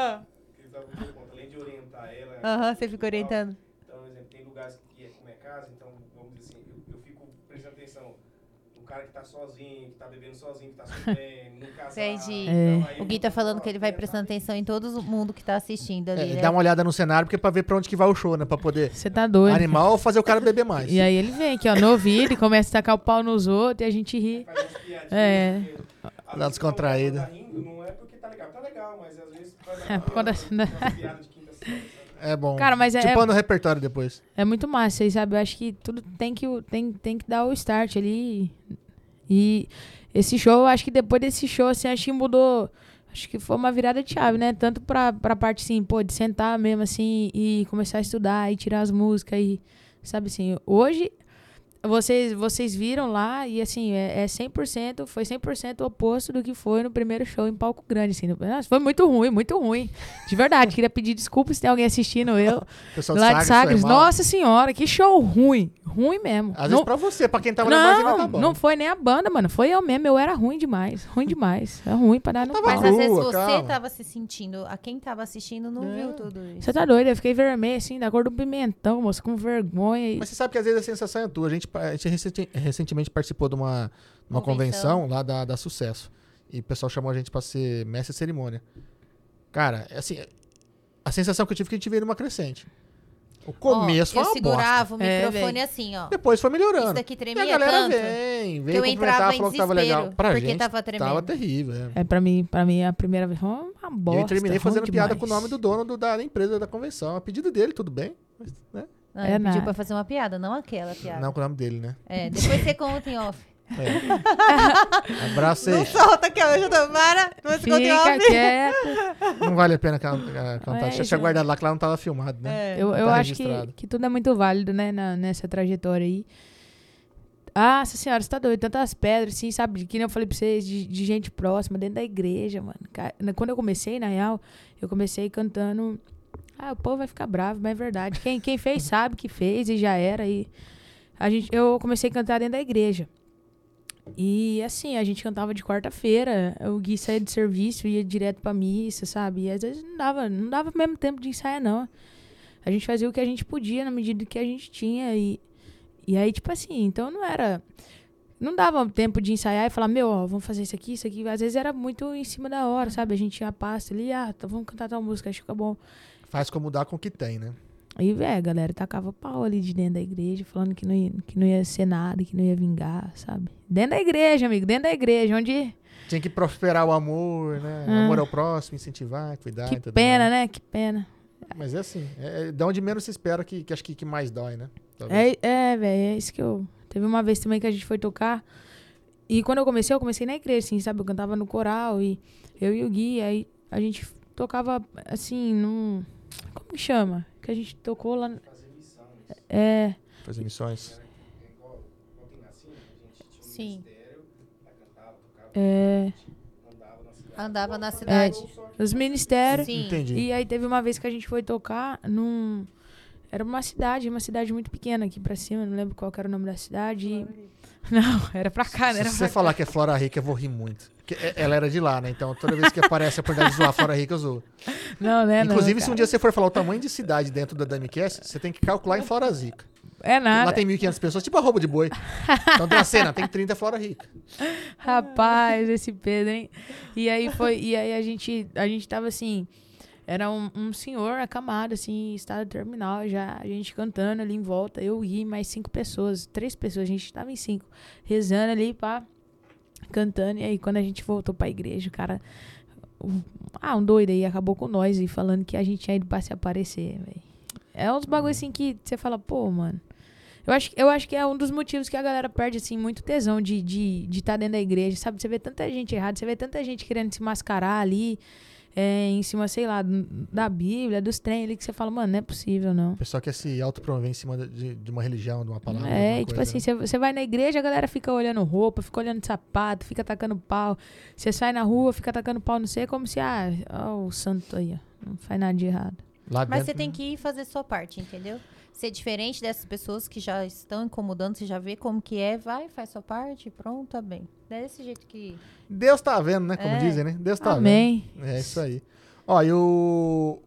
além de orientar ela, Aham, você fica orientando. então, por exemplo, tem lugares que como é casa, então, vamos dizer assim, eu fico prestando atenção no cara que tá sozinho, que tá bebendo sozinho, que tá sofrendo, no casal. Entendi. Então, aí O Gui tá falando que ele vai prestando atenção em todo mundo que tá assistindo ali, né? Dá uma olhada no cenário, porque é pra ver pra onde que vai o show, né? Pra poder Você tá doido. animar ou fazer o cara beber mais. E aí ele vem aqui, ó, no ouvido e começa a tacar o pau nos outros e a gente ri. faz umas piadinhas. É. Às Dá vezes, descontraída. quando tá rindo, não é porque tá legal, mas às vezes faz É, por conta- uma piada de quinta série, sabe? É bom. Cara, mas Tipo, no repertório depois. é muito massa, vocês sabem? Eu acho que tudo tem que dar o start ali. E esse show, eu acho que depois desse show, assim, acho que mudou. Acho que foi uma virada de chave, né? Tanto pra parte, assim, pô, de sentar mesmo, assim, e começar a estudar e tirar as músicas e, sabe assim, hoje vocês viram lá e, assim, é 100%, foi 100% o oposto do que foi no primeiro show em palco grande, assim. Nossa, foi muito ruim. De verdade, queria pedir desculpa se tem alguém assistindo eu. O pessoal Lá de Sagres, foi mal. nossa senhora, que show ruim. Ruim mesmo. Às vezes pra você, pra quem tava na margem, tá bom. Não foi nem a banda, mano. Foi eu mesmo. Eu era ruim demais. É ruim pra dar no Tava pau. Mas às vezes Rua, você calma. tava se sentindo... A quem tava assistindo não viu tudo isso. Você tá doido? Eu fiquei vermelho, assim, da cor do pimentão, moço, com vergonha. Mas você sabe que às vezes a sensação é tua. A gente recentemente participou de uma convenção lá da Sucesso. E o pessoal chamou a gente pra ser mestre de cerimônia. Cara, assim, a sensação que eu tive é que a gente veio numa crescente. O começo foi eu uma segurava bosta. o microfone velho. assim, ó. Depois foi melhorando. Isso daqui E a tremia galera tanto veio que eu entrava cumprimentar, em falou que tava desespero, legal. Pra porque gente, tava tremendo. tava terrível. É, pra mim, a primeira vez foi uma bosta. E eu terminei ruim fazendo piada demais. com o nome do dono da empresa da convenção. A pedido dele, tudo bem. Mas, né? Não, É ele pediu nada. pra fazer uma piada, não aquela piada. Não com o nome dele, né? É, depois você conta em off. Abraço aí. solta que hoje eu tô para. Depois você conta em Fica off. quieto. Não vale a pena contar. É, Tinha isso é. guardado lá que lá não tava filmado, né? É. Eu Tá acho registrado. que tudo é muito válido, né, nessa trajetória aí. Nossa senhora, você tá doido? Tantas pedras, assim, sabe? Que nem eu falei pra vocês, de gente próxima, dentro da igreja, mano. Quando eu comecei, na real, eu comecei cantando... Ah, o povo vai ficar bravo, mas é verdade. Quem fez sabe que fez e já era. E eu comecei a cantar dentro da igreja. E assim, a gente cantava de quarta-feira. O Gui saía de serviço, ia direto pra missa, sabe? E às vezes não dava mesmo tempo de ensaiar, não. A gente fazia o que a gente podia na medida que a gente tinha. E aí, tipo assim, então não era... Não dava tempo de ensaiar e falar, vamos fazer isso aqui, isso aqui. Às vezes era muito em cima da hora, sabe? A gente tinha a pasta ali, então vamos cantar tal música, acho que fica bom. Faz como dá com o que tem, né? Aí, a galera tacava pau ali de dentro da igreja, falando que não ia ser nada, que não ia vingar, sabe? Dentro da igreja, amigo, dentro da igreja, onde... Tinha que prosperar o amor, né? Amor ao próximo, incentivar, cuidar Que e tudo pena, mais. né? Que pena. Mas é assim, de onde menos se espera que acho que mais dói, né? Talvez. Velho, é isso que eu... Teve uma vez também que a gente foi tocar, e quando eu comecei na igreja, assim, sabe? Eu cantava no coral, e eu e o Gui, aí a gente tocava, assim, num... Como que chama? Que a gente tocou lá... Fazer missão. Fazer missões. Igual tem assim, a gente tinha um Sim. ministério, cantava, tocava, andava na cidade. Andava na cidade. Os ministérios. Sim. Entendi. E aí teve uma vez que a gente foi tocar num... Era uma cidade muito pequena aqui pra cima, não lembro qual que era o nome da cidade. Não, era pra cá, né? Se você falar que é Flora Rica, eu vou rir muito. Porque ela era de lá, né? Então toda vez que aparece a oportunidade de zoar Flora Rica, eu zoo. Não, né? Inclusive, não, se um dia você for falar o tamanho de cidade dentro da Damicast, você tem que calcular em Flora Rica. É nada. Lá tem 1.500 pessoas, tipo arroba de boi. Então tem a cena, tem 30 Flora Rica. Rapaz, esse Pedro, hein? E aí a gente tava assim, era um senhor acamado, assim, em estado terminal, já, a gente cantando ali em volta, eu e mais 5 pessoas, 3 pessoas, a gente tava em 5, rezando ali, pá, cantando, e aí quando a gente voltou pra igreja, o cara, um doido aí, acabou com nós, e falando que a gente tinha ido pra se aparecer, velho. É uns bagulho assim que você fala, pô, mano. Eu acho que é um dos motivos que a galera perde, assim, muito tesão de estar dentro da igreja, sabe? Você vê tanta gente errada, você vê tanta gente querendo se mascarar ali, em cima, sei lá, da Bíblia, dos trem ali, que você fala, mano, não é possível, não. O pessoal quer se autopromover em cima de uma religião, de uma palavra. de É, alguma e tipo coisa, assim, né? você vai na igreja, a galera fica olhando roupa, fica olhando sapato, fica tacando pau. Você sai na rua, fica tacando pau, não sei, como se, ó, o santo aí, ó, não faz nada de errado. Lá Mas dentro, você tem que ir fazer sua parte, entendeu? Ser diferente dessas pessoas que já estão incomodando, você já vê como que é, vai, faz sua parte, pronto, tá bem. Desse jeito que... Deus tá vendo, né? Como dizem, né? Deus tá Amém. vendo. É isso aí. Ó, e o...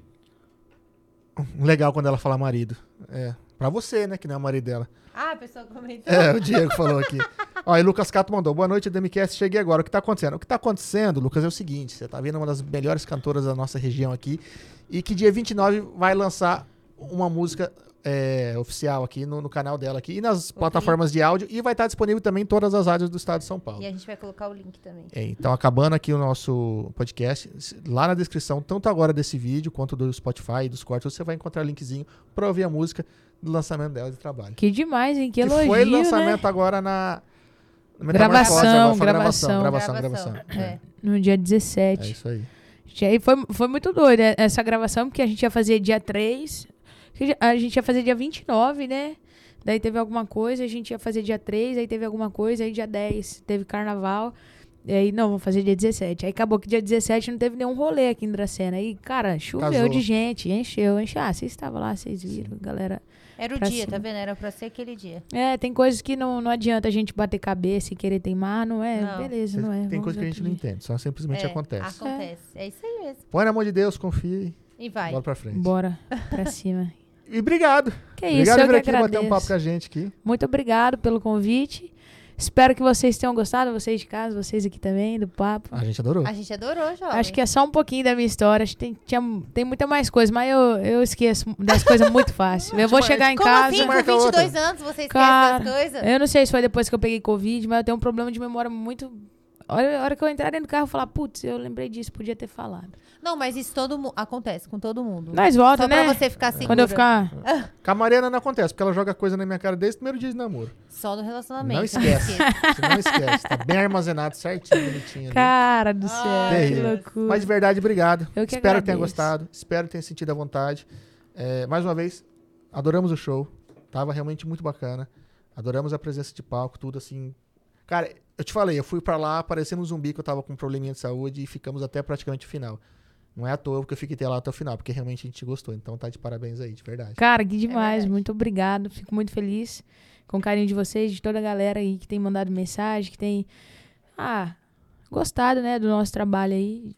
Legal quando ela fala marido. Pra você, né? Que não é o marido dela. Ah, a pessoa comentou. O Diego falou aqui. Ó, e Lucas Cato mandou. Boa noite, DMCast. Cheguei agora. O que tá acontecendo? O que tá acontecendo, Lucas, é o seguinte. Você tá vendo uma das melhores cantoras da nossa região aqui. E que dia 29 vai lançar uma música oficial aqui no canal dela aqui. E nas plataformas de áudio. E vai estar disponível também em todas as rádios do estado de São Paulo. E a gente vai colocar o link também. Então, acabando aqui o nosso podcast, lá na descrição, tanto agora desse vídeo, quanto do Spotify, dos cortes, você vai encontrar linkzinho pra ouvir a música do lançamento dela de trabalho. Que demais, hein? Que elogio, foi lançamento né? agora na Gravação, agora foi gravação. É. No dia É 17. isso aí. E aí foi muito doido essa gravação, porque a gente ia fazer dia 3, a gente ia fazer dia 29, né? Daí teve alguma coisa, a gente ia fazer dia 3, aí teve alguma coisa, aí dia 10 teve carnaval, e aí não, vamos fazer dia 17. Aí acabou que dia 17 não teve nenhum rolê aqui em Dracena. Aí, cara, choveu Casou. de gente, encheu. Vocês estavam lá, vocês viram, galera. Era o Pra dia, cima. tá vendo? Era pra ser aquele dia. Tem coisas que não adianta a gente bater cabeça e querer teimar, não é? Não. Beleza, não é? Tem Vamos coisa que a gente outro não dia. entende, só simplesmente acontece. Acontece. É isso aí mesmo. Põe na mão de Deus, confie E vai. bora pra frente. Bora pra cima. E obrigado. Que isso, Obrigado eu por vir que aqui bater um agradeço. papo com a gente aqui. Muito obrigado pelo convite. Espero que vocês tenham gostado, vocês de casa, vocês aqui também, do papo. A gente adorou. A gente adorou, jovem. Acho que é só um pouquinho da minha história. Acho que tem muita mais coisa, mas eu esqueço das coisas muito fácil. Eu vou chegar em Como casa. assim? Com marca 22 outra. anos você esquece Cara, das coisas? Eu não sei se foi depois que eu peguei Covid, mas eu tenho um problema de memória muito. A hora que eu entrar dentro do carro, eu falar, putz, eu lembrei disso, podia ter falado. Não, mas isso acontece com todo mundo. Nós volta, Só né? pra você ficar segura. Quando eu ficar. Com a Mariana não acontece, porque ela joga coisa na minha cara desde o primeiro dia de namoro. Só no relacionamento. Não esquece. Você não esquece. Tá bem armazenado, certinho, bonitinho ali. Cara do céu, que Terrível. loucura. Mas de verdade, obrigado. Eu que Espero que tenha agradeço. gostado. Espero que tenha sentido à vontade. Mais uma vez, adoramos o show. Tava realmente muito bacana. Adoramos a presença de palco, tudo assim. Cara, eu te falei, eu fui pra lá parecendo um zumbi que eu tava com um probleminha de saúde e ficamos até praticamente o final. Não é à toa que eu fiquei lá até o final, porque realmente a gente gostou. Então tá de parabéns aí, de verdade. Cara, que demais. verdade. Muito obrigado. Fico muito feliz com o carinho de vocês, de toda a galera aí que tem mandado mensagem, que tem gostado, né, do nosso trabalho aí.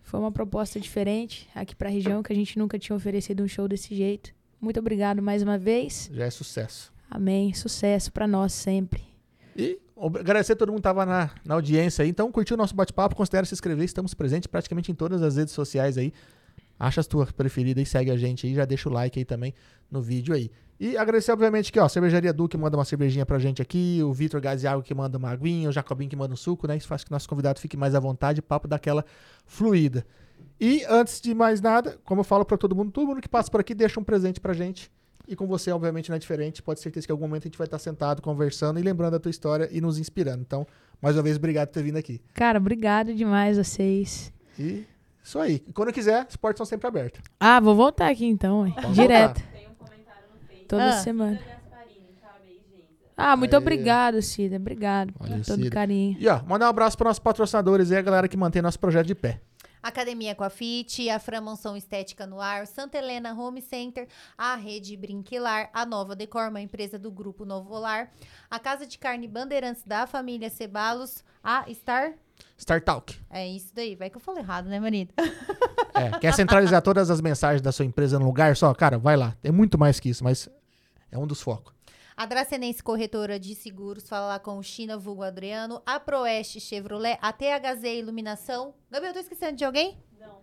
Foi uma proposta diferente aqui pra região, que a gente nunca tinha oferecido um show desse jeito. Muito obrigado mais uma vez. Já é sucesso. Amém. Sucesso pra nós sempre. E agradecer a todo mundo que estava na audiência aí. Então, curtiu o nosso bate-papo, considera se inscrever. Estamos presentes praticamente em todas as redes sociais aí. Acha as tuas preferidas e segue a gente aí. Já deixa o like aí também no vídeo aí. E agradecer, obviamente, que ó, a Cervejaria Du, que manda uma cervejinha pra gente aqui, o Vitor Gás e Água, que manda uma aguinha, o Jacobinho, que manda um suco, né? Isso faz que o nosso convidado fique mais à vontade, papo daquela fluida. E antes de mais nada, como eu falo pra todo mundo que passa por aqui deixa um presente pra gente. E com você, obviamente, não é diferente. Pode ser certeza que em algum momento a gente vai estar sentado, conversando e lembrando a tua história e nos inspirando. Então, mais uma vez, obrigado por ter vindo aqui. Cara, obrigado demais vocês. E isso aí. E quando quiser, as portas estão sempre abertas. Ah, vou voltar aqui então, ué. Pode Direto. voltar. Tem um comentário no Facebook. Toda Ah. semana. Cida Gasparini, parabéns, gente. Ah, muito Aê. obrigado, Cida. Obrigado Valeu, por todo Cida. carinho. E ó, mandar um abraço para nossos patrocinadores e a galera que mantém nosso projeto de pé. Academia Coafit, a Fran Mansão Estética no Ar, Santa Helena Home Center, a Rede Brinquilar, a Nova Decor, uma empresa do Grupo Novo Lar, a Casa de Carne Bandeirantes da família Cebalos, a Star Talk. É isso daí, vai que eu falo errado, né, marido? Quer centralizar todas as mensagens da sua empresa num lugar só? Cara, vai lá. É muito mais que isso, mas é um dos focos. A Dracenense Corretora de Seguros, fala lá com o China Vulgo Adriano, a Proeste Chevrolet, a THZ Iluminação. Gabriel, eu tô esquecendo de alguém? Não.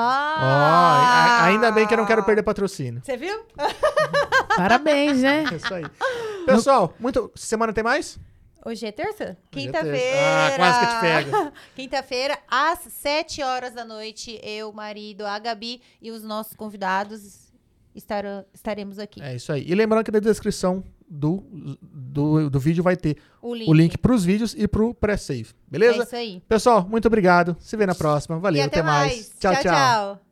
Ainda bem que eu não quero perder patrocínio. Você viu? Parabéns, né? É isso aí. Pessoal, semana tem mais? Hoje é terça? Hoje é Quinta-feira. terça. Ah, quase que te pega. Quinta-feira, às 7 horas da noite, eu, marido, a Gabi e os nossos convidados estaremos aqui. É isso aí. E lembrando que na descrição do vídeo vai ter O link. o link pros vídeos e pro pré-save. Beleza? É isso aí. Pessoal, muito obrigado. Se vê na próxima. Valeu, E até mais. Tchau, tchau.